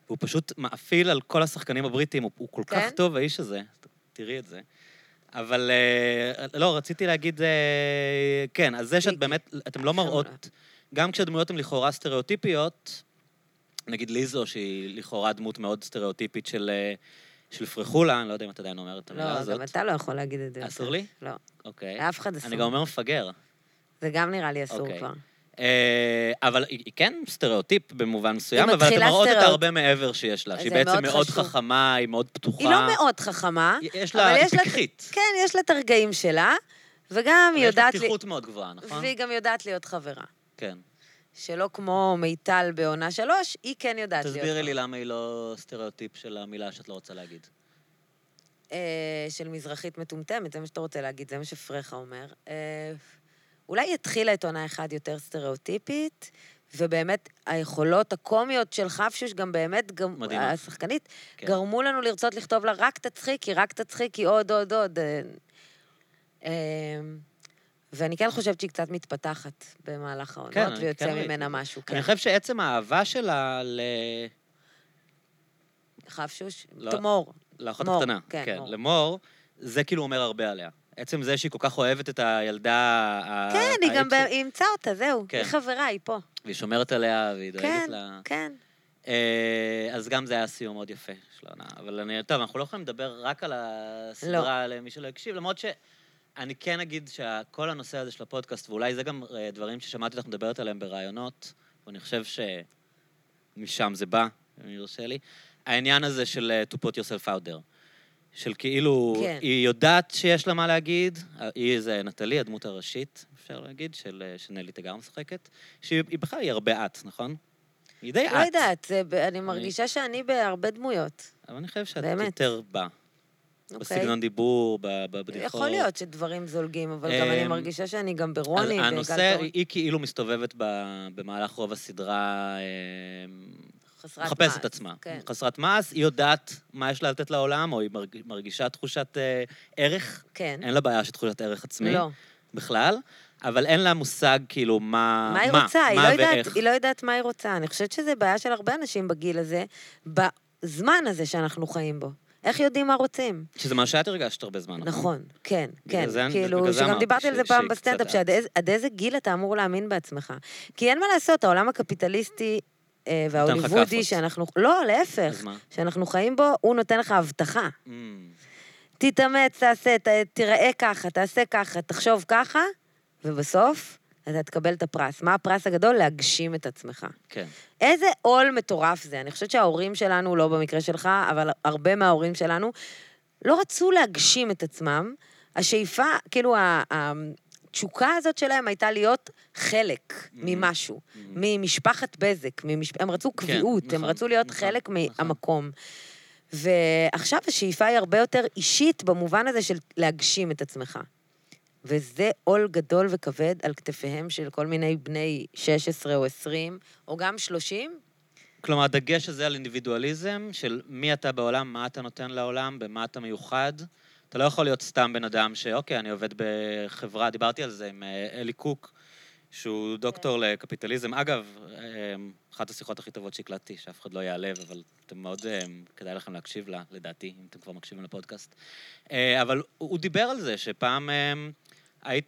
והוא פשוט מאפיל על כל השחקנים הבריטים, הוא, הוא כל כן? כך טוב, האיש הזה, תראי את זה. אבל אה, לא, רציתי להגיד, אה, כן, אז זה שאת באמת, אתם לא מראות, גם כשהדמויות הן לכאורה סטריאוטיפיות, נגיד ליזו, שהיא לכאורה דמות מאוד סטריאוטיפית של, של פרחולה, אני לא יודע אם אתה עדיין אומר את המילה לא, הזאת. גם אתה לא יכול להגיד את זה. אסור לי? לא. אוקיי. לאף אחד אסור. אני גם אומר מפגר. זה גם נראה לי אסור אוקיי. כבר. אה, אבל היא, היא כן סטריאוטיפ במובן מסוים, היא אבל אתם מתחילה מראות את סטריאוט- הרבה מעבר שיש לה, שהיא זה בעצם מאוד מאוד חשוב. חכמה, היא מאוד פתוחה. היא לא מאוד חכמה, יש אבל לה, היא יש לה- פיקחית. כן, יש לה את הרגעים שלה, וגם היא אבל יש לה יודעת... לי- פתיחות מאוד גבוהה, נכון? והיא גם יודעת להיות חברה. כן. שלא כמו מיטל בעונה שלוש, היא כן יודעת להיות תסבירי חברה. לי למה היא לא סטריאוטיפ של המילה שאת לא רוצה להגיד. אה, של מזרחית מטומטמת, זה מה שאתה רוצה להגיד, זה מה שפרחה אומר. אה, אולי היא התחילה את עונה אחת יותר סטריאוטיפית, ובאמת היכולות הקומיות של חפשוש גם באמת, גם מדהימה. השחקנית, כן. גרמו לנו לרצות לכתוב לה רק תצחיקי, רק תצחיקי, עוד, עוד, עוד. אה, אה, ואני כן חושבת שהיא קצת מתפתחת במהלך העונות, כן, אני ויוצא כן ממנה ראיתי. משהו. כן. אני חושב שעצם האהבה שלה ל... חפשוש? לא. תמור. לאחות מור, הקטנה, כן, כן, מור. למור, זה כאילו אומר הרבה עליה. עצם זה שהיא כל כך אוהבת את הילדה... ה- כן, היא גם, ב- האקסיט, היא אימצה אותה, זהו. כן. היא חברה, היא פה. והיא שומרת עליה, והיא דואגת כן, לה... כן. אה, אז גם זה היה סיום מאוד יפה של העונה. אבל אני, טוב, אנחנו לא יכולים לדבר רק על הסדרה למי שלא הקשיב, למרות שאני כן אגיד שכל הנושא הזה של הפודקאסט, ואולי זה גם אה, דברים ששמעתי אותך מדברת עליהם ברעיונות, ואני חושב שמשם זה בא, אם ירשה לי, העניין הזה של אה, to put yourself out there. של כאילו, כן. היא יודעת שיש לה מה להגיד, היא זה נטלי, הדמות הראשית, אפשר להגיד, של אה, שנלי תגר משחקת, שהיא היא בכלל היא הרבה את, נכון? היא די את. לא יודעת, זה ב- אני מרגישה שאני בהרבה דמויות. אבל אני חושב שאת באמת. יותר בא. אוקיי? בסגנון דיבור, ב- בבדיחות. יכול להיות שדברים זולגים, אבל גם אמ, אני מרגישה שאני גם ברוני אז ובגל הנושא, תורן. היא כאילו מסתובבת ב- במהלך רוב הסדרה, אמ, חסרת מחפשת מעש, את עצמה. כן. חסרת מעש, היא יודעת מה יש לה לתת לעולם, או היא מרג- מרגישה תחושת אה, ערך. כן. אין לה בעיה של תחושת ערך עצמי. לא. בכלל, אבל אין לה מושג כאילו מה... מה היא רוצה? היא מה לא יודעת- ואיך. היא לא יודעת מה היא רוצה. אני חושבת שזה בעיה של הרבה אנשים בגיל הזה, בזמן הזה שאנחנו חיים בו. איך יודעים מה רוצים? שזה מה שאת הרגשת הרבה זמן, נכון? נכון, כן, בגלל כן. זה אני- כאילו, בגלל זה שגם אמרתי דיברתי על ש- זה פעם שהיא בסטנדאפ, קצת שעד איזה- עד איזה גיל אתה אמור להאמין בעצמך. כי אין מה לעשות, העולם הקפיטליסטי אה, וההוליוודי כאפות. שאנחנו... לא, להפך. אז מה? שאנחנו חיים בו, הוא נותן לך הבטחה. Mm, תתאמץ, תעשה, ת- תיראה ככה, תעשה ככה, תחשוב ככה, ובסוף אתה תקבל את הפרס. מה הפרס הגדול? להגשים את עצמך. כן. איזה עול מטורף זה. אני חושבת שההורים שלנו, לא במקרה שלך, אבל הרבה מההורים שלנו, לא רצו להגשים את עצמם. השאיפה, כאילו, ה- התשוקה הזאת שלהם הייתה להיות חלק ממשהו, ממשפחת בזק, ממש... הם רצו קביעות, הם נכון, רצו להיות נכון, חלק נכון. מהמקום. ועכשיו השאיפה היא הרבה יותר אישית במובן הזה של להגשים את עצמך. וזה עול גדול וכבד על כתפיהם של כל מיני בני שש עשרה או עשרים, או גם שלושים. כלומר, הדגש הזה על אינדיבידואליזם, של מי אתה בעולם, מה אתה נותן לעולם, במה אתה מיוחד. אתה לא יכול להיות סתם בן אדם שאוקיי, אני עובד בחברה, דיברתי על זה עם אה, אלי קוק, שהוא דוקטור לקפיטליזם. אגב, אה, אחת השיחות הכי טובות שהקלטתי, שאף אחד לא יעלב, אבל אתם מאוד, אה, כדאי לכם להקשיב לה, לדעתי, אם אתם כבר מקשיבים לפודקאסט. אה, אבל הוא הוא דיבר על זה, שפעם אה, היית,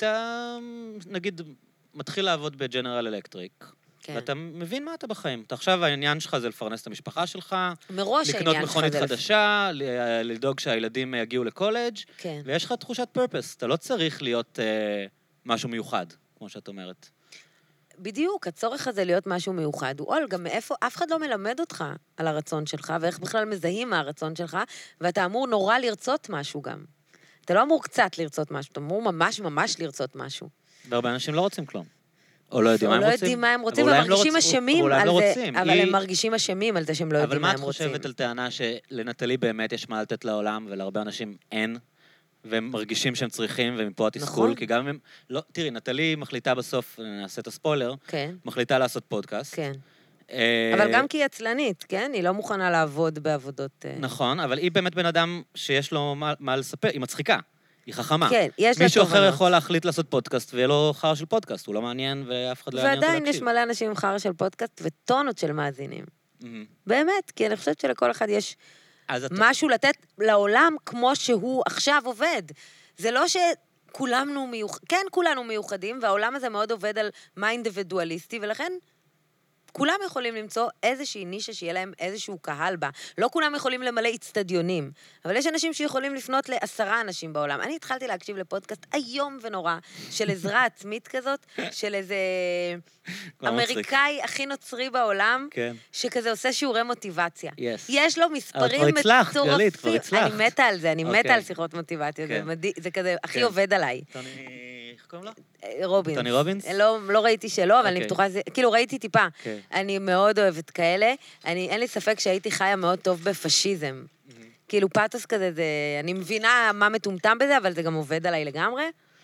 נגיד, מתחיל לעבוד בג'נרל אלקטריק, כן. ואתה מבין מה אתה בחיים. אתה עכשיו, העניין שלך זה לפרנס את המשפחה שלך, מראש לקנות העניין שלך מכונית זה... לפ- חדשה, ל- לדאוג שהילדים יגיעו לקולג', כן. ויש לך תחושת פרפס. אתה לא צריך להיות אה, משהו מיוחד, כמו שאת אומרת. בדיוק, הצורך הזה להיות משהו מיוחד הוא עול, גם מאיפה, אף אחד לא מלמד אותך על הרצון שלך, ואיך בכלל מזהים מהרצון שלך, ואתה אמור נורא לרצות משהו גם. אתה לא אמור קצת לרצות משהו, אתה אמור ממש ממש לרצות משהו. והרבה אנשים לא רוצים כלום. או לא יודעים מה או הם לא רוצים. יודעים מה הם רוצים, אבל אולי והם הם לא מרגישים רוצים- אשמים אולי הם על לא זה, רוצים. אבל היא- הם מרגישים אשמים על זה שהם לא אבל יודעים מה מה הם את רוצים. חושבת על טענה שלנטלי באמת יש מה לתת לעולם, ולהרבה אנשים אין, והם מרגישים שהם צריכים, ומפה התסכול, נכון. כי גם אם הם... לא, תראי, נטלי מחליטה בסוף, נעשה את הספוילר, כן, מחליטה לעשות פודקאסט. כן. אה, אבל גם כי היא עצלנית, כן? היא לא מוכנה לעבוד בעבודות... אה, נכון, אבל היא באמת בן אדם שיש לו מה, מה לספר, היא מצחיקה, היא חכמה. כן, יש לה מישהו אחר תובנות. יכול להחליט לעשות פודקאסט, ויהיה לו חר של פודקאסט, הוא לא מעניין, ואף אחד לא יעניין אותו ועדיין להקשיב. יש מלא אנשים עם חרא של פודקאסט וטונות של מאזינים. באמת, כי אני חושבת שלכל אחד יש אז אתה... משהו לתת לעולם כמו שהוא עכשיו עובד. זה לא שכולנו מיוחדים, כן, כולנו מיוחדים, והעולם הזה מאוד עובד על מה אינדיבידואליסטי, ולכן כולם יכולים למצוא איזושהי נישה שיהיה להם איזשהו קהל בה. לא כולם יכולים למלא אצטדיונים, אבל יש אנשים שיכולים לפנות לעשרה אנשים בעולם. אני התחלתי להקשיב לפודקאסט איום ונורא, של עזרה עצמית כזאת, של איזה אמריקאי הכי נוצרי בעולם, כן. שכזה עושה שיעורי מוטיבציה. Yes. יש לו מספרים כבר הצלחת, מטורפים. גלית, כבר הצלחת. אני מתה על זה, אני אוקיי. מתה על שיחות מוטיבציה. כן. זה מדהים, זה כזה הכי כן. עובד עליי. טוני... איך קוראים לו? רובינס. טוני רובינס? לא, לא ראיתי שלא, אבל אני אוקיי. בטוחה, זה- כאילו ראיתי טיפה. אוקיי. אני מאוד אוהבת כאלה. אני, אין לי ספק שהייתי חיה מאוד טוב בפשיזם. כאילו פאתוס כזה, זה, אני מבינה מה מטומטם בזה, אבל זה גם עובד עליי לגמרי.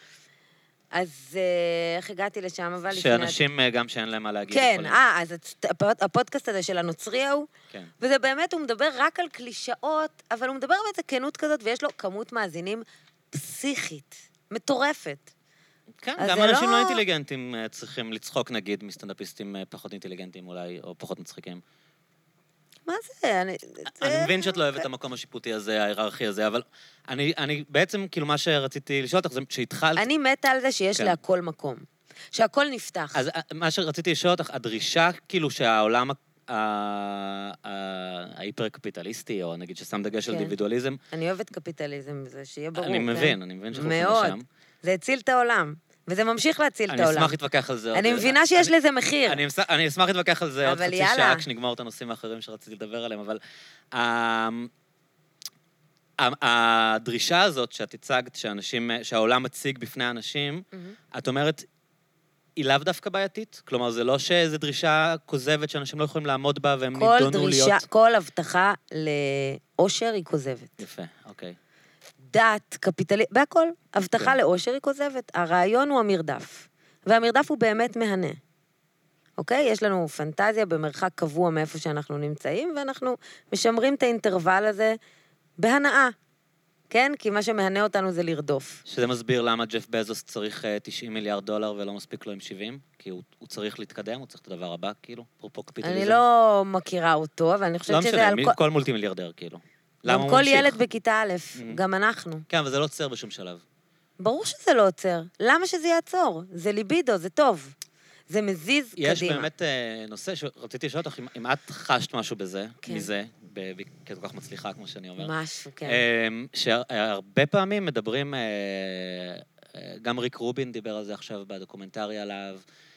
אז אה, איך הגעתי לשם, אבל... לפני- שאנשים אה, גם שאין להם מה להגיד. כן, יכולים. אה, אז הצ- הפוד- הפודקאסט הזה של הנוצרי ההוא, כן. וזה באמת, הוא מדבר רק על קלישאות, אבל הוא מדבר באיזה כנות כזאת, ויש לו כמות מאזינים פסיכית, מטורפת. כן, אז גם זה אנשים לא- לא אינטליגנטים אה, צריכים לצחוק, נגיד, מסטנדאפיסטים אה, פחות אינטליגנטים אולי, או פחות מצחיקים. מה זה? אני... אני זה- מבין שאת לא אוהבת את המקום השיפוטי הזה, ההיררכי הזה, אבל אני, אני בעצם, כאילו, מה שרציתי לשאול אותך, זה שהתחלת... אני מתה על זה שיש כן. להכל מקום. שהכל נפתח. אז אה, מה שרציתי לשאול אותך, הדרישה, כאילו, שהעולם ה- ה- ה- ההיפר-קפיטליסטי, או נגיד ששם דגש על כן. דיווידואליזם, אני אוהבת קפיטליזם, זה שיהיה ברור. אני כן? מבין, אני מבין שאנחנו מאוד. הולכים לשם. זה הציל את העולם. וזה ממשיך להציל את אני העולם. אשמח להתווכח על זה. אני עוד- מבינה שיש אני- לזה מחיר. אני אשמח- אני אשמח להתווכח על זה עוד אבל חצי יאללה. שעה, כשנגמור את הנושאים האחרים שרציתי לדבר עליהם, אבל אמ, ה- הדרישה הזאת שאת הצגת, שאנשים, שהעולם מציג בפני אנשים, את אומרת, היא לאו דווקא בעייתית? כלומר, זה לא שזו דרישה כוזבת שאנשים לא יכולים לעמוד בה, והם כל נידונו להיות... דרישה, כל הבטחה לאושר היא כוזבת. יפה, אוקיי. דת, קפיטלי... בהכל. הבטחה כן. לאושר היא כוזבת. הרעיון הוא המרדף. והמרדף הוא באמת מהנה. אוקיי? יש לנו פנטזיה במרחק קבוע מאיפה שאנחנו נמצאים, ואנחנו משמרים את האינטרוול הזה בהנאה. כן? כי מה שמהנה אותנו זה לרדוף. שזה מסביר למה ג'ף בזוס צריך אה, תשעים מיליארד דולר ולא מספיק לו עם שבעים, כי הוא, הוא צריך להתקדם, הוא צריך את הדבר הבא, כאילו, אפרופו קפיטליזם. אני לא מכירה אותו, אבל אני לא חושבת שזה משנה, על מי- כל... כל מולטי מיליארדר, כאילו. למה גם הוא כל ממשיך? ילד בכיתה א', Mhm. גם אנחנו. כן, אבל זה לא עוצר בשום שלב. ברור שזה לא עוצר. למה שזה יעצור? זה ליבידו, זה טוב. זה מזיז יש קדימה. באמת אה, נושא שרציתי לשאול אותך, אם, אם את חשת משהו בזה, כן. מזה, ב- ב- ככל כך מצליחה, כמו שאני אומר. משהו, כן. אמ, שהרבה פעמים מדברים, אה, אה, גם ריק רובין דיבר על זה עכשיו בדוקומנטרי עליו,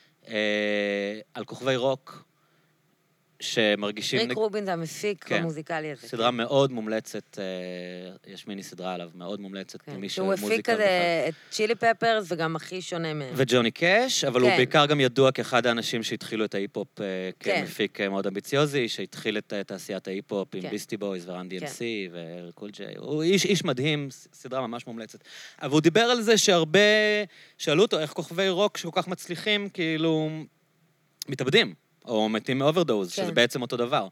אה, על כוכבי רוק, שמרגישים... ריק נג- רובין זה המפיק כן. המוזיקלי הזה. סדרה מאוד מומלצת, אה, יש מיני סדרה עליו, מאוד מומלצת, כן. למי שהוא שמוזיקה הפיק כזה בכלל. את צ'ילי פפרס, וגם הכי שונה מהם. וג'וני קאש, אבל הוא כן. בעיקר גם ידוע כאחד האנשים שהתחילו את ההיפ-הופ אה, כן. כמפיק אה, מאוד אמביציוזי, שהתחיל את אה, תעשיית ההיפ-הופ עם כן. ביסטי בויז ורן די כן. אם סי וקול ג'יי. הוא איש, איש מדהים, ס- סדרה ממש מומלצת. אבל הוא דיבר על זה שהרבה שאלו אותו איך כוכבי רוק שכל כך מצליחים, כאילו, מתאבדים, או מתים מאוברדוז, כן. שזה בעצם אותו דבר.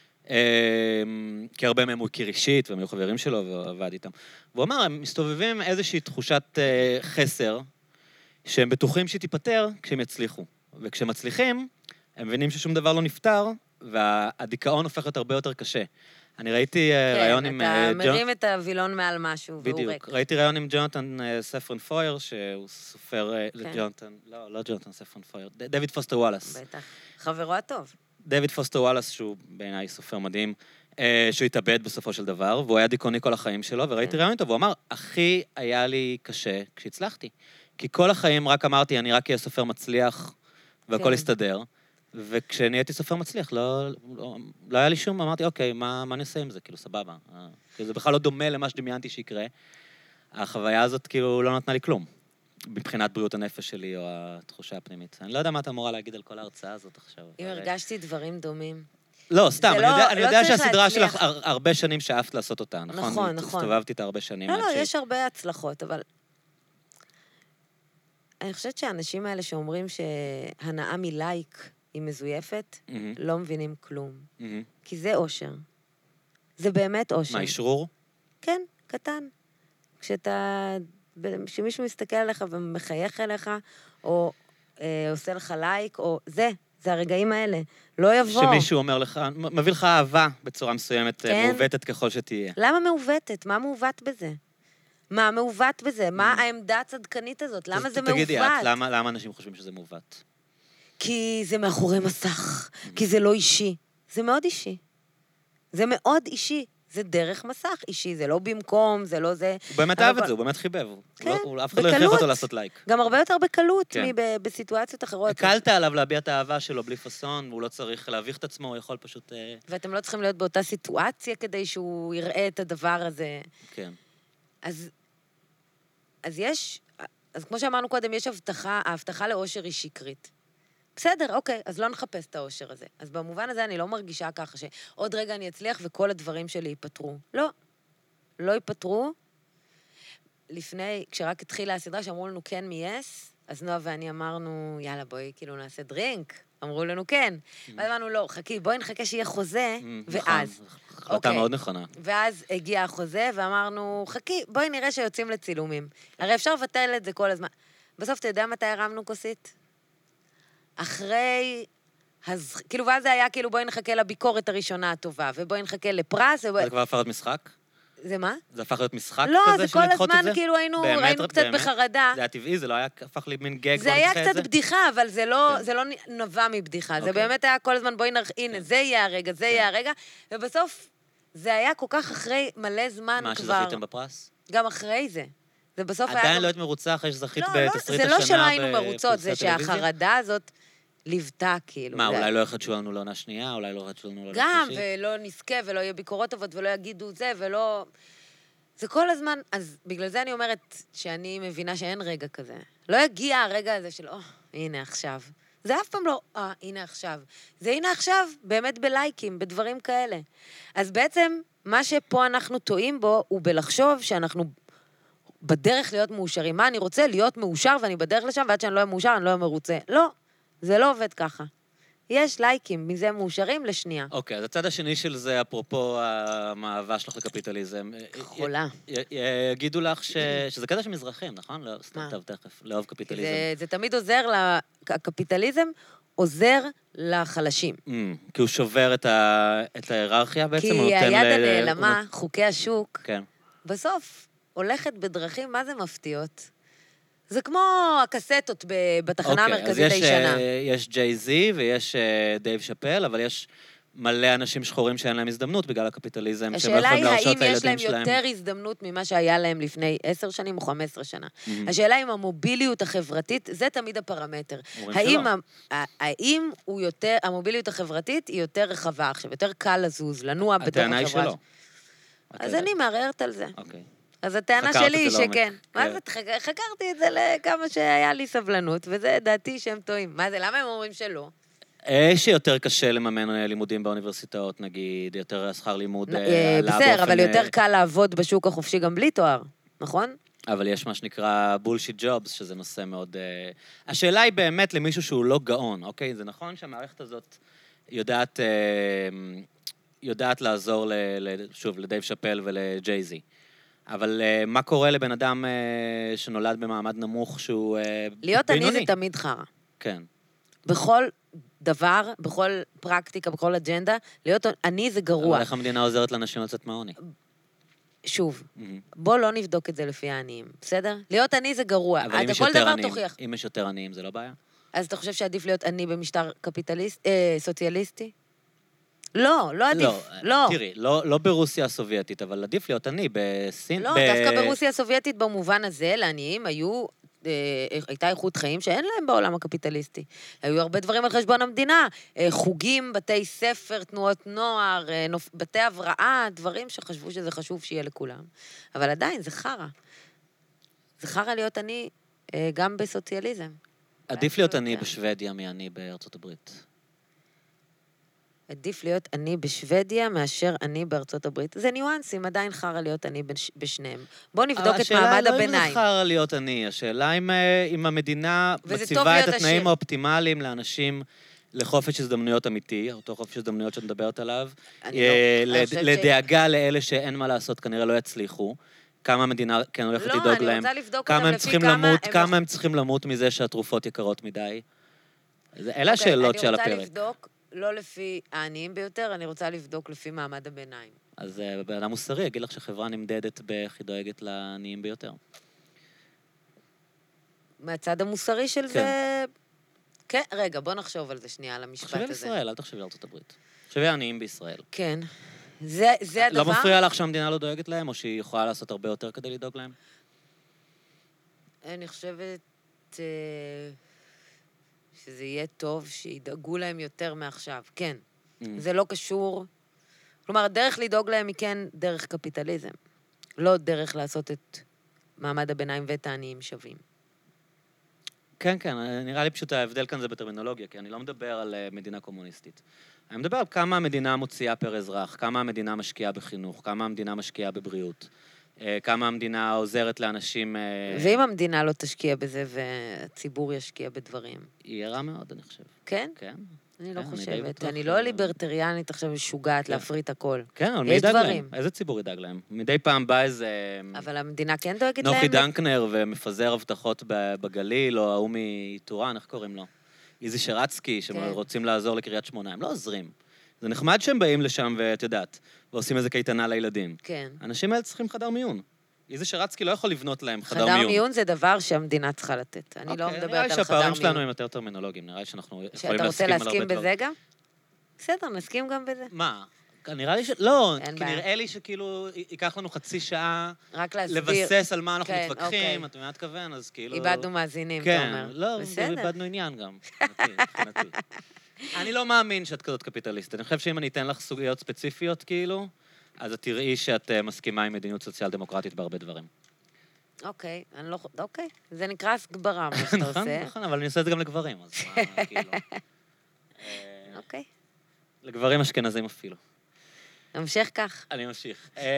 אמ, כי הרבה מהם הוא הכיר אישית, והם היו חברים שלו ועבד איתם. והוא אמר, הם מסתובבים עם איזושהי תחושת אה, חסר, שהם בטוחים שהיא תיפטר כשהם יצליחו. וכשהם מצליחים, הם מבינים ששום דבר לא נפתר, והדיכאון הופך להיות הרבה יותר קשה. אני ראיתי אה, כן, ראיון עם... אה, אתה ג'ון- מרים את הווילון מעל משהו, והוא ריק. בדיוק. ראיתי ראיון עם ג'ונתן אה, ספרן פויר, שהוא סופר... אה, כן. ג'ונתן, לא, לא ג'ונתן ספרן פויר, ד- דויד פוסטר וואלאס. בטח. חברו הטוב. דויד פוסטר וואלאס, שהוא בעיניי סופר מדהים, אה, שהוא התאבד בסופו של דבר, והוא היה דיכאוני כל החיים שלו, וראיתי כן. ראיון איתו, והוא אמר, הכי היה לי קשה כשהצלחתי. כי כל החיים רק אמרתי, אני רק אהיה סופר מצליח, והכל כן. יסתדר. וכשנהייתי סופר מצליח, לא, לא, לא היה לי שום, אמרתי, אוקיי, מה, מה אני עושה עם זה? כאילו, סבבה. אה, כאילו, זה בכלל לא דומה למה שדמיינתי שיקרה. החוויה הזאת כאילו לא נתנה לי כלום, מבחינת בריאות הנפש שלי או התחושה הפנימית. אני לא יודע מה אתה אמורה להגיד על כל ההרצאה הזאת עכשיו. אם אבל- הרגשתי דברים דומים. לא, סתם, זה אני לא- יודע, אני לא יודע צריך שהסדרה להצליח. שלך הר- הרבה שנים שאפת לעשות אותה, נכון? נכון, נכון. הסתובבתי איתה הרבה שנים. לא, עד לא, שהיא- יש הרבה הצלחות, אבל... אני חושבת שהאנשים האלה שאומרים שהנאה מלייק היא מזויפת, מהמם, לא מבינים כלום. מהמם. כי זה אושר. זה באמת אושר. מה, אשרור? כן, קטן. כשאתה... כשמישהו מסתכל עליך ומחייך אליך, או אה, עושה לך לייק, או... זה, זה הרגעים האלה. לא יבוא. שמישהו אומר לך, מביא לך אהבה בצורה מסוימת, כן. מעוותת ככל שתהיה. למה מעוותת? מה מעוות בזה? מה מעוות בזה? מה העמדה הצדקנית הזאת? למה זה מעוות? תגידי את, למה, למה אנשים חושבים שזה מעוות? כי זה מאחורי מסך, כי זה לא אישי. זה מאוד אישי. זה מאוד אישי. זה דרך מסך אישי, זה לא במקום, זה לא זה... הוא באמת אהב את זה, הוא באמת חיבב. כן, לא, אף אחד לא הכריח אותו לעשות לייק. גם הרבה יותר בקלות כן. מבסיטואציות אחרות. הקלת עליו להביע את האהבה שלו בלי פסון, והוא לא צריך להביך את עצמו, הוא יכול פשוט... ואתם לא צריכים להיות באותה סיטואציה כדי שהוא יראה את הדבר הזה. כן. אז, אז יש, אז כמו שאמרנו קודם, יש הבטחה, ההבטחה לאושר היא שקרית. בסדר, אוקיי, אז לא נחפש את האושר הזה. אז במובן הזה אני לא מרגישה ככה שעוד רגע אני אצליח וכל הדברים שלי ייפטרו. לא, לא ייפטרו. לפני, כשרק התחילה הסדרה שאמרו לנו כן מ-yes, אז נועה ואני אמרנו, יאללה, בואי כאילו נעשה דרינק. אמרו לנו כן. ואז אמרנו, לא, חכי, בואי נחכה שיהיה חוזה, ואז. החלטה מאוד נכונה. ואז הגיע החוזה, ואמרנו, חכי, בואי נראה שיוצאים לצילומים. הרי אפשר לבטל את זה כל הזמן. בסוף, אתה יודע מתי הרמנו כוסית? אחרי... אז, כאילו, ואז זה היה כאילו, בואי נחכה לביקורת הראשונה הטובה, ובואי נחכה לפרס, ובואי... זה כבר הפך להיות משחק? זה מה? זה הפך להיות משחק לא, כזה זה כל של לדחות את זה? הזמן כאילו היינו, באמת, ראינו קצת באמת? בחרדה. זה היה טבעי, זה לא היה, הפך לי מין גג, זה היה קצת בדיחה, אבל זה לא, כן. זה לא נבע מבדיחה. זה אוקיי. באמת היה כל הזמן, בואי נראה, הנה, זה יהיה הרגע, זה יהיה הרגע, ובסוף זה היה כל כך אחרי מלא זמן כבר. מה, שזכיתם בפרס? גם אחרי זה. זה בסוף היה... עדיין לא היית מרוצה אחרי שזכית לא, לא, בתסריט זה השנה לא שלא היינו בפרסי מרוצות, זה הטלוויזיה? שהחרדה הזאת ליוותה, כאילו. מה, זה- אולי לא יחדשו לנו לעונה שנייה, אולי לא יחדשו לנו לעונה גם, שלישית? ולא נזכה, ולא יהיה ביקורות טובות, ולא יגידו זה, ולא... זה כל הזמן, אז בגלל זה אני אומרת שאני מבינה שאין רגע כזה. לא יגיע הרגע הזה של, או, הנה עכשיו. זה אף פעם לא, אה, הנה עכשיו. זה הנה עכשיו, באמת בלייקים, בדברים כאלה. אז בעצם, מה שפה אנחנו טועים בו, הוא בלחשוב שאנחנו בדרך להיות מאושרים. מה אני רוצה? להיות מאושר, ואני בדרך לשם, ועד שאני לא אהיה מאושר, אני לא אהיה מרוצה. לא, זה לא עובד ככה. יש לייקים, מזה מאושרים לשנייה. אוקיי, אז הצד השני של זה, אפרופו המאהבה שלך לקפיטליזם. חולה. י- י- יגידו לך ש- שזה קטע של מזרחים, נכון? לא, סתם, מה? טוב, תכף, לאהוב קפיטליזם. זה, זה תמיד עוזר, ל- הקפיטליזם עוזר לחלשים. Mm, כי הוא שובר את ה- את ההיררכיה בעצם, הוא כי נותן היד ל- הנעלמה, הוא- חוקי השוק, כן. בסוף הולכת בדרכים, מה זה מפתיעות? זה כמו הקסטות ב- בתחנה אוקיי, המרכזית אז יש, הישנה. אה, יש ג'יי-זי ויש אה, דייב שאפל, אבל יש מלא אנשים שחורים שאין להם הזדמנות בגלל הקפיטליזם, שהם לא השאלה יכולים היא, להרשות האם יש לילדים להם שלהם. יותר הזדמנות ממה שהיה להם לפני עשר שנים או חמש עשרה שנה. Mhm. השאלה אם המוביליות החברתית, זה תמיד הפרמטר. אומרים האם, שלא. ה- האם הוא יותר, המוביליות החברתית היא יותר רחבה עכשיו, יותר קל לזוז, לנוע בתוך החברה. הטענה היא שלא. אז אני מערערת על זה. אוקיי. אז הטענה חקרת שלי את היא זה לעומק. שכן. מה כן. זה, חק- חקרתי את זה לכמה שהיה לי סבלנות, וזה דעתי שהם טועים. מה זה, למה הם אומרים שלא? אה, שיותר קשה לממן אה, לימודים באוניברסיטאות, נגיד, יותר שכר לימוד אה, אה, עלה בסדר, באופן, אבל אה, יותר קל לעבוד בשוק החופשי גם בלי תואר, נכון? אבל יש מה שנקרא בולשיט ג'ובס, שזה נושא מאוד... אה, השאלה היא באמת למישהו שהוא לא גאון, אוקיי? זה נכון שהמערכת הזאת יודעת, אה, יודעת לעזור, ל, ל, שוב, לדייב שאפל ולג'יי-זי. אבל אה, מה קורה לבן אדם אה, שנולד במעמד נמוך שהוא אה, להיות אני בינוני? זה תמיד חרא. כן. בכל דבר, בכל פרקטיקה, בכל אג'נדה, להיות אני זה גרוע. אבל איך המדינה עוזרת לאנשים לצאת מהעוני? שוב, מהמם. בוא לא נבדוק את זה לפי העניים, בסדר? להיות אני זה גרוע. אבל אם אתה יש כל יותר דבר עניים, תוכיח. אם יש יותר עניים, זה לא בעיה? אז אתה חושב שעדיף להיות אני במשטר קפיטליסט, אה, סוציאליסטי? לא, לא עדיף. לא, לא. תראי, לא, לא ברוסיה הסובייטית, אבל עדיף להיות עני בסין. לא, ב... דווקא ברוסיה הסובייטית במובן הזה, לעניים היו, אה, הייתה איכות חיים שאין להם בעולם הקפיטליסטי. היו הרבה דברים על חשבון המדינה, אה, חוגים, בתי ספר, תנועות נוער, אה, נופ, בתי הבראה, דברים שחשבו שזה חשוב שיהיה לכולם. אבל עדיין, זה חרא. זה חרא להיות עני אה, גם בסוציאליזם. עדיף להיות עני כן. בשוודיה מעני בארצות הברית. עדיף להיות עני בשוודיה מאשר עני בארצות הברית. זה ניואנסים, עדיין חרא להיות עני בש- בשניהם. בוא נבדוק את מעמד השאלה לא אם הביניים. זה חרא להיות עני, השאלה אם, אה, אם המדינה וזה טוב מציבה להיות את התנאים עשיר. האופטימליים לאנשים לחופש הזדמנויות אמיתי, אותו חופש הזדמנויות שאת מדברת עליו, אני אה, לא- אני לד- חושבת ש- לדאגה לאלה שאין מה לעשות, כנראה לא יצליחו. כמה המדינה כן הולכת לא, לדאוג אני להם, רוצה לבדוק כמה אותם הם לפי צריכים כמה למות, הם כמה לא- הם צריכים למות מזה שהתרופות יקרות מדי. זה- אלה השאלות שעל אני רוצה הפרק. לבדוק, לא לפי העניים ביותר, אני רוצה לבדוק לפי מעמד הביניים. אז אה, בן אדם מוסרי יגיד לך שחברה נמדדת באיך היא דואגת לעניים ביותר. מהצד המוסרי של כן. זה... כן, רגע, בוא נחשוב על זה שנייה, על המשפט תחשבי על הזה. ישראל, אל תחשבי על ארצות הברית. תחשבי על עניים בישראל. כן. זה, זה הדבר... לא מפריע לך שהמדינה לא דואגת להם, או שהיא יכולה לעשות הרבה יותר כדי לדאוג להם? אני חושבת אה, שזה יהיה טוב שידאגו להם יותר מעכשיו. כן. Mm. זה לא קשור... כלומר, הדרך לדאוג להם היא כן דרך קפיטליזם. לא דרך לעשות את מעמד הביניים ואת העניים שווים. כן, כן, נראה לי פשוט ההבדל כאן זה בטרמינולוגיה, כי אני לא מדבר על אה, מדינה קומוניסטית. אני מדבר על כמה המדינה מוציאה פר אזרח, כמה המדינה משקיעה בחינוך, כמה המדינה משקיעה בבריאות, אה, כמה המדינה עוזרת לאנשים... אה, ואם המדינה לא תשקיע בזה והציבור ישקיע בדברים. היא רע מאוד, אני חושב. כן? כן. אני לא כן, אני די חושבת. בטוח אני ש- לא ליברטריאנית עכשיו משוגעת כן. להפריט הכל. כן, אבל מי יש ידאג דברים. להם? איזה ציבור ידאג להם? מדי פעם בא איזה... אבל המדינה כן דואגת להם? נוחי דנקנר ומפזר הבטחות ב- בגליל, או ההוא מטורן, איך קוראים לו? איזי שרצקי, שרוצים לעזור לקריית שמונה. הם לא עוזרים. זה נחמד שהם באים לשם, ואת יודעת, ועושים איזה קייטנה לילדים. כן. האנשים האלה צריכים חדר מיון. איזי שרצקי לא יכול לבנות להם חדר מיון. חדר מיון זה דבר שהמדינה צריכה לתת. אני לא אוקיי, מדברת נראה על לי חדר שהפערים שלנו מיון. הם יותר טרמינולוגיים. נראה לי שאנחנו יכולים שאתה רוצה להסכים על הרבה להסכים דברים. בזה גם? בסדר, נסכים גם בזה. מה? נראה לי ש... לא, אין כי בעיה. נראה לי שכאילו ייקח לנו חצי שעה רק להסביר. לבסס על מה אנחנו כן, מתווכחים, אוקיי. אתה מבין מה אתכוון, אז כאילו... איבדנו מאזינים, אתה כן, אומר. לא, בסדר. איבדנו עניין גם, מבחינתי, מבחינתי. אני לא מאמין שאת כזאת קפיטליסטית. אני חושב שאם אני אתן לך סוגיות ספציפיות, כאילו, אז את תראי שאת אה, מסכימה עם מדיניות סוציאל-דמוקרטית בהרבה דברים. אוקיי, אני לא... אוקיי, זה נקרא הסגברה, מה שאתה נכון, עושה. נכון, אבל אני עושה את זה גם לגברים, אז מה, כאילו... אה, אוקיי, לגברים אשכנזים אפילו. נמשיך כך. אני ממשיך. אה,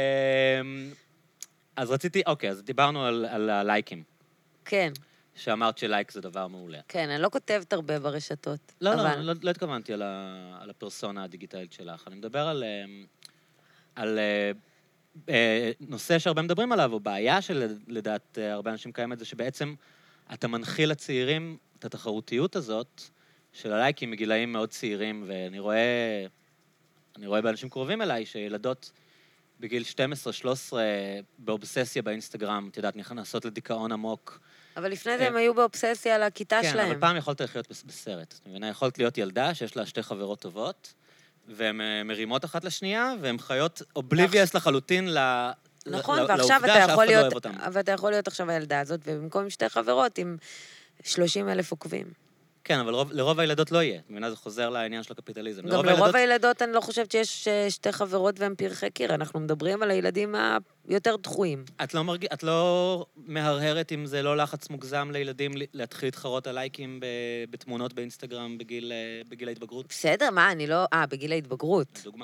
אז רציתי, אוקיי, אז דיברנו על, על הלייקים, כן, שאמרת שלייק זה דבר מעולה. כן, אני לא כותבת הרבה ברשתות. לא, לא, אבל... לא, לא התכוונתי על, ה, על הפרסונה הדיגיטלית שלך. אני מדבר על, אה, על אה, אה, נושא שהרבה מדברים עליו, או בעיה שלדעת אה, הרבה אנשים קיימת, זה שבעצם אתה מנחיל לצעירים את התחרותיות הזאת של הלייקים מגילאים מאוד צעירים, ואני רואה, אני רואה באנשים קרובים אליי שילדות בגיל שתים עשרה שלוש עשרה באובססיה באינסטגרם, את יודעת, נכנסות לדיכאון עמוק. אבל לפני זה הם היו באובססיה על הכיתה כן, שלהם. אבל פעם יכולת לחיות בס- בסרט. את מבינה, יכולת להיות ילדה שיש לה שתי חברות טובות, והן אה, מרימות אחת לשנייה, והן חיות אובליביאס לחלוטין ל... נכון, ל- ועכשיו לעובדה אתה שאף אחד יכול לא אוהב להיות, אותם. ואתה יכול להיות עכשיו הילדה הזאת, ובמקום עם שתי חברות, עם שלושים אלף עוקבים. כן, אבל לרוב, לרוב הילדות לא יהיה. את מבינה, זה חוזר לעניין של הקפיטליזם. גם לרוב הילדות אני לא חושבת שיש אה, שתי חברות והן פרחי קיר, אנחנו מדברים על הילדים היותר דחויים. את לא, מרג... את לא מהרהרת אם זה לא לחץ מוגזם לילדים ל- להתחיל להתחרות על לייקים ב... בתמונות באינסטגרם בגיל, אה, בגיל ההתבגרות? בסדר, מה, אני לא... אה, בגיל ההתבגרות. דוגמה.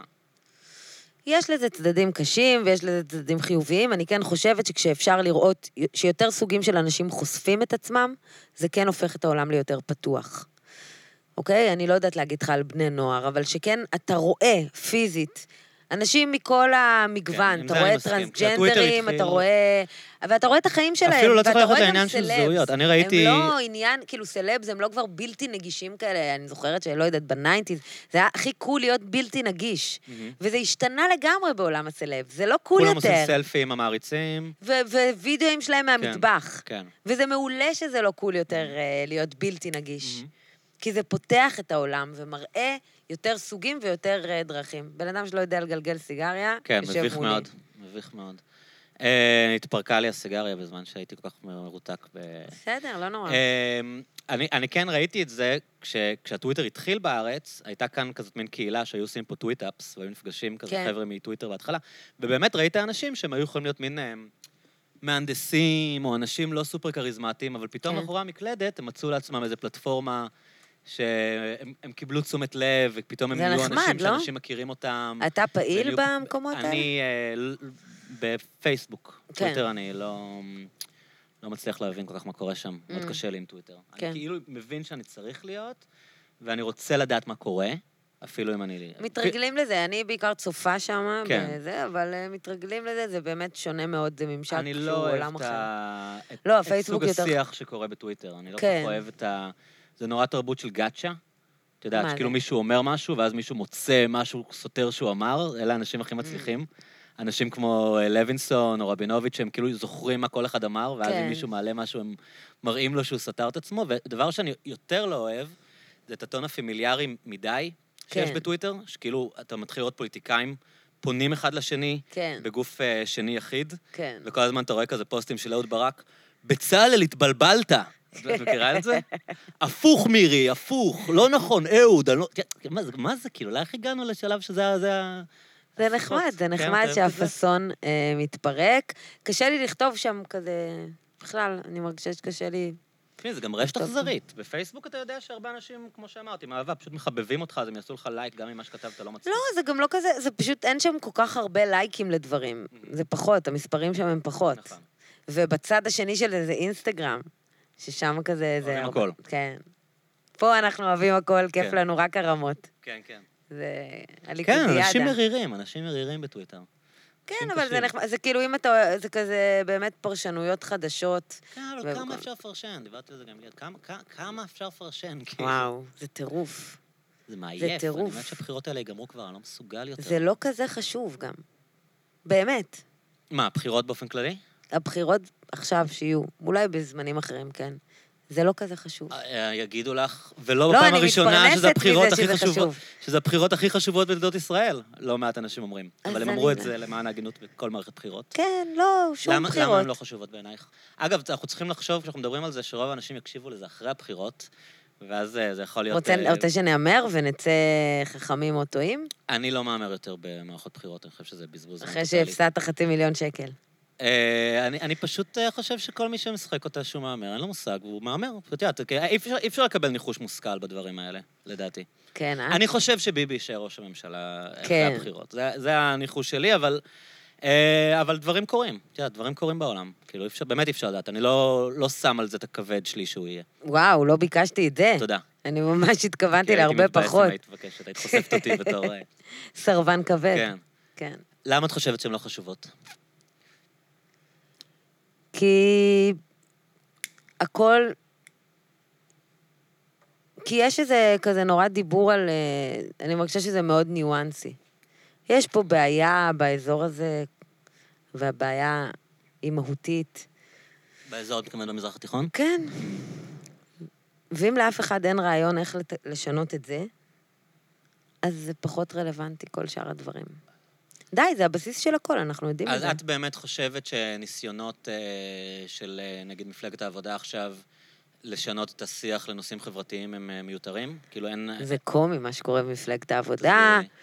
יש לזה צדדים קשים ויש לזה צדדים חיוביים. אני כן חושבת שכשאפשר לראות שיותר סוגים של אנשים חושפים את עצמם, זה כן הופך את העולם ליותר פתוח. אוקיי? אני לא יודעת להגיד לך על בני נוער, אבל שכן אתה רואה פיזית אנשים מכל המגוון, עם אתה זה אני רואה מסכים. כשהטוויטר טרנסג'נדרים, התחיל- אתה רואה... ואתה רואה את החיים שלהם, אפילו לא צריך ואתה ללכת רואה גם לעניין של סלבס. זהויות. אני ראיתי- הם לא עניין, כאילו סלבס הם לא כבר בלתי נגישים כאלה, אני זוכרת שלא יודעת, בניינטיז, זה היה הכי קול להיות בלתי נגיש. וזה השתנה לגמרי בעולם הסלב, זה לא קול כולם עושים יותר. סלפי עם המעריצים. ו- ווידאוים שלהם מהמטבח. כן. וזה מעולה שזה לא קול יותר אה, להיות בלתי נגיש. כי זה פותח את העולם ומראה יותר סוגים ויותר אה, דרכים. בן אדם שלא יודע לגלגל סיגריה, כן, יושב מביך מולי. מאוד. מביך מאוד. אה, התפרקה לי הסיגריה בזמן שהייתי כל כך מרותק ב... בסדר, לא נורא. אה, אני, אני כן ראיתי את זה, כש, כשהטוויטר התחיל בארץ, הייתה כאן כזאת מין קהילה שהיו עושים פה טוויט-אפס, והיו נפגשים כזה כן. חבר'ה מטוויטר בהתחלה, ובאמת ראית אנשים שהם היו יכולים להיות מין אה, מהנדסים, או אנשים לא סופר כריזמטיים, אבל פתאום כן. מאחורי המקלדת הם מצאו לעצמם איזו פלטפורמה שהם הם קיבלו תשומת לב, ופתאום הם זה יהיו נחמד, אנשים לא? שאנשים מכירים אותם. אתה פעיל והיו- במקומות האלה? אני אה, ל- בפייסבוק. כן. טוויטר אני לא... לא מצליח להבין כל כך מה קורה שם. מאוד Mm. קשה לי עם טוויטר. כן. אני כאילו מבין שאני צריך להיות, ואני רוצה לדעת מה קורה, אפילו אם אני... מתרגלים לזה, אני בעיקר צופה שם, כן. בזה, אבל אה, מתרגלים לזה, זה באמת שונה מאוד, זה ממשק אני שהוא לא אוהב עולם את אחר. ה- את- לא, את הפייסבוק סוג יותר- השיח שקורה בטוויטר. אני לא כל כן. כך אוהב את ה... זה נורא תרבות של גאצ'ה את יודעת, מה שכאילו זה? מישהו אומר משהו, ואז מישהו מוצא משהו סותר שהוא אמר, אלה האנשים הכי מצליחים. אנשים כמו אה, לוינסון או רבינוביץ', שהם כאילו זוכרים מה כל אחד אמר, ואז כן. אם מישהו מעלה משהו, הם מראים לו שהוא סתר את עצמו, ודבר שאני יותר לא אוהב, זה את הטון הפמיליארי מדי שיש כן. בטוויטר, שכאילו אתה מתחיל לראות פוליטיקאים, פונים אחד לשני, כן. בגוף אה, שני יחיד, כן. וכל הזמן אתה רואה כזה פוסטים של אהוד ברק, בצלאל התבלבלת. את מכירה את זה? הפוך, מירי, הפוך, לא נכון, אהוד, אני לא... מה זה, מה זה, כאילו, איך הגענו לשלב שזה ה... זה נחמד, זה נחמד שהפסון אה, מתפרק. קשה לי לכתוב שם כזה... בכלל, אני מרגישה שקשה לי... תשמעי, זה גם רשת אכזרית. בפייסבוק אתה יודע שהרבה אנשים, כמו שאמרתי, מאהבה, פשוט מחבבים אותך, אז הם יעשו לך לייק, גם אם מה שכתבת לא מצליח. לא, זה גם לא כזה, זה פשוט אין שם כל כך הרבה לייקים לדברים. זה פחות, המספרים שם הם פחות. נכון. ובצד השני של זה זה אינסטגרם, ששם כזה... זה אוהבים הרבה- הכל. כן. פה אנחנו אוהבים הכל, כיף כן. לנו רק הרמות. כן, כן. זה כן, הליכודיאדה. אנשים מרירים, אנשים מרירים בטוויטר. כן, אנשים אבל זה קשים. נחמד, זה כאילו אם אתה, זה כזה באמת פרשנויות חדשות. כן, אבל ובכל- כמה אפשר לפרשן? דיברתי על זה גם ליד. כמה- כמה- כמה אפשר לפרשן? כאילו? וואו, זה טירוף. זה מעייף. אני טירוף. אומרת שהבחירות האלה ייגמרו כבר, אני לא מסוגל יותר. זה לא כזה חשוב גם. באמת. מה, בחירות באופן כללי? הבחירות עכשיו שיהיו, אולי בזמנים אחרים, כן. זה לא כזה חשוב. אה, יגידו לך, ולא לא, בפעם אני הראשונה מתפרנסת שזה הבחירות מזה הכי שזה חשובות, חשוב. שזה הבחירות הכי חשובות בתולדות ישראל, לא מעט אנשים אומרים. אז אבל הם אני אמרו את לא- זה למען ההגינות בכל מערכת בחירות. כן, לא, שום למה, בחירות. למה הן לא חשובות בעינייך? אגב, אנחנו צריכים לחשוב, כשאנחנו מדברים על זה, שרוב האנשים יקשיבו לזה אחרי הבחירות, ואז אה, זה יכול להיות... רוצה, אה, רוצה שנאמר ונצא חכמים או טועים? אני לא מהמר יותר במערכות בחירות, אני חושב שזה בזבוז זמן אחרי טוטלי. שהפסדת חצי מיליון שקל. אה, אני, אני פשוט אה, חושב שכל מי שמשחק אותה שהוא מהמר, אין לו מושג, והוא מהמר. פשוט, יודעת, כי אי אפשר, אי אפשר לקבל ניחוש מושכל בדברים האלה, לדעתי. כן, אה? אני חושב שביבי יישאר ראש הממשלה אחרי כן. הבחירות. זה, זה הניחוש שלי, אבל, אה, אבל דברים קורים. את יודעת, דברים קורים בעולם. כאילו, אפשר, באמת אפשר לדעת. אני לא, לא שם על זה את הכבד שלי שהוא יהיה. וואו, לא ביקשתי את זה. תודה. אני ממש התכוונתי כי להרבה הייתי מתבאס פחות. אם היית מבקשת, היית חושפת אותי בתור... אה, סרבן כבד. כן. כן. למה את חושבת שהן לא חשובות? כי הכל... כי יש איזה כזה נורא דיבור על... אה, אני מרגישה שזה מאוד ניואנסי. יש פה בעיה באזור הזה, והבעיה היא מהותית. באזור את מתכוונת במזרח התיכון? כן. ואם לאף אחד אין רעיון איך לת... לשנות את זה, אז זה פחות רלוונטי, כל שאר הדברים. די, זה הבסיס של הכל, אנחנו יודעים את אז זה. את באמת חושבת שניסיונות אה, של, אה, נגיד, מפלגת העבודה עכשיו, לשנות את השיח לנושאים חברתיים הם אה, מיותרים? כאילו אין... זה קומי, מה שקורה במפלגת העבודה. זה-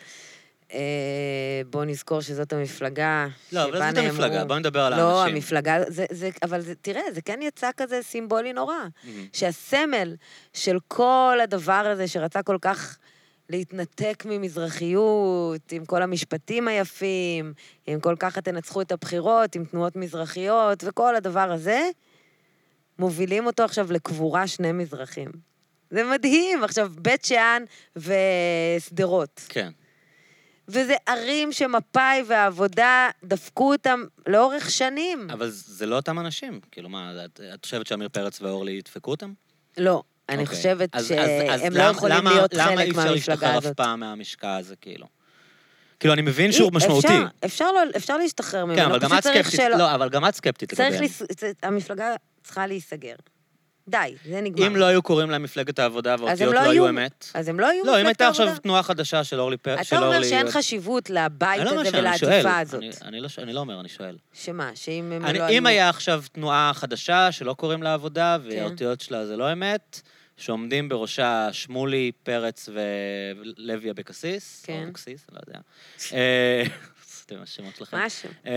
אה, בואו נזכור שזאת המפלגה לא, אבל שבה זאת המפלגה, נאמרו- בואו נדבר על לא, האנשים. המפלגה, זה, זה, אבל זה, תראה, זה כן יצא כזה סימבולי נורא. מהמם. שהסמל של כל הדבר הזה שרצה כל כך להתנתק ממזרחיות, עם כל המשפטים היפים, עם כל ככה תנצחו את הבחירות, עם תנועות מזרחיות, וכל הדבר הזה, מובילים אותו עכשיו לקבורה שני מזרחים. זה מדהים, עכשיו בית שאן ושדרות. כן. וזה ערים שמפאי והעבודה דפקו אותם לאורך שנים. אבל זה לא אותם אנשים. כאילו מה, את, את חושבת שאמיר פרץ ואורלי ידפקו אותם? לא, אני אוקיי. חושבת אז- אז- אז שהם לא למ- יכולים למה- להיות למה חלק אי אפשר מהמפלגה להשתחרר אף הזאת. פעם מהמשקע הזה, כאילו? כאילו, אני מבין שהוא אי- משמעותי. אפשר, אפשר, לא, אפשר להשתחרר ממנו, כן, אבל גם פשוט את צריך סקפטית. שלא- לא, אבל גם את סקפטית צריך, לגביהם. לס... זה- המפלגה צריכה להיסגר. די, זה נגמר. אם לא היו קוראים להם מפלגת העבודה אז הם והאותיות לא לא היו יהיו- אמת. אז הם לא יהיו לא, אם מפלגת הייתה עכשיו העבודה. תנועה חדשה של אורלי פרץ, של אתה אומר אורלי... שאין חשיבות לבית אני לא אומר הזה שאני שואל. ולעטיפה הזאת. אני- אני לא ש- אני לא אומר, אני שואל. שמה, שאם הם אני- לא אם היו... היה עכשיו תנועה חדשה שלא קוראים לה עבודה, כן. והאותיות שלה זה לא אמת, שעומדים בראשה שמולי, פרץ ולוי אבקסיס, כן. או אבקסיס, אני לא יודע. אה, אתם השמות שלכם. משהו. אה,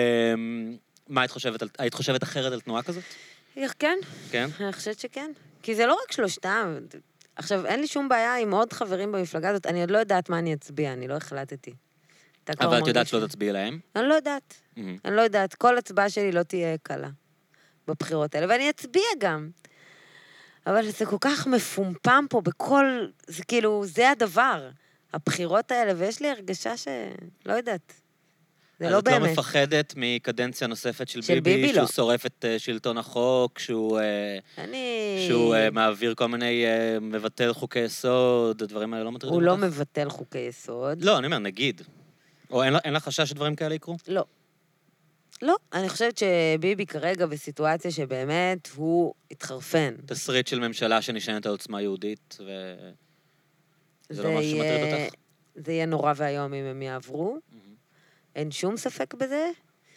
מה היית חושבת? על- היית חושבת אחרת על תנועה כזאת? כן, כן? אני חושבת שכן. כי זה לא רק שלושתם. עכשיו, אין לי שום בעיה עם עוד חברים במפלגה הזאת. אני עוד לא יודעת מה אני אצביע, אני לא החלטתי. אתה כבר אבל את יודעת מרגיש שלא לי. תצביעי להם? אני לא יודעת. מהמם. אני לא יודעת. כל הצבעה שלי לא תהיה קלה בבחירות האלה, ואני אצביע גם. אבל זה כל כך מפומפם פה בכל... זה כאילו, זה הדבר. הבחירות האלה, ויש לי הרגשה ש... לא יודעת. זה לא אז את לא באמת. מפחדת מקדנציה נוספת של של ביבי, ביבי, שהוא לא. שורף את אה, שלטון החוק, שהוא אה, אני... שהוא אה, מעביר כל מיני, אה, מבטל חוקי יסוד, הדברים האלה לא מטרידים הוא אותך? לא מבטל חוקי יסוד. לא, אני אומר, נגיד. או אין לה- אין לך חשש שדברים כאלה יקרו? לא. לא, אני חושבת שביבי כרגע בסיטואציה שבאמת הוא התחרפן. תסריט של ממשלה שנשענת על עוצמה יהודית, ו... זה לא משהו יהיה- שמטריד אותך? זה יהיה נורא והיום אם הם יעברו. אין שום ספק בזה.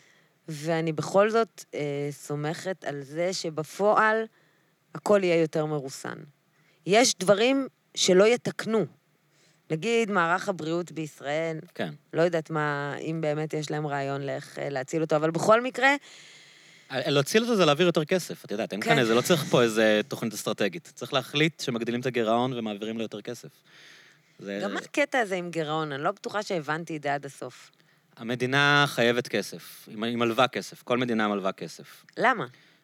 ואני בכל זאת אה, סומכת על זה שבפועל הכל יהיה יותר מרוסן. יש דברים שלא יתקנו. נגיד, מערך הבריאות בישראל, כן. לא יודעת מה, אם באמת יש להם רעיון לאיך אה, להציל אותו, אבל בכל מקרה, להציל אותו זה להעביר יותר כסף, את יודעת, אין כן. כאן איזה, לא צריך פה איזה תוכנית אסטרטגית. צריך להחליט שמגדילים את הגירעון ומעבירים לו יותר כסף. זה... גם מה הקטע הזה עם גירעון? אני לא בטוחה שהבנתי את זה עד הסוף. המדינה חייבת כסף, היא היא מלווה כסף, כל מדינה מלווה כסף. למה?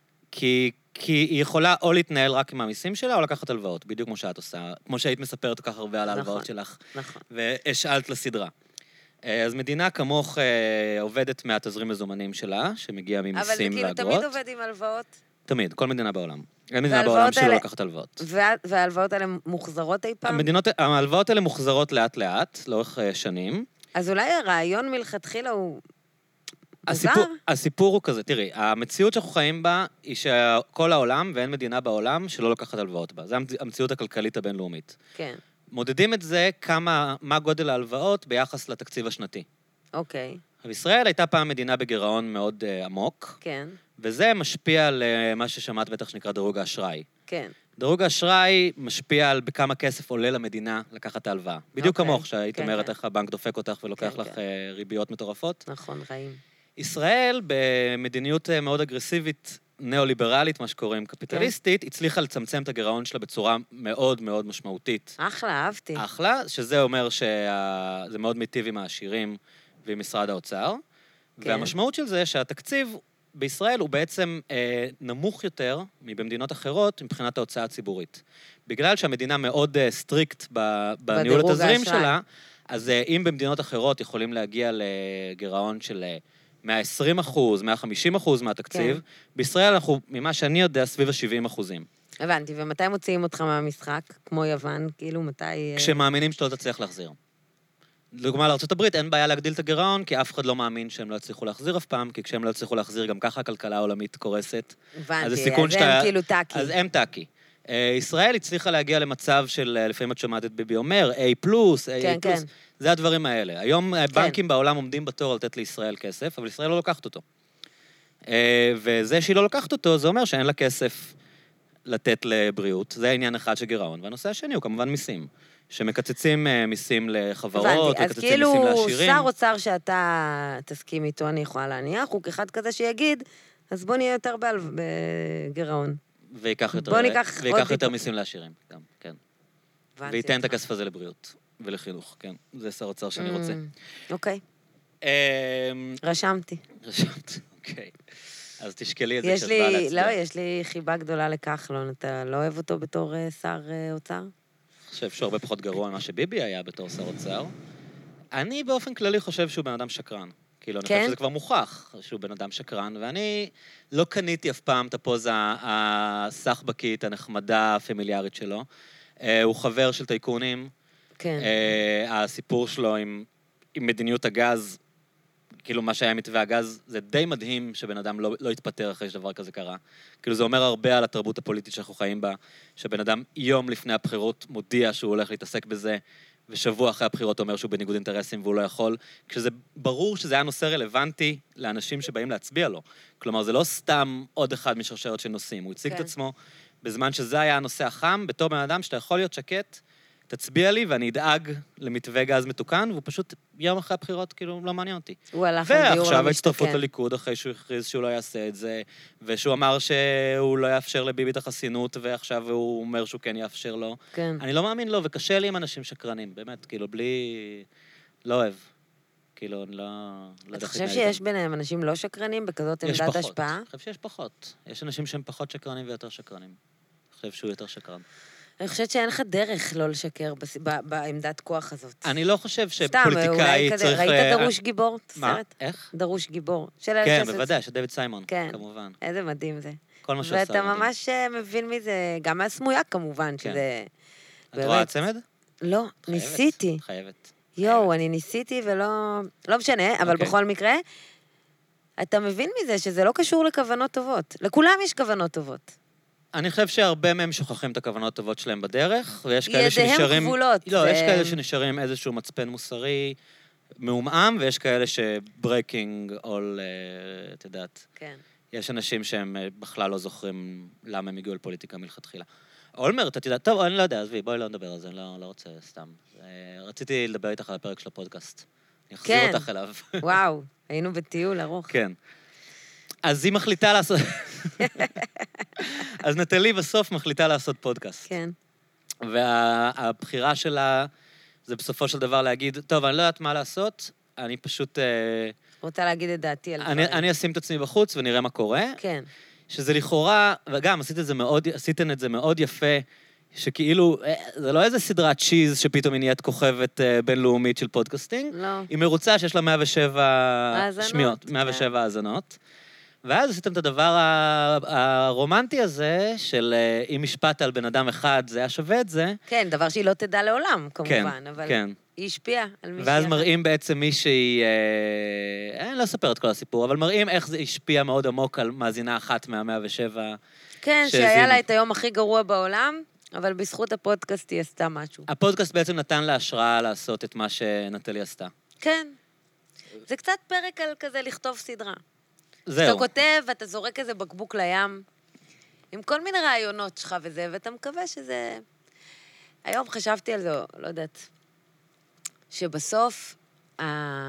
כי, כי היא יכולה או להתנהל רק עם המיסים שלה, או לקחת הלוואות, בדיוק כמו שאת עושה, כמו שהיית מספרת כל כך הרבה על ההלוואות נכון. שלך, נכון. והשאלת לסדרה. אה, אז מדינה כמוך אה, עובדת מהתזרים מזומנים שלה, שמגיע אבל זה ממיסים כאילו ואגרות. תמיד עובד עם הלוואות, תמיד, כל מדינה בעולם. אין מדינה וההלוואות בעולם שלא האלה- לקחת הלוואות. וה- וההלוואות האלה מוחזרות אי פעם? המדינות, ההלוואות האלה מוחזרות לאט-לאט, לאורך אה, שנים. אז אולי הרעיון מלכתחילה הוא מוזר? הסיפור, הסיפור הוא כזה, תראי, המציאות שאנחנו חיים בה היא שכל העולם ואין מדינה בעולם שלא לוקחת הלוואות בה. זו המצ- המציאות הכלכלית הבינלאומית. כן, מודדים את זה כמה, מה גודל ההלוואות ביחס לתקציב השנתי. אוקיי, עכשיו, ישראל הייתה פעם מדינה בגירעון מאוד uh, עמוק, כן, וזה משפיע על uh, מה ששמעת בטח שנקרא דירוג האשראי. כן. דירוג האשראי משפיע על בכמה כסף עולה למדינה לקחת את ההלוואה. בדיוק אוקיי, כמוך, שהיית כן, אומרת כן. איך הבנק דופק אותך ולוקח כן, לך כן. uh, ריביות מטורפות. נכון, רעים. ישראל, במדיניות uh, מאוד אגרסיבית, ניאו-ליברלית, מה שקוראים קפיטליסטית, הצליחה לצמצם את הגירעון שלה בצורה מאוד מאוד משמעותית. אחלה, אהבתי. אחלה, שזה אומר שזה מאוד מיטיב עם העשירים ועם משרד האוצר. כן. והמשמעות של זה שהתקציב בישראל הוא בעצם אה, נמוך יותר מבמדינות אחרות מבחינת ההוצאה הציבורית. בגלל שהמדינה מאוד אה, סטריקט ב- בניהול בדירוג התזרים האשראי. שלה, אז אה, אם במדינות אחרות יכולים להגיע לגירעון של אה, מאה ועשרים אחוז, מאה וחמישים אחוז מהתקציב, כן. בישראל אנחנו, ממה שאני יודע, סביב ה-שבעים אחוזים. הבנתי, ומתי מוציאים אותך מהמשחק? כמו יוון, כאילו, מתי... אה, כשמאמינים שאתה לא תצליח להחזיר. לדוגמה, לארה"ב אין בעיה להגדיל את הגירעון, כי אף אחד לא מאמין שהם לא יצליחו להחזיר אף פעם, כי כשהם לא יצליחו להחזיר, גם ככה הכלכלה העולמית קורסת. הבנתי, אז אז הסיכון הם שאתה- כאילו טאקי. אז הם טאקי. אה, ישראל הצליחה להגיע למצב של, אה, לפעמים את שומעת את ביבי אומר, A פלוס, A כן, פלוס. כן. זה הדברים האלה. היום אה, בנקים בעולם עומדים בתור לתת לישראל כסף, אבל ישראל לא לוקחת אותו. אה, וזה שהיא לא לוקחת אותו, זה אומר שאין לה כסף לתת לבריאות. זה העניין אחד של גירעון. והנושא השני הוא כמובן מיסים. שמקצצים אה, מיסים לחברות, הבנתי, אז מקצצים כאילו, מיסים לעשירים. שר אוצר שאתה תסכים איתו, אני יכולה להניח, הוא כאחד כזה שיגיד, אז בוא נהיה יותר בהל- בגירעון. ויקח יותר, בוא ניקח ויקח עוד יותר טיפ- מיסים לעשירים, גם, כן. הבנתי וייתן את אותך. הכסף הזה לבריאות ולחינוך, כן. זה שר אוצר שאני Mm, רוצה. אוקיי, אמ, רשמתי. רשמת, אוקיי. אז תשקלי את זה יש כשאת באה לי, להצביע. לא, יש לי חיבה גדולה לכחלון, אתה לא אוהב אותו בתור אה, שר אה, אוצר? אני חושב שהוא הרבה פחות גרוע ממה שביבי היה בתור שר אוצר. אני באופן כללי חושב שהוא בן אדם שקרן. כאילו, אני כן? חושב שזה כבר מוכח שהוא בן אדם שקרן, ואני לא קניתי אף פעם את הפוזה הסחבקית, הנחמדה, הפמיליארית שלו. אה, הוא חבר של טייקונים. כן. אה, הסיפור שלו עם, עם מדיניות הגז, כאילו מה שהיה מתווה הגז, זה די מדהים שבן אדם לא, לא יתפטר אחרי שדבר כזה קרה. כאילו זה אומר הרבה על התרבות הפוליטית שאנחנו חיים בה, שבן אדם יום לפני הבחירות מודיע שהוא הולך להתעסק בזה, ושבוע אחרי הבחירות אומר שהוא בניגוד אינטרסים והוא לא יכול, כשזה ברור שזה היה נושא רלוונטי לאנשים שבאים להצביע לו. כלומר, זה לא סתם עוד אחד משרשרת של נושאים. הוא הציג כן. את עצמו בזמן שזה היה הנושא החם, בתור בן אדם שאתה יכול להיות שקט, תצביע לי ואני אדאג למתווה גז מתוקן, והוא פשוט יום אחרי הבחירות, כאילו, לא מעניין אותי. הוא הלך על דיור ועכשיו ההצטרפות למשתכן. לליכוד אחרי שהוא הכריז שהוא לא יעשה את זה, ושהוא אמר שהוא לא יאפשר לביבי את החסינות, ועכשיו הוא אומר שהוא כן יאפשר לו. כן. אני לא מאמין לו, וקשה לי עם אנשים שקרנים, באמת, כאילו, בלי... לא אוהב. כאילו, אני לא... לא יודע אתה איך חושב להתנהג שיש איתם. ביניהם אנשים לא שקרנים בכזאת יש עמדת פחות. השפעה? אני חושב שיש פחות. יש אנשים שהם פחות שקרנים ויותר שקרנים. אני חושב שהוא יותר שקרן. אני חושבת שאין לך דרך לא לשקר בס- ב- בעמדת כוח הזאת. אני לא חושב סתם, שפוליטיקאי אולי כזה, צריך... ראית אה, דרוש גיבור? את מה? הסרט? איך? דרוש גיבור. של כן, אלף תשע עשרה. בוודאי, של דויד סיימון, כן. כמובן. איזה מדהים זה. כל מה שעשה ואתה מדהים. ממש אה, מבין מזה, גם מהסמויה כמובן, כן. שזה... את רואה באמת. צמד? לא, חייבת, ניסיתי. חייבת. יואו, אני ניסיתי ולא... לא משנה, אבל אוקיי. בכל מקרה, אתה מבין מזה שזה לא קשור לכוונות טובות. לכולם יש כוונות טובות. אני חושב שהרבה מהם שוכחים את הכוונות הטובות שלהם בדרך, ויש כאלה ידיהם שנשארים... כבולות, לא, זה- יש כאלה שנשארים איזשהו מצפן מוסרי מעומעם, ויש כאלה שברייקינג אול, אה, את יודעת. כן. יש אנשים שהם אה, בכלל לא זוכרים למה הם הגיעו לפוליטיקה מלכתחילה. אולמרט, את יודעת, טוב, אני לא יודע, עזבי, בואי לא נדבר על זה, אני לא, לא רוצה סתם. אה, רציתי לדבר איתך על הפרק של הפודקאסט. אני אחזיר כן. אותך אליו. וואו, היינו בטיול ארוך. כן. אז היא מחליטה לעשות... אז נטלי בסוף מחליטה לעשות פודקאסט. כן. והבחירה שלה זה בסופו של דבר להגיד, טוב, אני לא יודעת מה לעשות, אני פשוט... אה, רוצה להגיד את דעתי על אני, דברים. אני אשים את עצמי בחוץ ונראה מה קורה. כן. שזה לכאורה, וגם עשית את זה מאוד, עשיתן את זה מאוד יפה, שכאילו, אה, זה לא איזה סדרת צ'יז שפתאום היא נהיית כוכבת אה, בינלאומית של פודקאסטינג, לא. היא מרוצה שיש לה מאה ושבע האזנות, שמיעות, כן. מאה ושבע האזנות. ואז עשיתם את הדבר ה- הרומנטי הזה, של אה, אם משפט על בן אדם אחד, זה היה שווה את זה. כן, דבר שהיא לא תדע לעולם, כן, כמובן, אבל כן. היא השפיעה על מישהי. ואז אחת. מראים בעצם מישהי, אה, אני לא אספר את כל הסיפור, אבל מראים איך זה השפיע מאוד עמוק על מאזינה אחת מהמאה ושבע. כן, שהאזינו. שהיה לה את היום הכי גרוע בעולם, אבל בזכות הפודקאסט היא עשתה משהו. הפודקאסט בעצם נתן לה השראה לעשות את מה שנטלי עשתה. כן. זה קצת פרק על כזה לכתוב סדרה. זהו. אתה כותב ואתה זורק איזה בקבוק לים, עם כל מיני רעיונות שלך וזה, ואתה מקווה שזה... היום חשבתי על זה, לא יודעת, שבסוף, ה...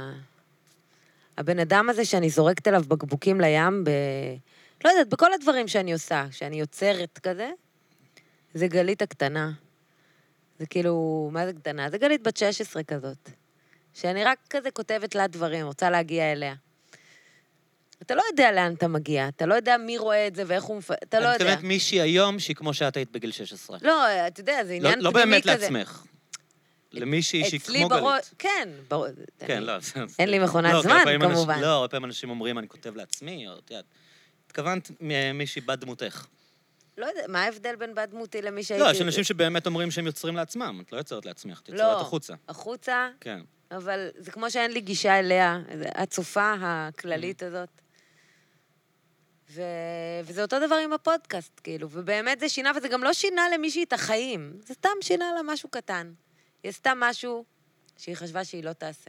הבן אדם הזה שאני זורקת אליו בקבוקים לים, ב... לא יודעת, בכל הדברים שאני עושה, שאני יוצרת כזה, זה גלית הקטנה. זה כאילו, מה זה קטנה? זה גלית בת שש עשרה כזאת. שאני רק כזה כותבת לה דברים, רוצה להגיע אליה. אתה לא יודע לאן אתה מגיע, אתה לא יודע מי רואה את זה ואיך הוא... מפ... אתה לא אני יודע. מתכוונת מישהי היום שהיא כמו שאת היית בגיל שש עשרה. לא, אתה יודע, זה לא, עניין לא פנימי באמת כזה. לעצמך. למישהי שהיא אצלי כמו בראש... גלית. כן, ברור. כן, לא. אין לי מכונת לא, כי זמן, הרבה פעמים כמובן. אנשים- לא, הרבה פעמים אנשים אומרים, אני כותב לעצמי, או את יודעת. התכוונת מ- מישהי בת דמותך. לא יודע, מה ההבדל בין בת דמותי למי שהייתי... לא, יש אנשים שבאמת אומרים שהם יוצרים לעצמם. את לא יוצרת לעצמך, את יוצרת לא, החוצה. החוצה, כן. אבל זה כמו שאין לי גישה אליה, זה הצופה הכללית Mm. הזאת. ו... וזה אותו דבר עם הפודקאסט, כאילו, ובאמת זה שינה, וזה גם לא שינה למישהי את החיים, זה סתם שינה לה משהו קטן. היא עשתה משהו שהיא חשבה שהיא לא תעשה.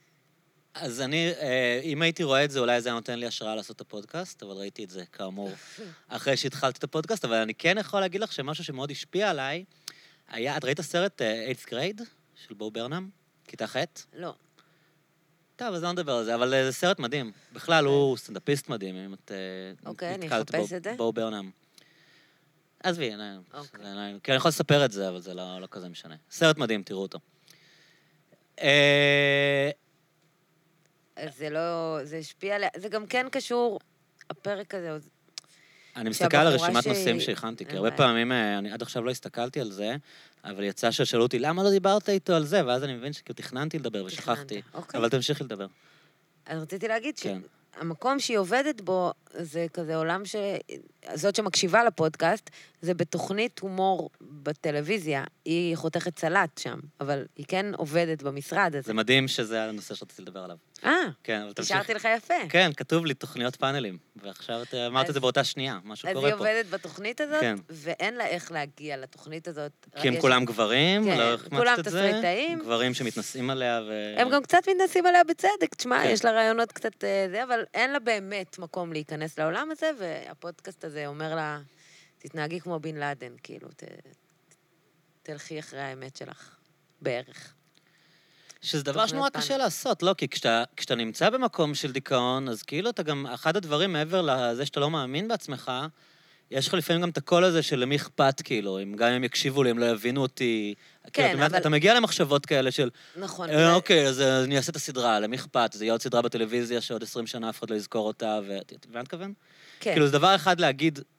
אז אני, אה, אם הייתי רואה את זה, אולי זה היה נותן לי השראה לעשות את הפודקאסט, אבל ראיתי את זה, כאמור, אחרי שהתחלתי את הפודקאסט, אבל אני כן יכול להגיד לך שמשהו שמאוד השפיע עליי, היה, את ראית הסרט eighth grade של בו ברנם? כיתה ח'? לא. טוב, אז לא נדבר על זה, אבל אה, זה סרט מדהים. בכלל, הוא סטנדאפיסט מדהים, אם את אה, אוקיי, אני נתקלת אחפש בו- את זה. בו ברנם. עזבי, אני... אוקיי. אני- כי אני יכול לספר את זה, אבל זה לא לא כזה משנה. סרט מדהים, תראו אותו. אה, אז זה לא... זה השפיע עליה... זה גם כן קשור, הפרק הזה... אני מסתכל על שהבחורה הרשימת שהיא- נושאים שהכנתי, כי אין הרבה בעיה. פעמים, אה, אני עד עכשיו לא הסתכלתי על זה, אבל יצא ששאלו אותי, למה לא דיברת איתו על זה? ואז אני מבין שכאילו תכננתי לדבר ושכחתי. אוקיי. אבל תמשיכי לדבר. אז רציתי להגיד כן. שהמקום שהיא עובדת בו, זה כזה עולם ש... זאת שמקשיבה לפודקאסט, זה בתוכנית הומור בטלוויזיה. היא חותכת סלט שם, אבל היא כן עובדת במשרד הזה. זה מדהים שזה הנושא שרציתי לדבר עליו. אה, כן, אבל תמשיך. השארתי לך יפה. כן, כתוב לי תוכניות פאנלים, ועכשיו את אמרת את אז- זה באותה שנייה, משהו אז קורה היא פה. עובדת בתוכנית הזאת, כן. ואין לה איך להגיע לתוכנית הזאת. כי הם יש- כולם גברים, כן, לא החמצת כולם את זה. תסריטאים. גברים שמתנשאים עליה ו... הם גם קצת מתנסים עליה בצדק, תשמע, כן. יש לה רעיונות קצת אה, זה, אבל אין לה באמת מקום להיכנס לעולם הזה, והפודקאסט הזה אומר לה, תתנהגי כמו בן לאדן, כאילו, ת, תלכי אחרי האמת שלך, בערך. שזה דבר תוכניות שנורא פאנל. קשה לעשות, לא? כי כשאתה, כשאתה נמצא במקום של דיכאון, אז כאילו אתה גם, אחד הדברים מעבר לזה שאתה לא מאמין בעצמך, יש לך לפעמים גם את הקול הזה של למי אכפת, כאילו, אם גם אם יקשיבו לי, הם לא יבינו אותי. כן, כאילו, באמת, אבל- אתה מגיע למחשבות כאלה של, נכון. אה, זה- אוקיי, אז אה, אני אעשה את הסדרה, למי אכפת? זה יהיה עוד סדרה בטלוויזיה שעוד עשרים שנה אף אחד לא יזכור אותה, ואת הבנת כוון? כן, כאילו, זה דבר אחד להגיד,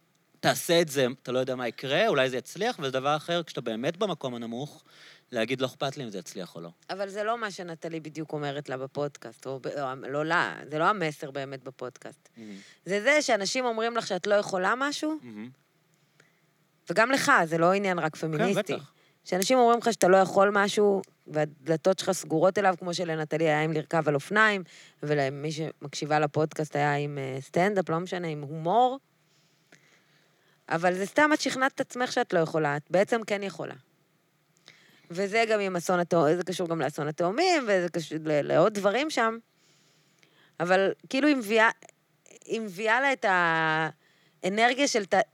תעשה את זה, אתה לא יודע מה יקרה, אולי זה יצליח, וזה דבר אחר, כשאתה באמת במקום הנמוך, להגיד לא אכפת לי אם זה יצליח או לא. אבל זה לא מה שנטלי בדיוק אומרת לה בפודקאסט, או, או לא לה, זה לא המסר באמת בפודקאסט. Mm-hmm. זה זה שאנשים אומרים לך שאת לא יכולה משהו, mm-hmm. וגם לך, זה לא עניין רק פמיניסטי. כן, בטח. שאנשים אומרים לך שאתה לא יכול משהו, והדלתות שלך סגורות אליו, כמו שלנטלי היה עם לרכב על אופניים, ולמי שמקשיבה לפודקאסט היה עם סטנדאפ, לא משנה, עם הומור, אבל זה סתם את שכנעת את עצמך שאת לא יכולה, את בעצם כן יכולה. וזה גם עם אסון התאומים, זה קשור גם לאסון התאומים, וזה קשור לעוד דברים שם, אבל כאילו היא מביאה, היא מביאה לה את האנרגיה של... ת...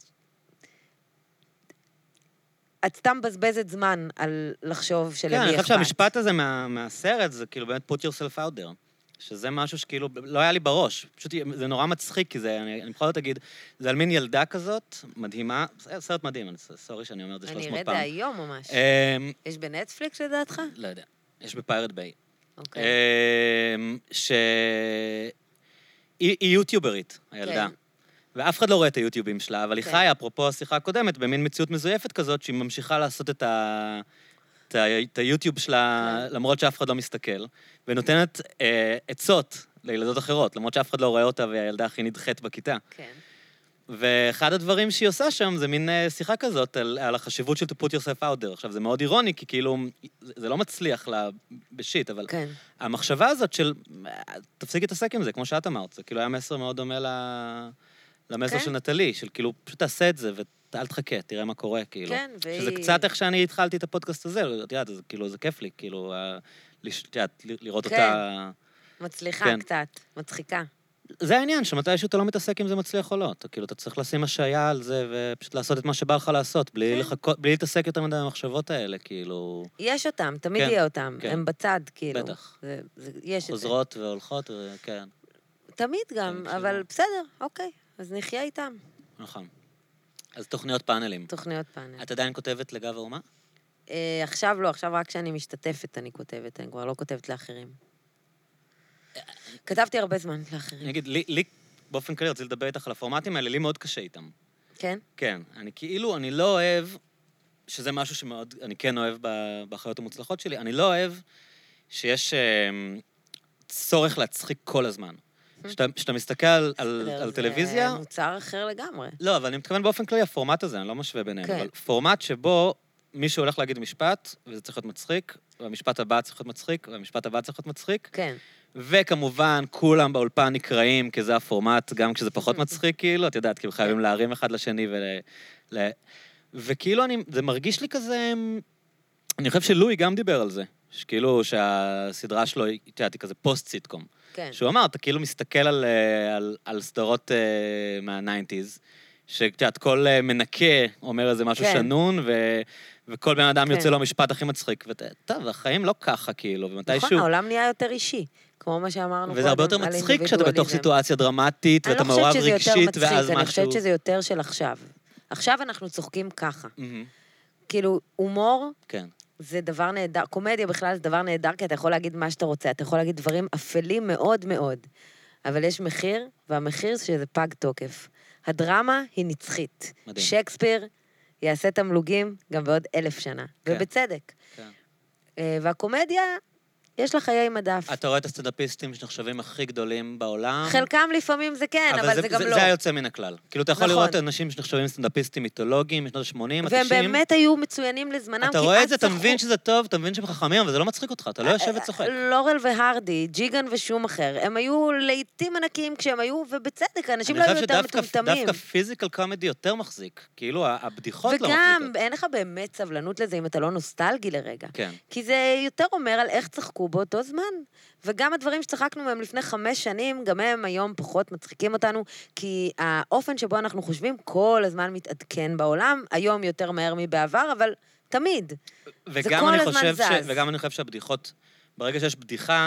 את סתם בזבזת זמן על לחשוב שלמי אכפת. כן, אני חושב שהמשפט הזה מה, מהסרט, זה כאילו באמת put yourself out there. שזה משהו שכאילו לא היה לי בראש. פשוט זה נורא מצחיק, כי זה, אני, אני בכל זאת אגיד, זה על מין ילדה כזאת, מדהימה, סרט מדהים, אני, סורי שאני אומר את זה שלוש מאות פעם. אני אראה היום ממש. יש בנטפליקס לדעתך? לא יודע. יש בפיירט ביי. אוקיי. שהיא יוטיוברית, הילדה. ואף אחד לא רואה את היוטיובים שלה, אבל היא חיה, אפרופו השיחה הקודמת, במין מציאות מזויפת כזאת, שהיא ממשיכה לעשות את ה... את היוטיוב שלה, למרות שאף אחד לא מסתכל, ונותנת עצות לילדות אחרות, למרות שאף אחד לא רואה אותה, והילדה הכי נדחית בכיתה. כן. ואחד הדברים שהיא עושה שם, זה מין שיחה כזאת, על, על החשיבות של to put yourself out there. עכשיו, זה מאוד אירוני, כי כאילו, זה לא מצליח לה בשיט, אבל כן. המחשבה הזאת של, תפסיק להתעסק עם זה, כמו שאת אמרת, זה כאילו היה מסר מאוד דומה למסר כן. של נטלי, של כאילו, פשוט תעשה את זה, ו... אל תחכה, תראה מה קורה, כאילו. כן, והיא... שזה קצת איך שאני התחלתי את הפודקאסט הזה, את יודעת, כאילו, זה כיף לי, כאילו, את יודעת, לראות כן. אותה... מצליחה כן. קצת, מצחיקה. זה העניין, שמתישהו אתה לא מתעסק אם זה מצליח או לא. אתה, כאילו, אתה צריך לשים השעיה על זה, ופשוט לעשות את מה שבא לך לעשות, בלי, כן. לחכות, בלי להתעסק יותר מדי במחשבות האלה, כאילו... יש אותם, תמיד כן. יהיה אותם, כן. הם בצד, כאילו. בטח. זה, זה, יש את זה. חוזרות והולכות, וכן. תמיד גם, כן, אבל בסדר, אוקיי, אז נחיה איתם. נכון. אז תוכניות פאנלים. תוכניות פאנל. את עדיין כותבת לגב האומה? אה, עכשיו לא, עכשיו רק כשאני משתתפת אני כותבת, אני כבר לא כותבת לאחרים. כתבתי הרבה זמן לאחרים. אני אגיד, לי, לי באופן כללי, רציתי לדבר איתך על הפורמטים האלה, לי מאוד קשה איתם. כן? כן. אני כאילו, אני לא אוהב, שזה משהו שמאוד, אני כן אוהב בחיות המוצלחות שלי, אני לא אוהב שיש אה, צורך להצחיק כל הזמן. כשאתה מסתכל על, על, על טלוויזיה... זה מוצר אחר לגמרי. לא, אבל אני מתכוון באופן כללי, הפורמט הזה, אני לא משווה ביניהם, כן. אבל פורמט שבו מישהו הולך להגיד משפט, וזה צריך להיות מצחיק, והמשפט הבא צריך להיות מצחיק, והמשפט הבא צריך להיות מצחיק. כן. וכמובן, כולם באולפן נקראים, כי זה הפורמט, גם כשזה פחות מצחיק, כאילו, את יודעת, כי הם חייבים להרים אחד לשני ול... ל... וכאילו, אני, זה מרגיש לי כזה... אני חושב שלואי גם דיבר על זה, שכאילו שהסדרה שלו, היא תיאטי כזה פוסט-סיטקום. כן. שהוא אמר, אתה כאילו מסתכל על, על, על סדרות uh, מה-ניינטיז, שאת כל uh, מנקה אומר איזה משהו כן. שנון, ו, וכל בן אדם כן. יוצא לו משפט הכי מצחיק. וטוב, החיים לא ככה, כאילו, ומתישהו... נכון, העולם נהיה יותר אישי, כמו מה שאמרנו קודם. וזה הרבה יותר מצחיק כשאתה בתוך סיטואציה דרמטית, ואתה מעורב רגשית, ואז משהו... אני חושבת שזה יותר של עכשיו. עכשיו אנחנו צוחקים ככה. כאילו, הומור... כן. זה דבר נהדר, קומדיה בכלל זה דבר נהדר, כי אתה יכול להגיד מה שאתה רוצה, אתה יכול להגיד דברים אפלים מאוד מאוד, אבל יש מחיר, והמחיר שזה פג תוקף. הדרמה היא נצחית. מדהים. שייקספיר יעשה תמלוגים גם בעוד אלף שנה, כן. ובצדק. כן. והקומדיה, יש לה חיי מדף. אתה רואה את הסטנדאפיסטים שנחשבים הכי גדולים בעולם? חלקם לפעמים זה כן, אבל, אבל זה, זה גם זה, לא. זה היוצא מן הכלל. כאילו, אתה יכול נכון. לראות אנשים שנחשבים סטנדאפיסטים מיתולוגיים משנות ה-שמונים, והם ה-תשעים. באמת היו מצוינים לזמנם. אתה רואה את זה, אתה מבין שזה טוב, אתה מבין שהם חכמים, אבל זה לא מצחיק אותך, אתה לא יושב וצוחק. לורל והרדי, ג'יגן ושום אחר, הם היו לעיתים ענקיים כשהם היו, ובצדק, האנשים לא היו יותר מטומטמים. דווקא פיזיקל קומדי יותר מחזיק, כאילו, הבדיחות לא מחזיקות. וגם, אין לך באמת סבלנות לזה אם אתה לא נוסטלגי לרגע. כן. כי זה יותר אומר על איך צחקו באותו זמן. וגם הדברים שצחקנו מהם לפני חמש שנים, גם הם היום פחות מצחיקים אותנו, כי האופן שבו אנחנו חושבים כל הזמן מתעדכן בעולם, היום יותר מהר מבעבר, אבל תמיד. זה כל הזמן זז. וגם אני חושב שהבדיחות, ברגע שיש בדיחה,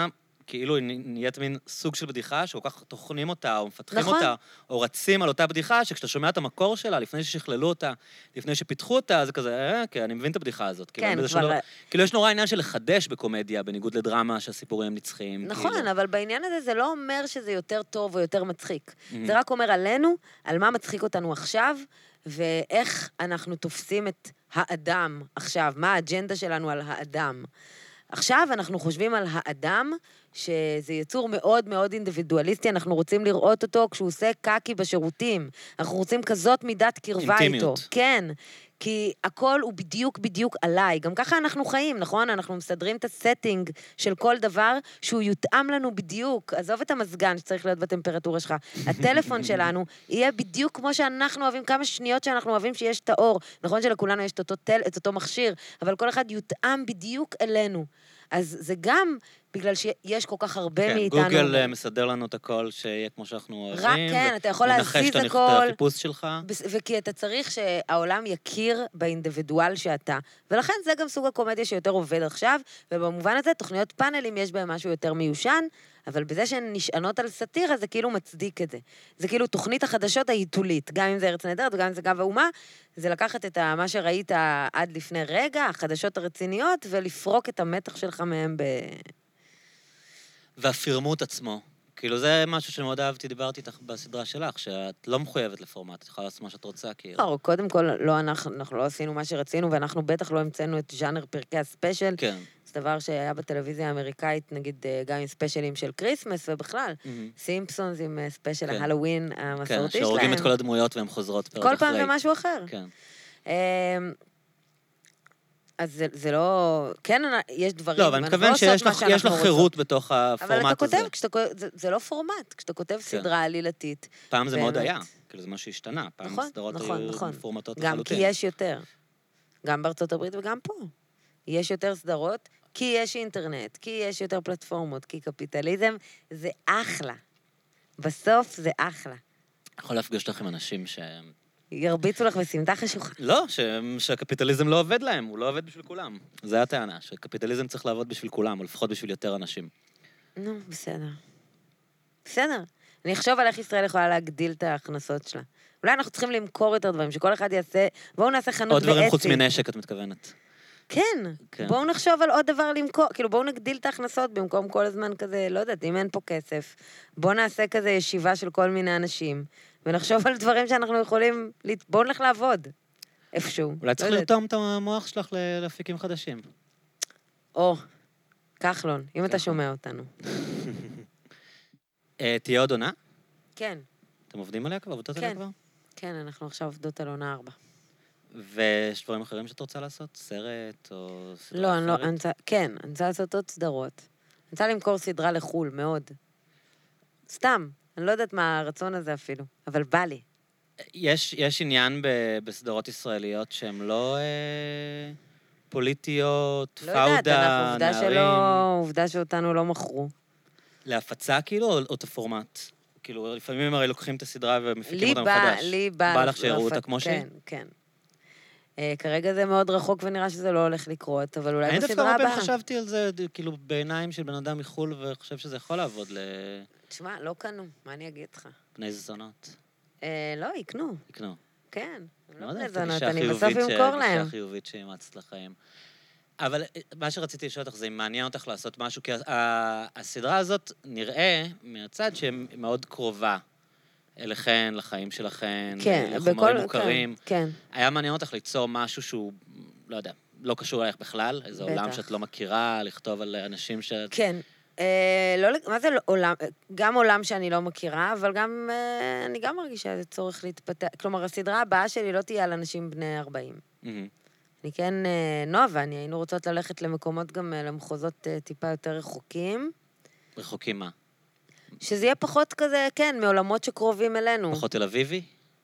כאילו היא נהיית מין סוג של בדיחה, שכל כך תוכנים אותה, או מפתחים נכון. אותה, או רצים על אותה בדיחה, שכשאתה שומע את המקור שלה, לפני ששכללו אותה, לפני שפיתחו אותה, זה כזה, אה, כן, אני מבין את הבדיחה הזאת. כאילו, כן, אין בזה כבר- שום דבר- כאילו, יש נורא עניין של לחדש בקומדיה, בניגוד לדרמה שהסיפורים נצחיים. נכון, כאילו. אבל בעניין הזה זה לא אומר שזה יותר טוב או יותר מצחיק. זה רק אומר עלינו, על מה מצחיק אותנו עכשיו, ואיך אנחנו תופסים את האדם עכשיו, מה האג'נדה שלנו על האדם. עכשיו אנחנו חושבים על האדם, שזה יצור מאוד מאוד אינדיבידואליסטי, אנחנו רוצים לראות אותו כשהוא עושה קקי בשירותים. אנחנו רוצים כזאת מידת קרבה איתו. אינטימיות. כן, כי הכל הוא בדיוק בדיוק עליי. גם ככה אנחנו חיים, נכון? אנחנו מסדרים את הסטינג של כל דבר שהוא יותאם לנו בדיוק. עזוב את המזגן שצריך להיות בטמפרטורה שלך. הטלפון שלנו יהיה בדיוק כמו שאנחנו אוהבים, כמה שניות שאנחנו אוהבים שיש את האור. נכון שלכולנו יש את אותו, טל, את אותו מכשיר, אבל כל אחד יותאם בדיוק אלינו. אז זה גם בגלל שיש כל כך הרבה כן, מאיתנו. גוגל אה, מסדר לנו את הכל שיהיה כמו שאנחנו אוהבים. רק כן, ו- אתה יכול מנחש להזיז את הנכ- הכל. את החיפוש שלך. בס- וכי אתה צריך שהעולם יכיר באינדיבידואל שאתה. ולכן זה גם סוג הקומדיה שיותר עובד עכשיו, ובמובן הזה תוכניות פאנלים יש בהם משהו יותר מיושן, אבל בזה שהן נשענות על סאטירה, זה כאילו מצדיק את זה. זה כאילו תוכנית החדשות ההיתולית, גם אם זה ארץ נהדרת וגם אם זה גב האומה, זה לקחת את ה- מה שראית עד לפני רגע, החדשות הרציניות, ולפרוק את המתח שלך מהם ב... והפירמוט עצמו. כאילו, זה משהו שמאוד אהבתי, דיברתי איתך בסדרה שלך, שאת לא מחויבת לפורמט, את יכולה לעשות מה שאת רוצה, כאילו. לא, קודם כל, לא אנחנו, אנחנו לא עשינו מה שרצינו, ואנחנו בטח לא המצאנו את ז'אנר פרקי הספיישל. כן. זה דבר שהיה בטלוויזיה האמריקאית, נגיד, גם עם ספיישלים של קריסמס, ובכלל, מהמם. סימפסונס עם ספיישל כן. ההלואוין כן, המסורתי שלהם. שהורגים את כל הדמויות והן חוזרות פרק אחרי. כל פעם זה משהו אחר. כן. אמ, אז זה, זה לא... כן, יש דברים, לא, אבל אני אנחנו מתכוון עושות שיש מה לך- שאנחנו יש לך רוצות. חירות בתוך אבל אתה הפורמט הזה. כותב, כשאתה, כותב- זה, זה לא פורמט, כשאתה כותב סדרה עלילתית. פעם זה מאוד באמת. היה, כאילו זה מה שהשתנה. פעם נכון, הסדרות נכון, היו נכון. מפורמטות גם לחלוטין. כי יש יותר. גם בארצות הברית וגם פה. יש יותר סדרות, כי יש אינטרנט, כי יש יותר פלטפורמות, כי קפיטליזם זה אחלה. בסוף זה אחלה. יכול להפגש לך עם אנשים ש... ירביצו לך בסמטה חשוכה. לא, ש... שהקפיטליזם לא עובד להם, הוא לא עובד בשביל כולם. זה הטענה, שקפיטליזם צריך לעבוד בשביל כולם, או לפחות בשביל יותר אנשים. נו, בסדר. בסדר. אני אחשוב על איך ישראל יכולה להגדיל את ההכנסות שלה. אולי אנחנו צריכים למכור יותר דברים, שכל אחד יעשה... בואו נעשה חנות עוד באצי. דברים חוץ מנשק, את מתכוונת. כן, כן. בואו נחשוב על עוד דבר למכור, כאילו בואו נגדיל את ההכנסות במקום כל הזמן כזה, לא יודעת, אם אין פה כסף, בואו נעשה כזה ישיבה של כל מיני אנשים, ונחשוב על דברים שאנחנו יכולים, לת- בואו נלך לעבוד, איפשהו. אולי צריך לא יודעת. לרתום את המוח שלך ל- לאפיקים חדשים. או, כחלון, אם אתה כחלון. שומע אותנו. אה, תהיה עוד עונה? כן, אתם עובדים עליה כבר? עובדות עליה כן. כבר? כן, אנחנו עכשיו עובדות על עונה ארבע. ויש דברים אחרים שאת רוצה לעשות? סרט או סדרה לא, אני לא, אחרת? אני רוצה, כן, אני רוצה לעשות עוד סדרות. אני רוצה למכור סדרה לחול, מאוד. סתם, אני לא יודעת מה הרצון הזה אפילו, אבל בא לי. יש, יש עניין ב, בסדרות ישראליות שהן לא אה, פוליטיות, לא פאודה, יודעת, אנחנו עובדה נערים, שלא, עובדה שאותנו לא מכרו. להפצה כאילו, או, או את הפורמט? כאילו, לפעמים הם הרי לוקחים את הסדרה ומפיקים לי אותה בא, מחדש. לי בא... בא לך שיראו לפ- אותה כמו שהיא? כן, כן. אה, כרגע זה מאוד רחוק ונראה שזה לא הולך לקרות, אבל אולי אני דווקא בסדרה הרבה הבאה. פעמים חשבתי על זה, כאילו, בעיניים של בן אדם מחו"ל, וחושב שזה יכול לעבוד תשמע, לא קנו, מה אני אגיד לך? לבני זונות. אה, לא, יקנו, יקנו. כן. לא לא יודע, בני זו זונות, גישה אני בסוף חיובית ש- אמכור להם. גישה חיובית שאימצת לחיים. אבל אה, מה שרציתי לשאול אותך זה אם מעניין אותך לעשות משהו, כי ה- ה- הסדרה הזאת נראה מהצד שהיא מאוד קרובה אליכן, לחיים שלכן, כן, לחומרים בכל... מוכרים. כן, היה מעניין אותך ליצור משהו שהוא, לא יודע, לא קשור אלייך בכלל, איזה בטח. עולם שאת לא מכירה, לכתוב על אנשים ש... כן. אה, לא, לג- מה זה לא- עולם? גם עולם שאני לא מכירה, אבל גם, אה, אני גם מרגישה איזה צורך להתפתח. כלומר, הסדרה הבאה שלי לא תהיה על אנשים בני ארבעים. מהמם. אני כן, אה, נועה ואני היינו רוצות ללכת למקומות גם, אה, למחוזות אה, טיפה יותר רחוקים, רחוקים מה? שזה יהיה פחות כזה, כן, מעולמות שקרובים אלינו. פחות תל אביבי?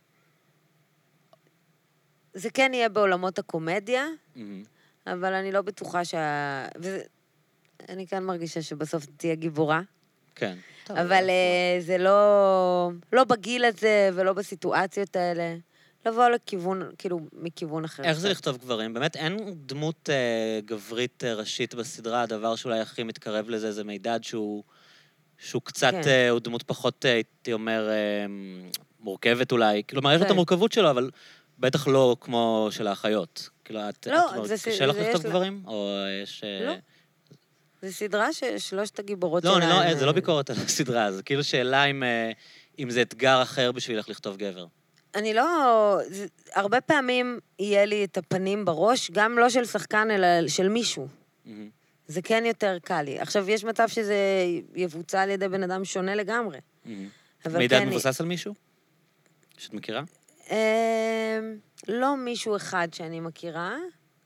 זה כן יהיה בעולמות הקומדיה, מהמם. אבל אני לא בטוחה שה... וזה... אני כן מרגישה שבסוף תהיה גיבורה, כן. טוב, אבל אה, זה לא, לא בגיל הזה ולא בסיטואציות האלה. לבוא לכיוון, כאילו, מכיוון אחר. איך זה לכתוב גברים? באמת אין דמות אה, גברית אה, ראשית בסדרה, הדבר שאולי הכי מתקרב לזה זה מידד שהוא, שהוא קצת, כן. אה, הוא דמות פחות, אה, הייתי אומר, אה, מורכבת אולי. כלומר, יש לו את כן. המורכבות שלו, אבל בטח לא כמו של האחיות. כאילו, את, לא, את אומרת, זה ס- קשה לך זה לכתוב יש לה- גברים? או יש... אה, לא. זו סדרה ששלושת הגיבורות לא, שלהם... אני לא, זה לא אה, ביקורת על הסדרה, זה כאילו שאלה אם, אה, אם זה אתגר אחר בשבילך לכתוב גבר. אני לא... זה, הרבה פעמים יהיה לי את הפנים בראש, גם לא של שחקן, אלא של מישהו. מהמם. זה כן יותר קל לי. עכשיו, יש מצב שזה יבוצע על ידי בן אדם שונה לגמרי. מהמם. אבל מידד כן... מבוסס על מישהו? שאת מכירה? אה, לא מישהו אחד שאני מכירה.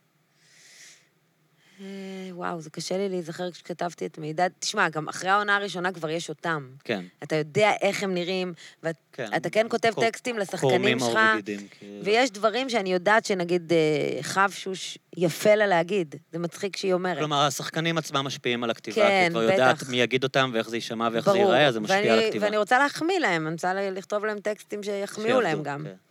אה, וואו, זה קשה לי להיזכר כשכתבתי את מידד. תשמע, גם אחרי העונה הראשונה כבר יש אותם. כן. אתה יודע איך הם נראים, ואתה כן כותב קור- טקסטים לשחקנים קורמים שלך, עור וגידים, כאילו. ויש דברים שאני יודעת שנגיד אה, חבשוש יפה לה להגיד. זה מצחיק שהיא אומרת. כלומר, השחקנים עצמם משפיעים על הכתיבה, כן, כי כבר יודעת בטח. מי יגיד אותם ואיך זה יישמע ואיך זה ברור. ייראה, אז זה משפיע ואני, על הכתיבה. ואני רוצה להחמיא להם, אני רוצה לכתוב להם טקסטים שיחמיאו שיעבדו, להם גם. כן.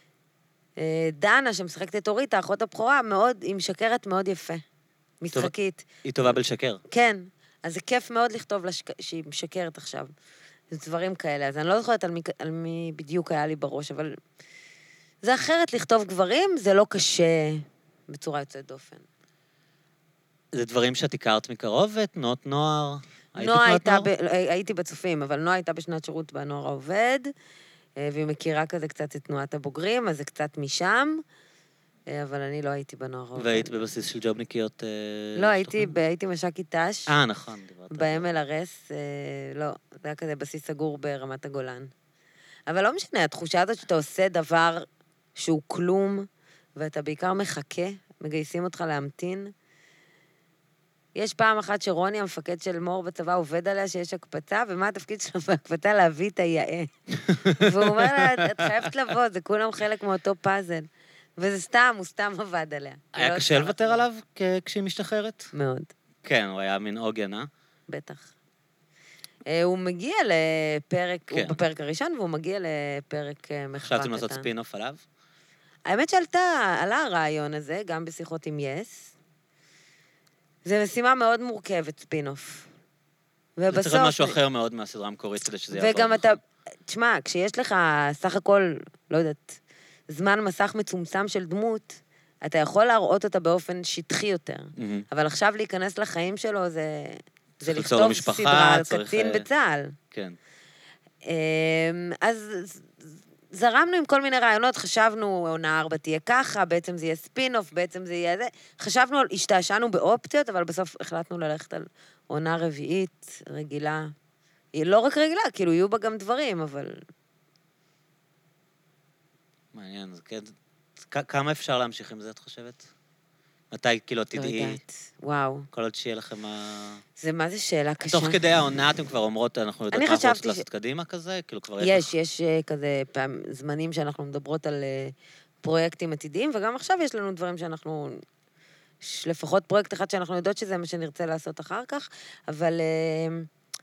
אה, דנה, שמשחקת את אורית, האחות הבכורה, מאוד, היא משקרת מאוד יפה. משחקית. היא טובה בלשקר. כן. אז זה כיף מאוד לכתוב לה שק... שהיא משקרת עכשיו. זה דברים כאלה. אז אני לא זוכרת על מי, על מי בדיוק היה לי בראש, אבל זה אחרת לכתוב גברים, זה לא קשה בצורה יוצאת דופן. זה דברים שאת הכרת מקרוב, את תנועות נוער? היית נועה בתנועת הייתה, נוער? ב... הייתי בצופים, אבל נועה הייתה בשנת שירות בנוער העובד, אה, והיא מכירה כזה קצת את תנועת הבוגרים, אז זה קצת משם, אה, אבל אני לא הייתי בנוער העובד. והיית בבסיס של ג'ובניקיות? אה, לא, הייתי, שתוכן? ב... הייתי מש"קית ת"ש. אה, נכון, דיברת. על זה. ב-אם אל אר אס, אה, לא, זה היה כזה בסיס סגור ברמת הגולן. אבל לא משנה, התחושה הזאת שאתה עושה דבר שהוא כלום, ואתה בעיקר מחכה, מגייסים אותך להמתין. יש פעם אחת שרוני, המפקד של מור בצבא, עובד עליה שיש הקפצה, ומה התפקיד שלו בהקפצה? להביא את היאה. והוא אומר לה, את חייבת לבוא, זה כולם חלק מאותו פאזל. וזה סתם, הוא סתם עבד עליה. היה לא קשה סתם לוותר עבד. עליו כ- כשהיא משתחררת? מאוד. כן, הוא היה מין עוגן, אה? בטח. אה, הוא מגיע לפרק, כן. הוא בפרק הראשון, והוא מגיע לפרק אה, מחווה קטן. חשבתם לעשות ספין-אוף עליו? האמת שעלתה, עלה הרעיון הזה, גם בשיחות עם יס. זו משימה מאוד מורכבת, ספין-אוף. זה צריך ובסוף... להיות משהו אחר מאוד מהסדרה המקורית כדי שזה יעבוד. וגם אתה... נכון. תשמע, כשיש לך סך הכל, לא יודעת, זמן מסך מצומצם של דמות, אתה יכול להראות אותה באופן שטחי יותר. מהמם. אבל עכשיו להיכנס לחיים שלו זה... זה צריך ליצור לכתוב משפחה, סדרה על צריך, קצין אה, בצה"ל. כן. אמ, אז זרמנו עם כל מיני רעיונות, חשבנו, עונה ארבע תהיה ככה, בעצם זה יהיה ספין-אוף, בעצם זה יהיה זה. חשבנו, השתעשענו באופציות, אבל בסוף החלטנו ללכת על עונה רביעית, רגילה. היא לא רק רגילה, כאילו, יהיו בה גם דברים, אבל... מעניין, זה כן. כ- כמה אפשר להמשיך עם זה, את חושבת? מתי, כאילו, לא תדעי, יודעת. וואו. כל עוד שיהיה לכם ה... זה מה זה שאלה קשה. תוך כדי העונה אתם כבר אומרות, אנחנו יודעות אני מה אנחנו רוצות חשבתי ש- לעשות קדימה כזה? כאילו כבר יש, יש אה, כזה פעם, זמנים שאנחנו מדברות על אה, פרויקטים עתידיים, וגם עכשיו יש לנו דברים שאנחנו... יש לפחות פרויקט אחד שאנחנו יודעות שזה מה שנרצה לעשות אחר כך, אבל אה,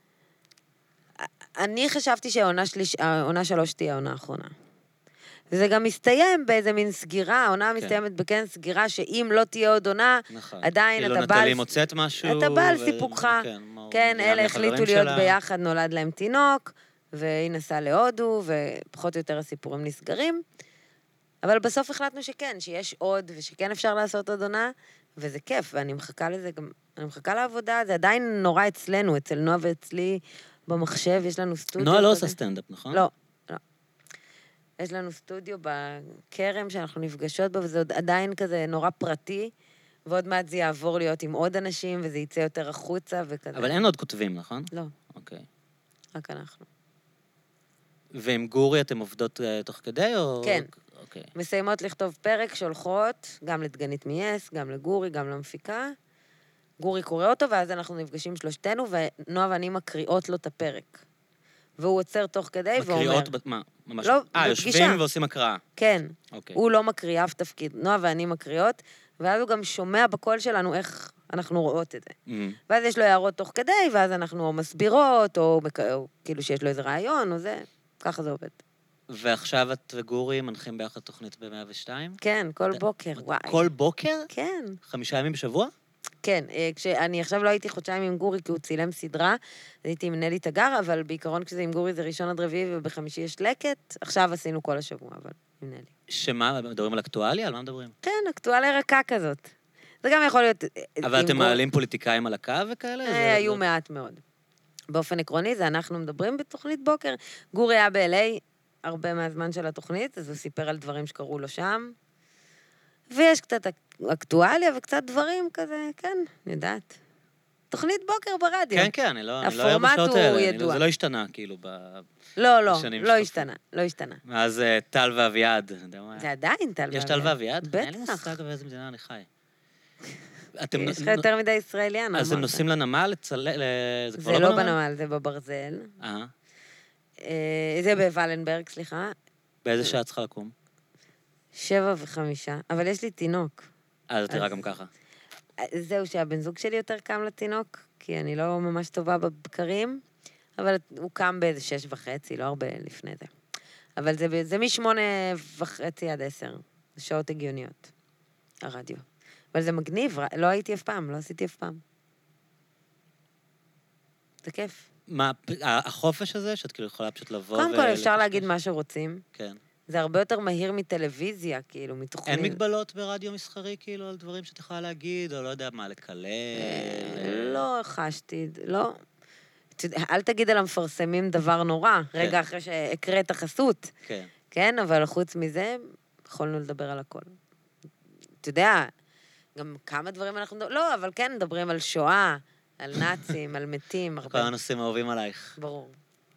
אני חשבתי שהעונה שליש, העונה שלוש תהיה העונה האחרונה. וזה גם מסתיים באיזה מין סגירה, העונה כן. מסתיימת בכן סגירה, שאם לא תהיה עוד עונה, נכון. עדיין כאילו אתה בא... נטלי מוצאת משהו... אתה בא על ו- סיפוקך. כן, מה- כן, וגם אלה מהחברים החליטו להיות שלה. ביחד, נולד להם תינוק, והיא נסעה להודו, ופחות או יותר הסיפורים נסגרים. אבל בסוף החלטנו שכן, שיש עוד, ושכן אפשר לעשות עוד עונה, וזה כיף, ואני מחכה לזה גם, אני מחכה לעבודה, זה עדיין נורא אצלנו, אצל נועה ואצלי במחשב, יש לנו סטודיו. נועה לא כזה. עושה סטנדאפ, נכון? לא, לא. יש לנו סטודיו בכרם שאנחנו נפגשות בו, וזה עוד עדיין כזה נורא פרטי, ועוד מעט זה יעבור להיות עם עוד אנשים, וזה יצא יותר החוצה וכזה. אבל אין עוד כותבים, נכון? לא, אוקיי. רק אנחנו. ועם גורי אתם עובדות אה, תוך כדי, או... כן. אוקיי. מסיימות לכתוב פרק, שולחות, גם לדגנית מייס, גם לגורי, גם למפיקה. גורי קורא אותו, ואז אנחנו נפגשים שלושתנו, ונועה ואני מקריאות לו את הפרק. והוא עוצר תוך כדי ואומר... מקריאות, ב- מה? ממש... לא, אה, בפגישה. יושבים ועושים הקראה. כן, אוקיי. הוא לא מקריא אף תפקיד. נועה ואני מקריאות, ואז הוא גם שומע בקול שלנו איך אנחנו רואות את זה. מהמם. ואז יש לו הערות תוך כדי, ואז אנחנו או מסבירות, או, מק... או כאילו שיש לו איזה רעיון, או זה, ככה זה עובד. ועכשיו את וגורי מנחים ביחד תוכנית ב-מאה ושתיים? כן, כל בוקר, וואי. כל בוקר? כן. חמישה ימים בשבוע? כן, כשאני עכשיו לא הייתי חודשיים עם גורי, כי הוא צילם סדרה, הייתי עם נלי תגר, אבל בעיקרון כשזה עם גורי זה ראשון עד רביעי, ובחמישי יש לקט, עכשיו עשינו כל השבוע, אבל עם נלי. שמה, מדברים על אקטואליה? על מה מדברים? כן, אקטואליה רכה כזאת. זה גם יכול להיות... אבל אתם מעלים פוליטיקאים על הקו וכאלה? היו מעט מאוד. באופן עקרוני, זה אנחנו מדברים בתוכנית בוקר. גורי היה ב-אל איי הרבה מהזמן של התוכנית, אז הוא סיפר על דברים שקרו לו שם. ויש קצת אקטואליה וקצת דברים כזה, כן, אני יודעת. תוכנית בוקר ברדיו. כן, כן, אני לא ער הפורמט בשעות הוא האלה. ידוע. זה לא השתנה, כאילו, לא, לא, בשנים לא שחלפו. השתנה, לא השתנה. מאז אה, טל ואביעד. אני יודע מה- זה עדיין טל ואביעד. יש טל ואביעד? אין לי בטח. מושג באיזה מדינה אני חי. אתם יש לך נ- יותר מדי ישראליאן, אז הם אמרת. נוסעים לנמל לצלם... זה כבר זה לא לא בנמל? בנמל, זה בברזל. אה. אה, זה בוולנברג, סליחה. באיזה שעה צריכה לקום? שבע וחמישה, אבל יש לי תינוק. אז את תראה אז- גם ככה. זהו, שהבן זוג שלי יותר קם לתינוק, כי אני לא ממש טובה בבקרים, אבל הוא קם באיזה שש וחצי, לא הרבה לפני זה. אבל זה, זה משמונה וחצי עד עשר, זה שעות הגיוניות, הרדיו. אבל זה מגניב, לא הייתי אף פעם, לא עשיתי אף פעם. זה כיף. מה, פ- החופש הזה, שאת כאילו יכולה פשוט לבוא קודם כל, אפשר ולקשקש? להגיד מה שרוצים. כן. זה הרבה יותר מהיר מטלוויזיה, כאילו, מתוכנית. אין מגבלות ברדיו מסחרי, כאילו, על דברים שאת יכולה להגיד, או לא יודע מה, לקלל? אה, לא חשתי, לא. אתה יודע, אל תגיד על המפרסמים דבר נורא, רגע אחרי שהקראת החסות, כן. כן? אבל חוץ מזה, יכולנו לדבר על הכל. אתה יודע, גם כמה דברים אנחנו... לא, אבל כן, מדברים על שואה, על נאצים, על מתים, כל הרבה. הנושאים האהובים עלייך. ברור.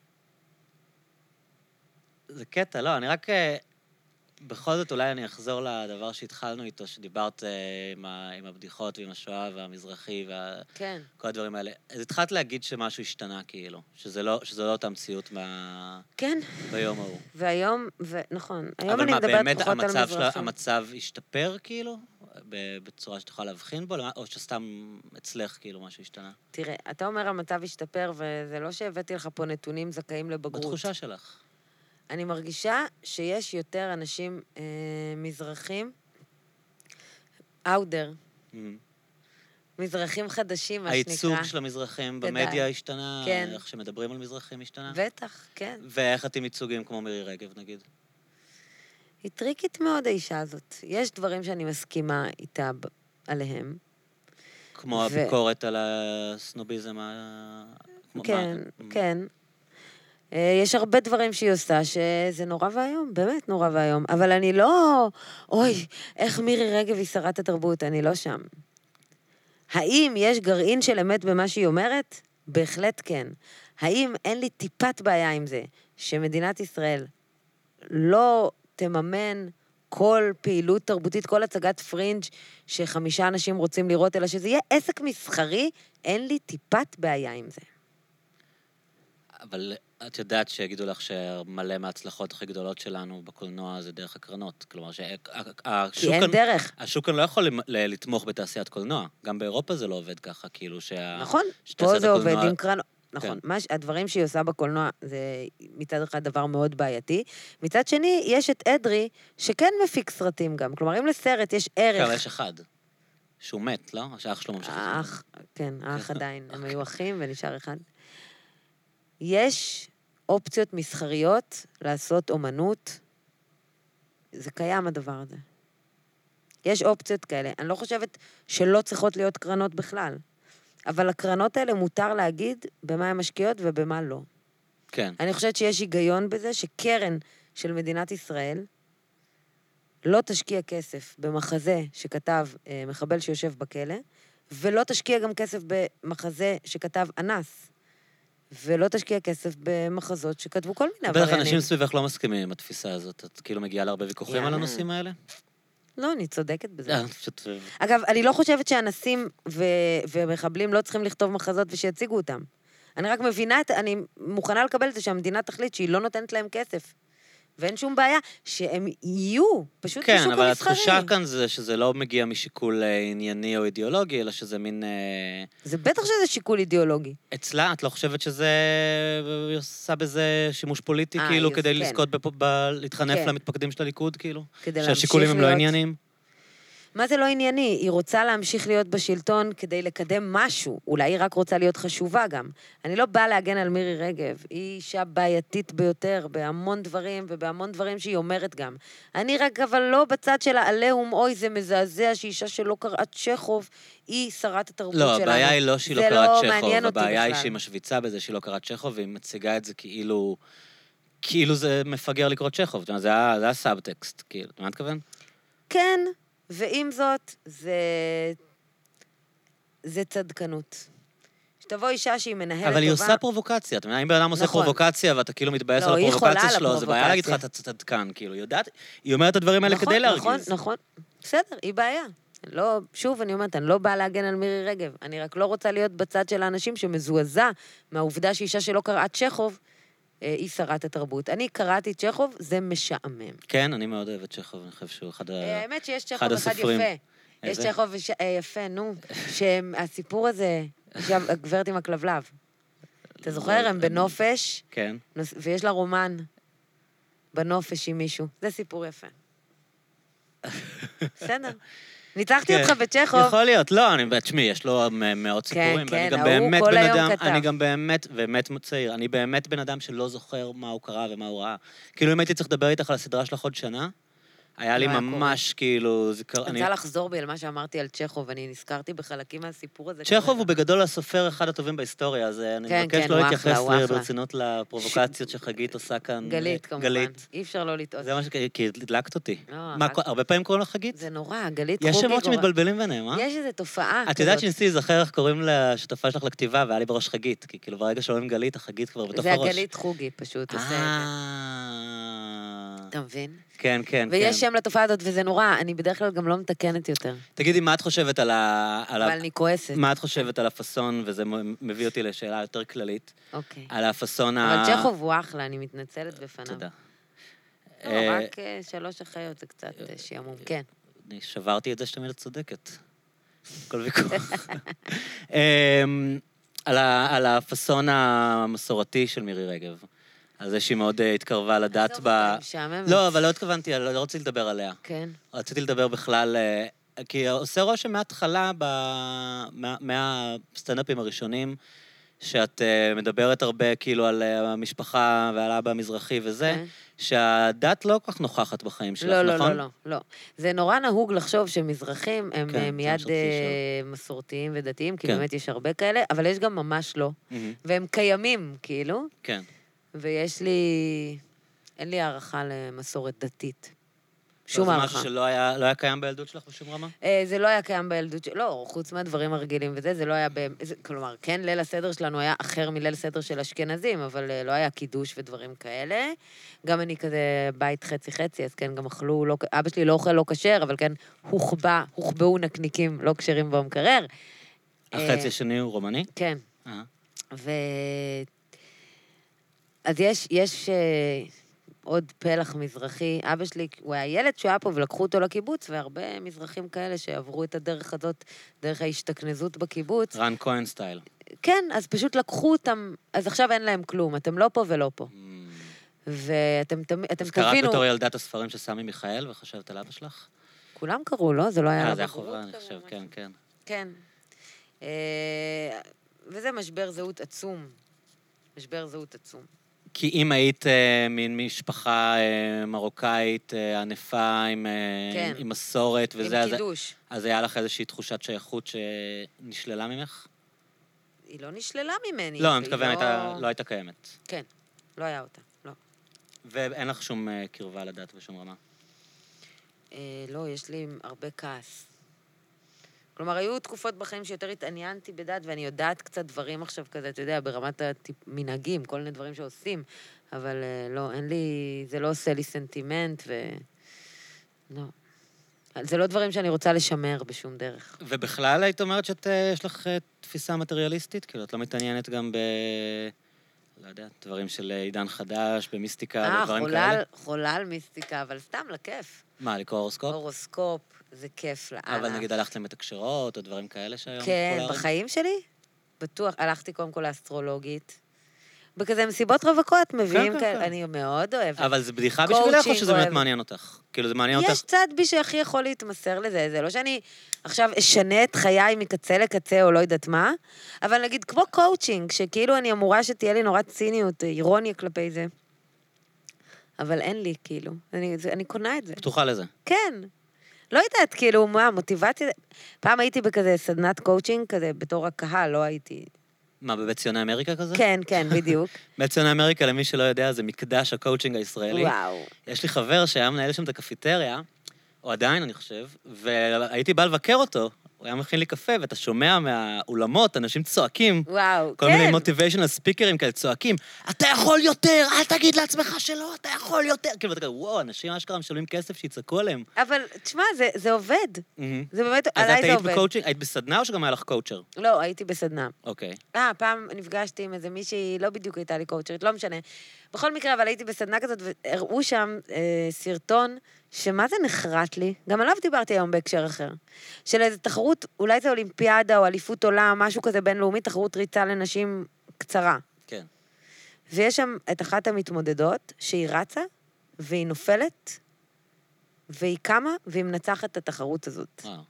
זה קטע, לא, אני רק... אה, בכל זאת, אולי אני אחזור לדבר שהתחלנו איתו, שדיברת אה, עם, ה, עם הבדיחות ועם השואה והמזרחי וכל כן. הדברים האלה. אז התחלת להגיד שמשהו השתנה, כאילו, שזה לא, שזה לא אותה מציאות מה... כן. ביום ההוא. והיום, ו... נכון, היום אבל אני מה, מדברת באמת פחות על המצב, שלה, מזרחים. המצב השתפר, כאילו? ב- בצורה שאת יכולה להבחין בו? או שסתם אצלך, כאילו, משהו השתנה? תראה, אתה אומר המצב השתפר, וזה לא שהבאתי לך פה נתונים זכאים לבגרות. בתחושה שלך. אני מרגישה שיש יותר אנשים אה, מזרחים, אאודר, Mm. מזרחים חדשים, מה שנקרא. הייצוג של המזרחים גדל. במדיה השתנה? כן. איך שמדברים על מזרחים השתנה? בטח, כן. ואיך את עם ייצוגים כמו מירי רגב, נגיד? היא טריקית מאוד, האישה הזאת. יש דברים שאני מסכימה איתה ב- עליהם. כמו ו- הביקורת על הסנוביזם ה... כמו- כן, מה- כן. אה, יש הרבה דברים שהיא עושה שזה נורא ואיום, באמת נורא ואיום. אבל אני לא... אוי, איך מירי רגב היא שרת התרבות, אני לא שם. האם יש גרעין של אמת במה שהיא אומרת? בהחלט כן. האם אין לי טיפת בעיה עם זה שמדינת ישראל לא תממן כל פעילות תרבותית, כל הצגת פרינג' שחמישה אנשים רוצים לראות, אלא שזה יהיה עסק מסחרי? אין לי טיפת בעיה עם זה. אבל את יודעת שיגידו לך שמלא מההצלחות הכי גדולות שלנו בקולנוע זה דרך הקרנות. כלומר, כי אין דרך. השוק כאן לא יכול ל- לתמוך בתעשיית קולנוע. גם באירופה זה לא עובד ככה, כאילו שה... נכון, שתעשיית פה זה עובד הקולנוע- עם קרנות. נכון, מה, ש- הדברים שהיא עושה בקולנוע זה מצד אחד דבר מאוד בעייתי. מצד שני, יש את אדרי שכן מפיק סרטים גם. כלומר, אם לסרט יש כן, אבל ערך... יש אחד. שהוא מת, לא? שהאח שלו ממשיך. האח, כן, האח עדיין. הם היו אחים ונשאר אחד. יש אופציות מסחריות לעשות אומנות. זה קיים הדבר הזה. יש אופציות כאלה. אני לא חושבת שלא צריכות להיות קרנות בכלל. אבל הקרנות האלה מותר להגיד במה הן משקיעות ובמה לא. כן. אני חושבת שיש היגיון בזה שקרן של מדינת ישראל לא תשקיע כסף במחזה שכתב אה, מחבל שיושב בכלא, ולא תשקיע גם כסף במחזה שכתב אנס, ולא תשקיע כסף במחזות שכתבו כל מיני בטח עבריינים. אנשים סביבך לא מסכימים עם התפיסה הזאת. את כאילו מגיעה להרבה ויכוחים על יאללה. הנושאים האלה? לא, אני צודקת בזה. אה, פשוט... אגב, אני לא חושבת שאנסים ו- ומחבלים לא צריכים לכתוב מחזות ושיציגו אותם. אני רק מבינה, את- אני מוכנה לקבל את זה שהמדינה תחליט שהיא לא נותנת להם כסף. ואין שום בעיה שהם יהיו, פשוט כן, בשוק אבל המסחרי. התחושה כאן זה שזה לא מגיע משיקול אה, ענייני או אידיאולוגי, אלא שזה מין... אה, זה בטח שזה שיקול אידיאולוגי. אצלה, את לא חושבת שזה... היא עושה בזה שימוש פוליטי, אה, כאילו, היא- כדי כן. לזכות בפ... ב... להתחנף כן. למתפקדים של הליכוד, כאילו? כדי להמשיך שהשיקולים הם לא להיות- ענייניים? מה זה לא ענייני? היא רוצה להמשיך להיות בשלטון כדי לקדם משהו. אולי היא רק רוצה להיות חשובה גם. אני לא באה להגן על מירי רגב. היא אישה בעייתית ביותר בהמון דברים, ובהמון דברים שהיא אומרת גם. אני רק, אבל לא בצד של העליהום, אוי, זה מזעזע שאישה שלא קראה צ'כוב, היא שרת התרבות לא, שלנו. הבעיה היא לא שהיא לא זה קראת לא צ'כוב, מעניין אותי הבעיה היא בכלל. שהיא משוויצה בזה שהיא לא קראת צ'כוב, והיא מציגה את זה כאילו... כאילו זה מפגר לקרוא צ'כוב. זאת אומרת, זה היה- זה היה סאבטקסט, כאילו. אתה מה מתכוון? כן, ועם זאת, זה... זה צדקנות. שתבוא אישה שהיא מנהלת טובה... אבל היא עושה פרובוקציה. אתה מבין, אם בן אדם עושה נכון. פרובוקציה, ואתה כאילו מתבאס לא, על היא יכולה הפרובוקציה על שלו, זה בעיה להגיד לך, הפרובוקציה. אתה צדקן, כאילו. היא יודעת, היא אומרת את הדברים האלה נכון, כדי להרגיז. נכון, נכון. בסדר, היא בעיה. לא, שוב, אני אומרת, אני לא באה להגן על מירי רגב. אני רק לא רוצה להיות בצד של האנשים שמזועזע מהעובדה שאישה שלא קראה צ'כוב, אה, היא שרת התרבות. אני קראתי צ'כוב, זה משעמם. כן, אני מאוד אוהב את צ'כוב, אני חושב שהוא אחד ה... אה, האמת שיש אחד צ'כוב אחד הסופרים. יפה. יש איזה? צ'כוב וש- אה, יפה, נו. שהסיפור הזה, הגברת עם הכלבלב. אתה זוכר? הם בנופש, כן. נוס- ויש לה רומן בנופש עם מישהו. זה סיפור יפה. בסדר. ניצחתי כן. אותך בצ'כוב. יכול להיות, לא, אני, תשמעי, יש לו מ- מאות סיפורים, כן, ואני גם ההוא באמת כל בן היום אדם, כתב. אני גם באמת, באמת צעיר, אני באמת בן אדם שלא זוכר מה הוא קרא ומה הוא ראה. כאילו, אם הייתי צריך לדבר איתך על הסדרה שלך עוד שנה, היה לי לא היה ממש כאילו, זיכר... אני רוצה לחזור בי על מה שאמרתי על צ'כוב, ואני נזכרתי בחלקים מהסיפור הזה. צ'כוב הוא בגדול הסופר אחד הטובים בהיסטוריה, אז אני כן, מבקש כן, לא הוא להתייחס אחלה, הוא אחלה. ברצינות לפרובוקציות שחגית עושה כאן. גלית, כמובן. גלית. אי אפשר לא לטעות. זה מה ש... כי הדלקת אותי. לא, מה, רק- הרבה פעמים קוראים לך חגית? זה נורא, גלית יש חוגי. שמות גורל. שמתבלבלים ביניהם, אה? יש איזו תופעה את יודעת שניסיתי להיזכר איך קוראים לשותפה שלך לכתיבה, והיה לי בראש חגית, כי כאילו ברגע שאומרים גלית, החגית כבר בתוך זה הראש. הגלית חוגי, פשוט עושה את זה. אה... אתה מבין? כן, כן, כן. ויש שם לתופעה הזאת, וזה נורא, אני בדרך כלל גם לא מתקנת יותר. תגידי, מה את חושבת על ה... על ה- אבל אני כועסת. מה את חושבת על הפאסון, וזה מ- מביא אותי לשאלה יותר כללית, אוקיי. על הפאסון ה... אבל צ'כוב הוא אחלה, אני מתנצלת בפניו. תודה. לא, אה, רק אה, שלוש אחיות, זה קצת אה, שעמום. כן. אני שברתי את זה שתמיד את צודקת. כל ויכוח. אמ, על ה- על הפאסון המסורתי של מירי רגב. על זה שהיא מאוד אה, התקרבה לדת עזוב ב... אותה, היא משעממת. לא, אבל לא התכוונתי, לא לא רציתי לדבר עליה. כן. רציתי לדבר בכלל, אה, כי עושה רושם מההתחלה, ב... מה- מהסטנדאפים הראשונים, שאת אה, מדברת הרבה כאילו על אה, המשפחה ועל אבא המזרחי וזה, כן. שהדת לא כל כך נוכחת בחיים שלך, לא, לא, נכון? לא, לא, לא. זה נורא נהוג לחשוב שמזרחים הם כן, אה, זה מה מיד שרציתי אה, מסורתיים ודתיים, כי כן. באמת יש הרבה כאלה, אבל יש גם ממש לא. מהמם. והם קיימים, כאילו, כן. ויש לי... אין לי הערכה למסורת דתית. שום זה הערכה. משהו שלא היה, לא היה קיים בילדות שלך בשום רמה? אה, זה לא היה קיים בילדות של... לא, חוץ מהדברים הרגילים וזה, זה לא היה... ב... זה, כלומר, כן, ליל הסדר שלנו היה אחר מליל הסדר של אשכנזים, אבל אה, לא היה קידוש ודברים כאלה. גם אני כזה בית חצי-חצי, אז כן, גם אכלו... לא... אבא שלי לא אוכל לא כשר, אבל כן, הוחבא, הוחבאו נקניקים לא כשרים במקרר. החצי השני הוא רומני? כן. אה. ו... אז יש, יש אה, עוד פלח מזרחי. אבא שלי, הוא היה ילד שהיה פה ולקחו אותו לקיבוץ, והרבה מזרחים כאלה שעברו את הדרך הזאת, דרך ההשתכנזות בקיבוץ. רן כהן סטייל. כן, אז פשוט לקחו אותם, אז עכשיו אין להם כלום, אתם לא פה ולא פה. Mm. ואתם תמ- אתם אז קראת תבינו... בתור ילדת הספרים של סמי מיכאל וחשבת על אבא שלך? כולם קראו, לא? זה לא היה... אה, לה זה היה בגרות חובה, אני כזה, חושב, משהו? כן, כן. כן. אה, וזה משבר זהות עצום. משבר זהות עצום. כי אם היית אה, מין משפחה אה, מרוקאית אה, ענפה עם, אה, כן. עם מסורת וזה, עם אז, קידוש. אז היה לך איזושהי תחושת שייכות שנשללה ממך? היא לא נשללה ממני. לא, אני והיא מתכוון, הייתה- לא הייתה קיימת. כן, לא היה אותה, לא. ואין לך שום אה, קרבה לדת בשום רמה. אה, לא, יש לי הרבה כעס. כלומר, היו תקופות בחיים שיותר התעניינתי בדת, ואני יודעת קצת דברים עכשיו כזה, אתה יודע, ברמת המנהגים, כל מיני דברים שעושים, אבל אה, לא, אין לי, זה לא עושה לי סנטימנט, ו... לא. זה לא דברים שאני רוצה לשמר בשום דרך. ובכלל היית אומרת שיש לך אה, תפיסה מטריאליסטית? כאילו, את לא מתעניינת גם ב... לא יודע, דברים של עידן חדש, במיסטיקה אה, ודברים חולה כאלה. על- חולה על מיסטיקה, אבל סתם לכיף. מה, לקרוא הורוסקופ? הורוסקופ, זה כיף לאללה. אבל נגיד הלכת למתקשרות, או דברים כאלה שהיום כן, פופולריים? בחיים שלי? בטוח. הלכתי קודם כל לאסטרולוגית. בכזה מסיבות רווקות מביאים כן, כאלה, כן. אני מאוד אוהבת. אבל זה בדיחה בשבילך, או קואוצ'ינג שזה באמת אוהב. מעניין אותך? כאילו, זה מעניין יש אותך... צד בי שהכי יכול להתמסר לזה, זה לא שאני עכשיו אשנה את חיי מקצה לקצה או לא יודעת מה, אבל נגיד כמו קואוצ'ינג, שכאילו אני אמורה שתהיה לי נורא ציניות, אירוניה כלפי זה. אבל אין לי, כאילו. אני, זה, אני קונה את זה. פתוחה לזה. כן. לא יודעת, כאילו, מה, המוטיבציה... פעם הייתי בכזה סדנת קואוצ'ינג, כזה בתור הקהל, לא הייתי... מה, בבית ציוני אמריקה כזה? כן, כן, בדיוק. בית ציוני אמריקה, למי שלא יודע, זה מקדש הקואוצ'ינג הישראלי. וואו. יש לי חבר שהיה מנהל שם את הקפיטריה, או עדיין, אני חושב, והייתי בא לבקר אותו, הוא היה מכין לי קפה, ואתה שומע מהאולמות, אנשים צועקים, וואו, כל כן. מיני מוטיביישנל ספיקרים כאלה צועקים, אתה יכול יותר, אל תגיד לעצמך שלא, אתה יכול יותר. כאילו, אתה כזה, וואו, אנשים אשכרה משלמים כסף שיצעקו עליהם. אבל, תשמע, זה, זה עובד. זה באמת, אז עליי את זה היית עובד. בקואוצ'ינג, היית בסדנה או שגם היה לך קואוצ'ר? לא, הייתי בסדנה. אוקיי. אה, פעם נפגשתי עם איזה מישהי, לא בדיוק הייתה לי קואוצ'רית, לא משנה. בכל מקרה, אבל הייתי בסדנה כזאת, והראו שם אה, סרטון, שמה זה נחרט לי? גם עליו דיברתי היום בהקשר אחר. של איזו תחרות, אולי זה אולימפיאדה או אליפות עולם, משהו כזה בינלאומי, תחרות ריצה לנשים קצרה. כן. ויש שם את אחת המתמודדות, שהיא רצה, והיא נופלת, והיא קמה, והיא מנצחת את התחרות הזאת. אה.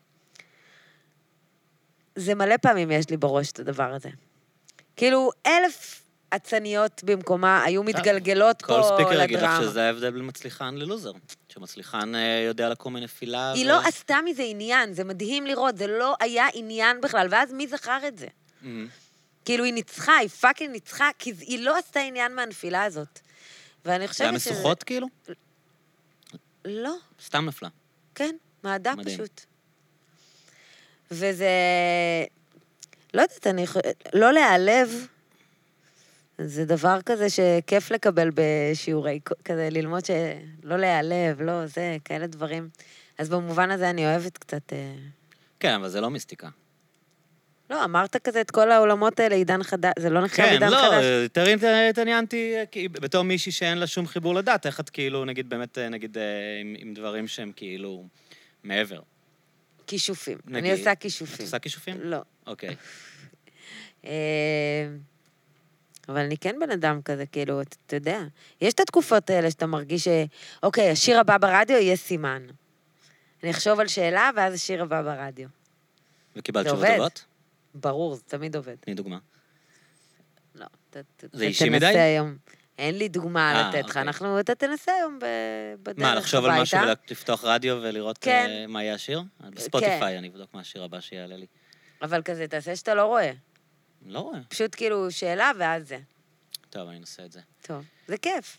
זה מלא פעמים יש לי בראש את הדבר הזה. כאילו, אלף עצניות במקומה היו מתגלגלות פה כל לדרמה. ספיקר יגיד לך שזה ההבדל בין מצליחן ללוזר. שמצליחן אה, יודע לקום מנפילה. היא ו- לא עשתה מזה עניין, זה מדהים לראות, זה לא היה עניין בכלל, ואז מי זכר את זה? מהמם. כאילו, היא ניצחה, היא פאקינג ניצחה, כי היא לא עשתה עניין מהנפילה הזאת. ואני זה היה חושבת שזה... משוכות כאילו? לא, סתם נפלה. כן, מעדה מדהים. פשוט. וזה... לא יודעת, אני... חו- לא להיעלב, זה דבר כזה שכיף לקבל בשיעורי, כזה ללמוד שלא להיעלב, לא, זה, כאלה דברים. אז במובן הזה אני אוהבת קצת... אה, כן, אבל זה לא מיסטיקה. לא, אמרת כזה את כל העולמות האלה, עידן חדש, זה לא נחשב כן, עידן לא, חדש. יותר התעניינתי, כי בתור מישהי שאין לה שום חיבור לדת, איך את כאילו, נגיד, באמת, נגיד, אה, עם, עם דברים שהם כאילו מעבר. כישופים. נגיד. אני עושה את כישופים. עושה כישופים? לא. אוקיי. אה, אבל אני כן בן אדם כזה, כאילו, אתה אתה יודע. יש את התקופות האלה שאתה מרגיש ש... אוקיי, השיר הבא ברדיו יהיה סימן. אני אחשוב על שאלה, ואז השיר הבא ברדיו. וקיבלת זה תשובות עובד. טובות? ברור, זה תמיד עובד. תני דוגמה. לא, ת, ת, זה אישי מדי? תנסה היום. אין לי דוגמה אה, לתת לך, אוקיי. אנחנו, אתה תנסה היום ב, בדרך מה, לחשוב על משהו הביתה. ולפתוח רדיו ולראות כן. אה, מה יהיה השיר? בספוטיפיי אני אבדוק מה השיר הבא שיעלה לי. אבל כזה, תעשה שאתה לא רואה. אני לא רואה. פשוט כאילו שאלה, ואז זה. טוב, אני אנסה את זה. טוב, זה כיף.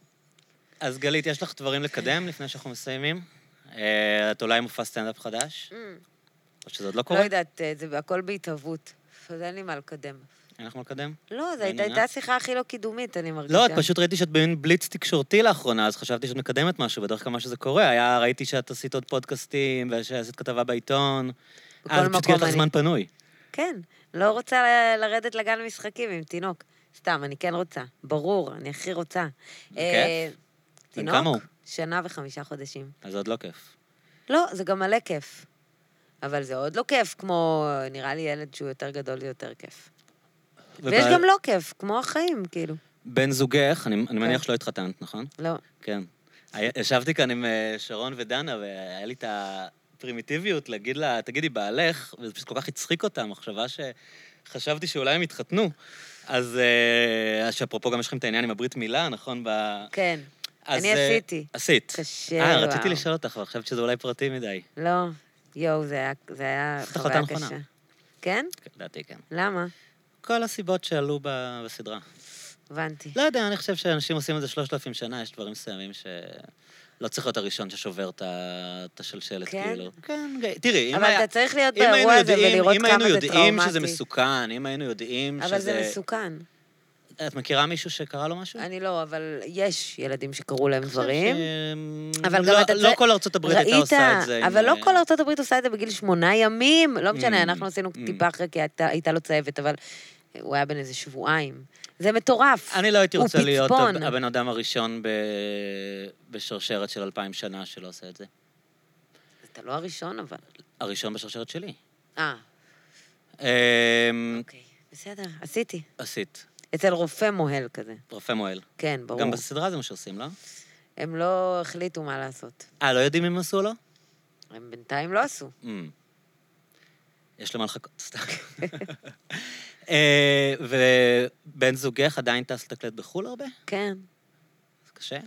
אז גלית, יש לך דברים לקדם לפני שאנחנו מסיימים? אה, את אולי מופע סטנדאפ חדש? או שזה עוד לא לא קורה? יודעת, זה הכל בהתהוות. אז אין לי מה לקדם. אין לך מה לקדם? לא, זו מעניין, הייתה אה? שיחה הכי לא קידומית, אני מרגישה. לא, את פשוט ראיתי שאת במין בליץ תקשורתי לאחרונה, אז חשבתי שאת מקדמת משהו, בדרך כלל מה שזה קורה. היה, ראיתי שאת עשית עוד פודקאסטים, ושעשית כתבה בעיתון. בכל אה, זה פשוט מקום כי לך אני. זמן פנוי. כן, לא רוצה ל- לרדת לגן משחקים עם תינוק. סתם, אני כן רוצה. ברור, אני הכי רוצה. זה אה, כיף? בן תינוק? כמה הוא? שנה וחמישה חודשים. אז זה עוד לא כיף. לא, זה גם מלא כיף. אבל זה עוד לא כיף, כמו, נראה לי ילד שהוא יותר גדול, זה יותר כיף. ויש ובעל- גם לא כיף, כמו החיים, כאילו. בן זוגך, אני אני מניח כן. שלא התחתנת, נכון? לא. כן. היה- ישבתי כאן עם אה, שרון ודנה, והיה לי את הפרימיטיביות להגיד לה, תגידי, בעלך, וזה פשוט כל כך הצחיק אותה, המחשבה שחשבתי שאולי הם יתחתנו. אז אה, שאפרופו גם יש לכם את העניין עם הברית מילה, נכון? ב... כן. אז, אני אה, עשיתי. עשית. קשה, אה, וואו. רציתי לשאול אותך, אבל חשבתי שזה אולי פרטי מדי. לא. יואו, זה היה, זה היה עשית חוויה החלטה קשה. נכונה. כן? כן, לדעתי כן. למה? כל הסיבות שעלו ב- בסדרה. הבנתי. לא יודע, אני חושב שאנשים עושים את זה שלושת אלפים שנה, יש דברים מסוימים ש... לא צריך להיות הראשון ששובר את ה- את השלשלת, כן? כאילו. כן, ג- תראי, אם אבל היה... אתה צריך להיות אם היינו באירוע הזה יודעים- ולראות אם כמה היינו זה יודעים שזה טראומטי. מסוכן, אם היינו יודעים שזה... אבל זה מסוכן. את מכירה מישהו שקרה לו משהו? אני לא, אבל יש ילדים שקראו להם אני חושב דברים. ש- אבל לא- גם אתה לא צריך- כל ארצות הברית הייתה עושה את זה. אבל עם, לא אה, כל ארצות הברית עושה את זה בגיל שמונה ימים. לא משנה, Mm, אנחנו עשינו mm. טיפה אחרי, כי הייתה- הייתה לו צהבת, אבל הוא היה בן איזה שבועיים. זה מטורף. אני לא הייתי הוא רוצה להיות פצפון. הבן אדם הראשון ב... בשרשרת של אלפיים שנה שלא עושה את זה. אתה לא הראשון, אבל. הראשון בשרשרת שלי. אה, אמ, אוקיי. בסדר, עשיתי. עשית. אצל רופא מוהל כזה. רופא מועל. כן, ברור. גם בסדרה זה מה שעושים, לא? הם לא החליטו מה לעשות. אה, לא יודעים אם עשו או לא? הם בינתיים לא עשו. אמ. יש למה לחכות, סתם. אה, ובן זוגך עדיין טס לתקלט בחו"ל הרבה? כן. זה קשה?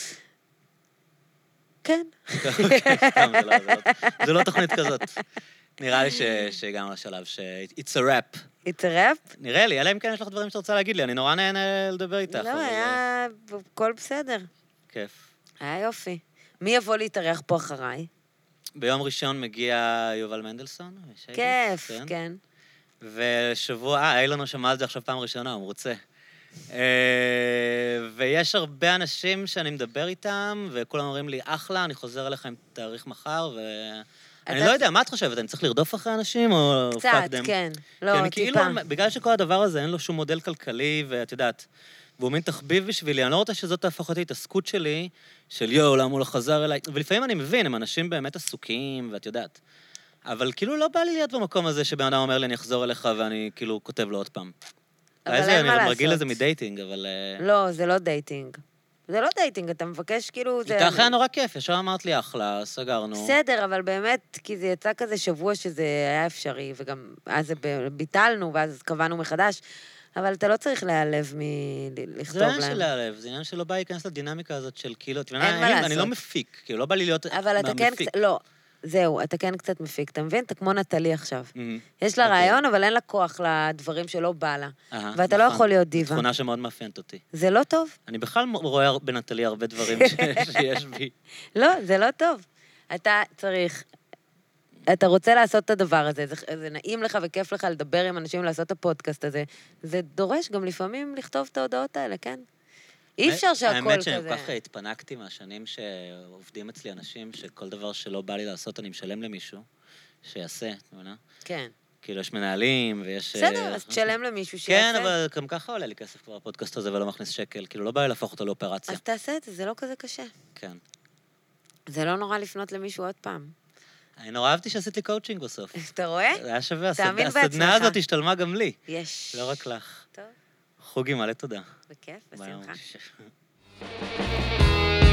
כן. סתם, זה לא- זה לא- זה לא תוכנית כזאת. נראה לי ש- שהגענו לשלב ש... It's a rap. It's a rap? נראה לי, אלא אם כן יש לך דברים שאת רוצה להגיד לי, אני נורא נהנה לדבר איתך. לא, אבל- היה... הכל בסדר. כיף. היה יופי. מי יבוא להתארח פה אחריי? ביום ראשון מגיע יובל מנדלסון. משייגס, כיף, כן. ושבוע, אה, אילון שמע על זה עכשיו פעם ראשונה, הוא מרוצה. אה, ויש הרבה אנשים שאני מדבר איתם, וכולם אומרים לי, אחלה, אני חוזר אליך עם תאריך מחר, ואני אתה- לא יודע, מה את חושבת? אני צריך לרדוף אחרי אנשים, או קצת, fuck them? כן. כי לא, אני טיפה. כאילו, בגלל שכל הדבר הזה אין לו שום מודל כלכלי, ואת יודעת, והוא מין תחביב בשבילי, אני לא רוצה שזאת תהפוך אותי התעסקות שלי, של יואו, למה הוא לא חזר אליי, ולפעמים אני מבין, הם אנשים באמת עסוקים, ואת יודעת. אבל כאילו לא בא לי להיות במקום הזה שבן אדם אומר לי, אני אחזור אליך, ואני כאילו כותב לו עוד פעם. אבל אולי זה- אין מה אני מרגיל לעשות. לזה מדייטינג, אבל... אה, לא, זה לא דייטינג. זה לא דייטינג, אתה מבקש כאילו... זה- איתך היה נורא כיף, ישר אמרת לי, אחלה, סגרנו. בסדר, אבל באמת, כי זה יצא כזה שבוע שזה היה אפשרי, וגם אז זה ב- ביטלנו, ואז קבענו מחדש, אבל אתה לא צריך להיעלב מלכתוב זה עניין של להם. להיעלב, זה עניין שלא בא להיכנס לדינמיקה הזאת של כאילו, את אין מבינה, מה אני- אני לעשות. לא מפיק, כאילו, לא בא לי להיות אבל אתה כן מהמפיק. קצת... לא, זהו, אתה כן קצת מפיק, אתה מבין? אתה כמו נטלי עכשיו. מהמם. יש לה אוקיי. רעיון, אבל אין לה כוח לדברים שלא בא לה. אהה, ואתה לא נכון. יכול להיות זו דיבה. תכונה שמאוד מאפיינת אותי. זה לא טוב? אני בכלל רואה בנטלי הרבה דברים ש- שיש בי. לא, זה לא טוב. אתה צריך... אתה רוצה לעשות את הדבר הזה, זה, זה נעים לך וכיף לך לדבר עם אנשים, לעשות את הפודקאסט הזה. זה דורש גם לפעמים לכתוב את ההודעות האלה, כן? אי אפשר שהכל האמת כזה... שאני כל כך התפנקתי מהשנים שעובדים אצלי אנשים, שכל דבר שלא בא לי לעשות, אני משלם למישהו, שיעשה, אתה מבינה? כן. כאילו, יש מנהלים ויש... בסדר, אה, אז תשלם למישהו שיעשה. כן, אבל גם ככה עולה לי כסף כבר הפודקאסט הזה ולא מכניס שקל. כאילו, לא בא לי להפוך אותו לאופרציה. אז תעשה את זה, זה לא כזה קשה. כן. זה לא נורא לפנות למישהו עוד פעם. אני נורא אהבתי שעשית לי קואוצ'ינג בסוף. אתה רואה? זה היה שווה, תאמין הסד- הסדנה בעצמך. הזאת השתלמה גם לי, יש. לא רק לך. טוב, חוגי, מלא תודה. בכיף, ביי, בשמחה. ממש.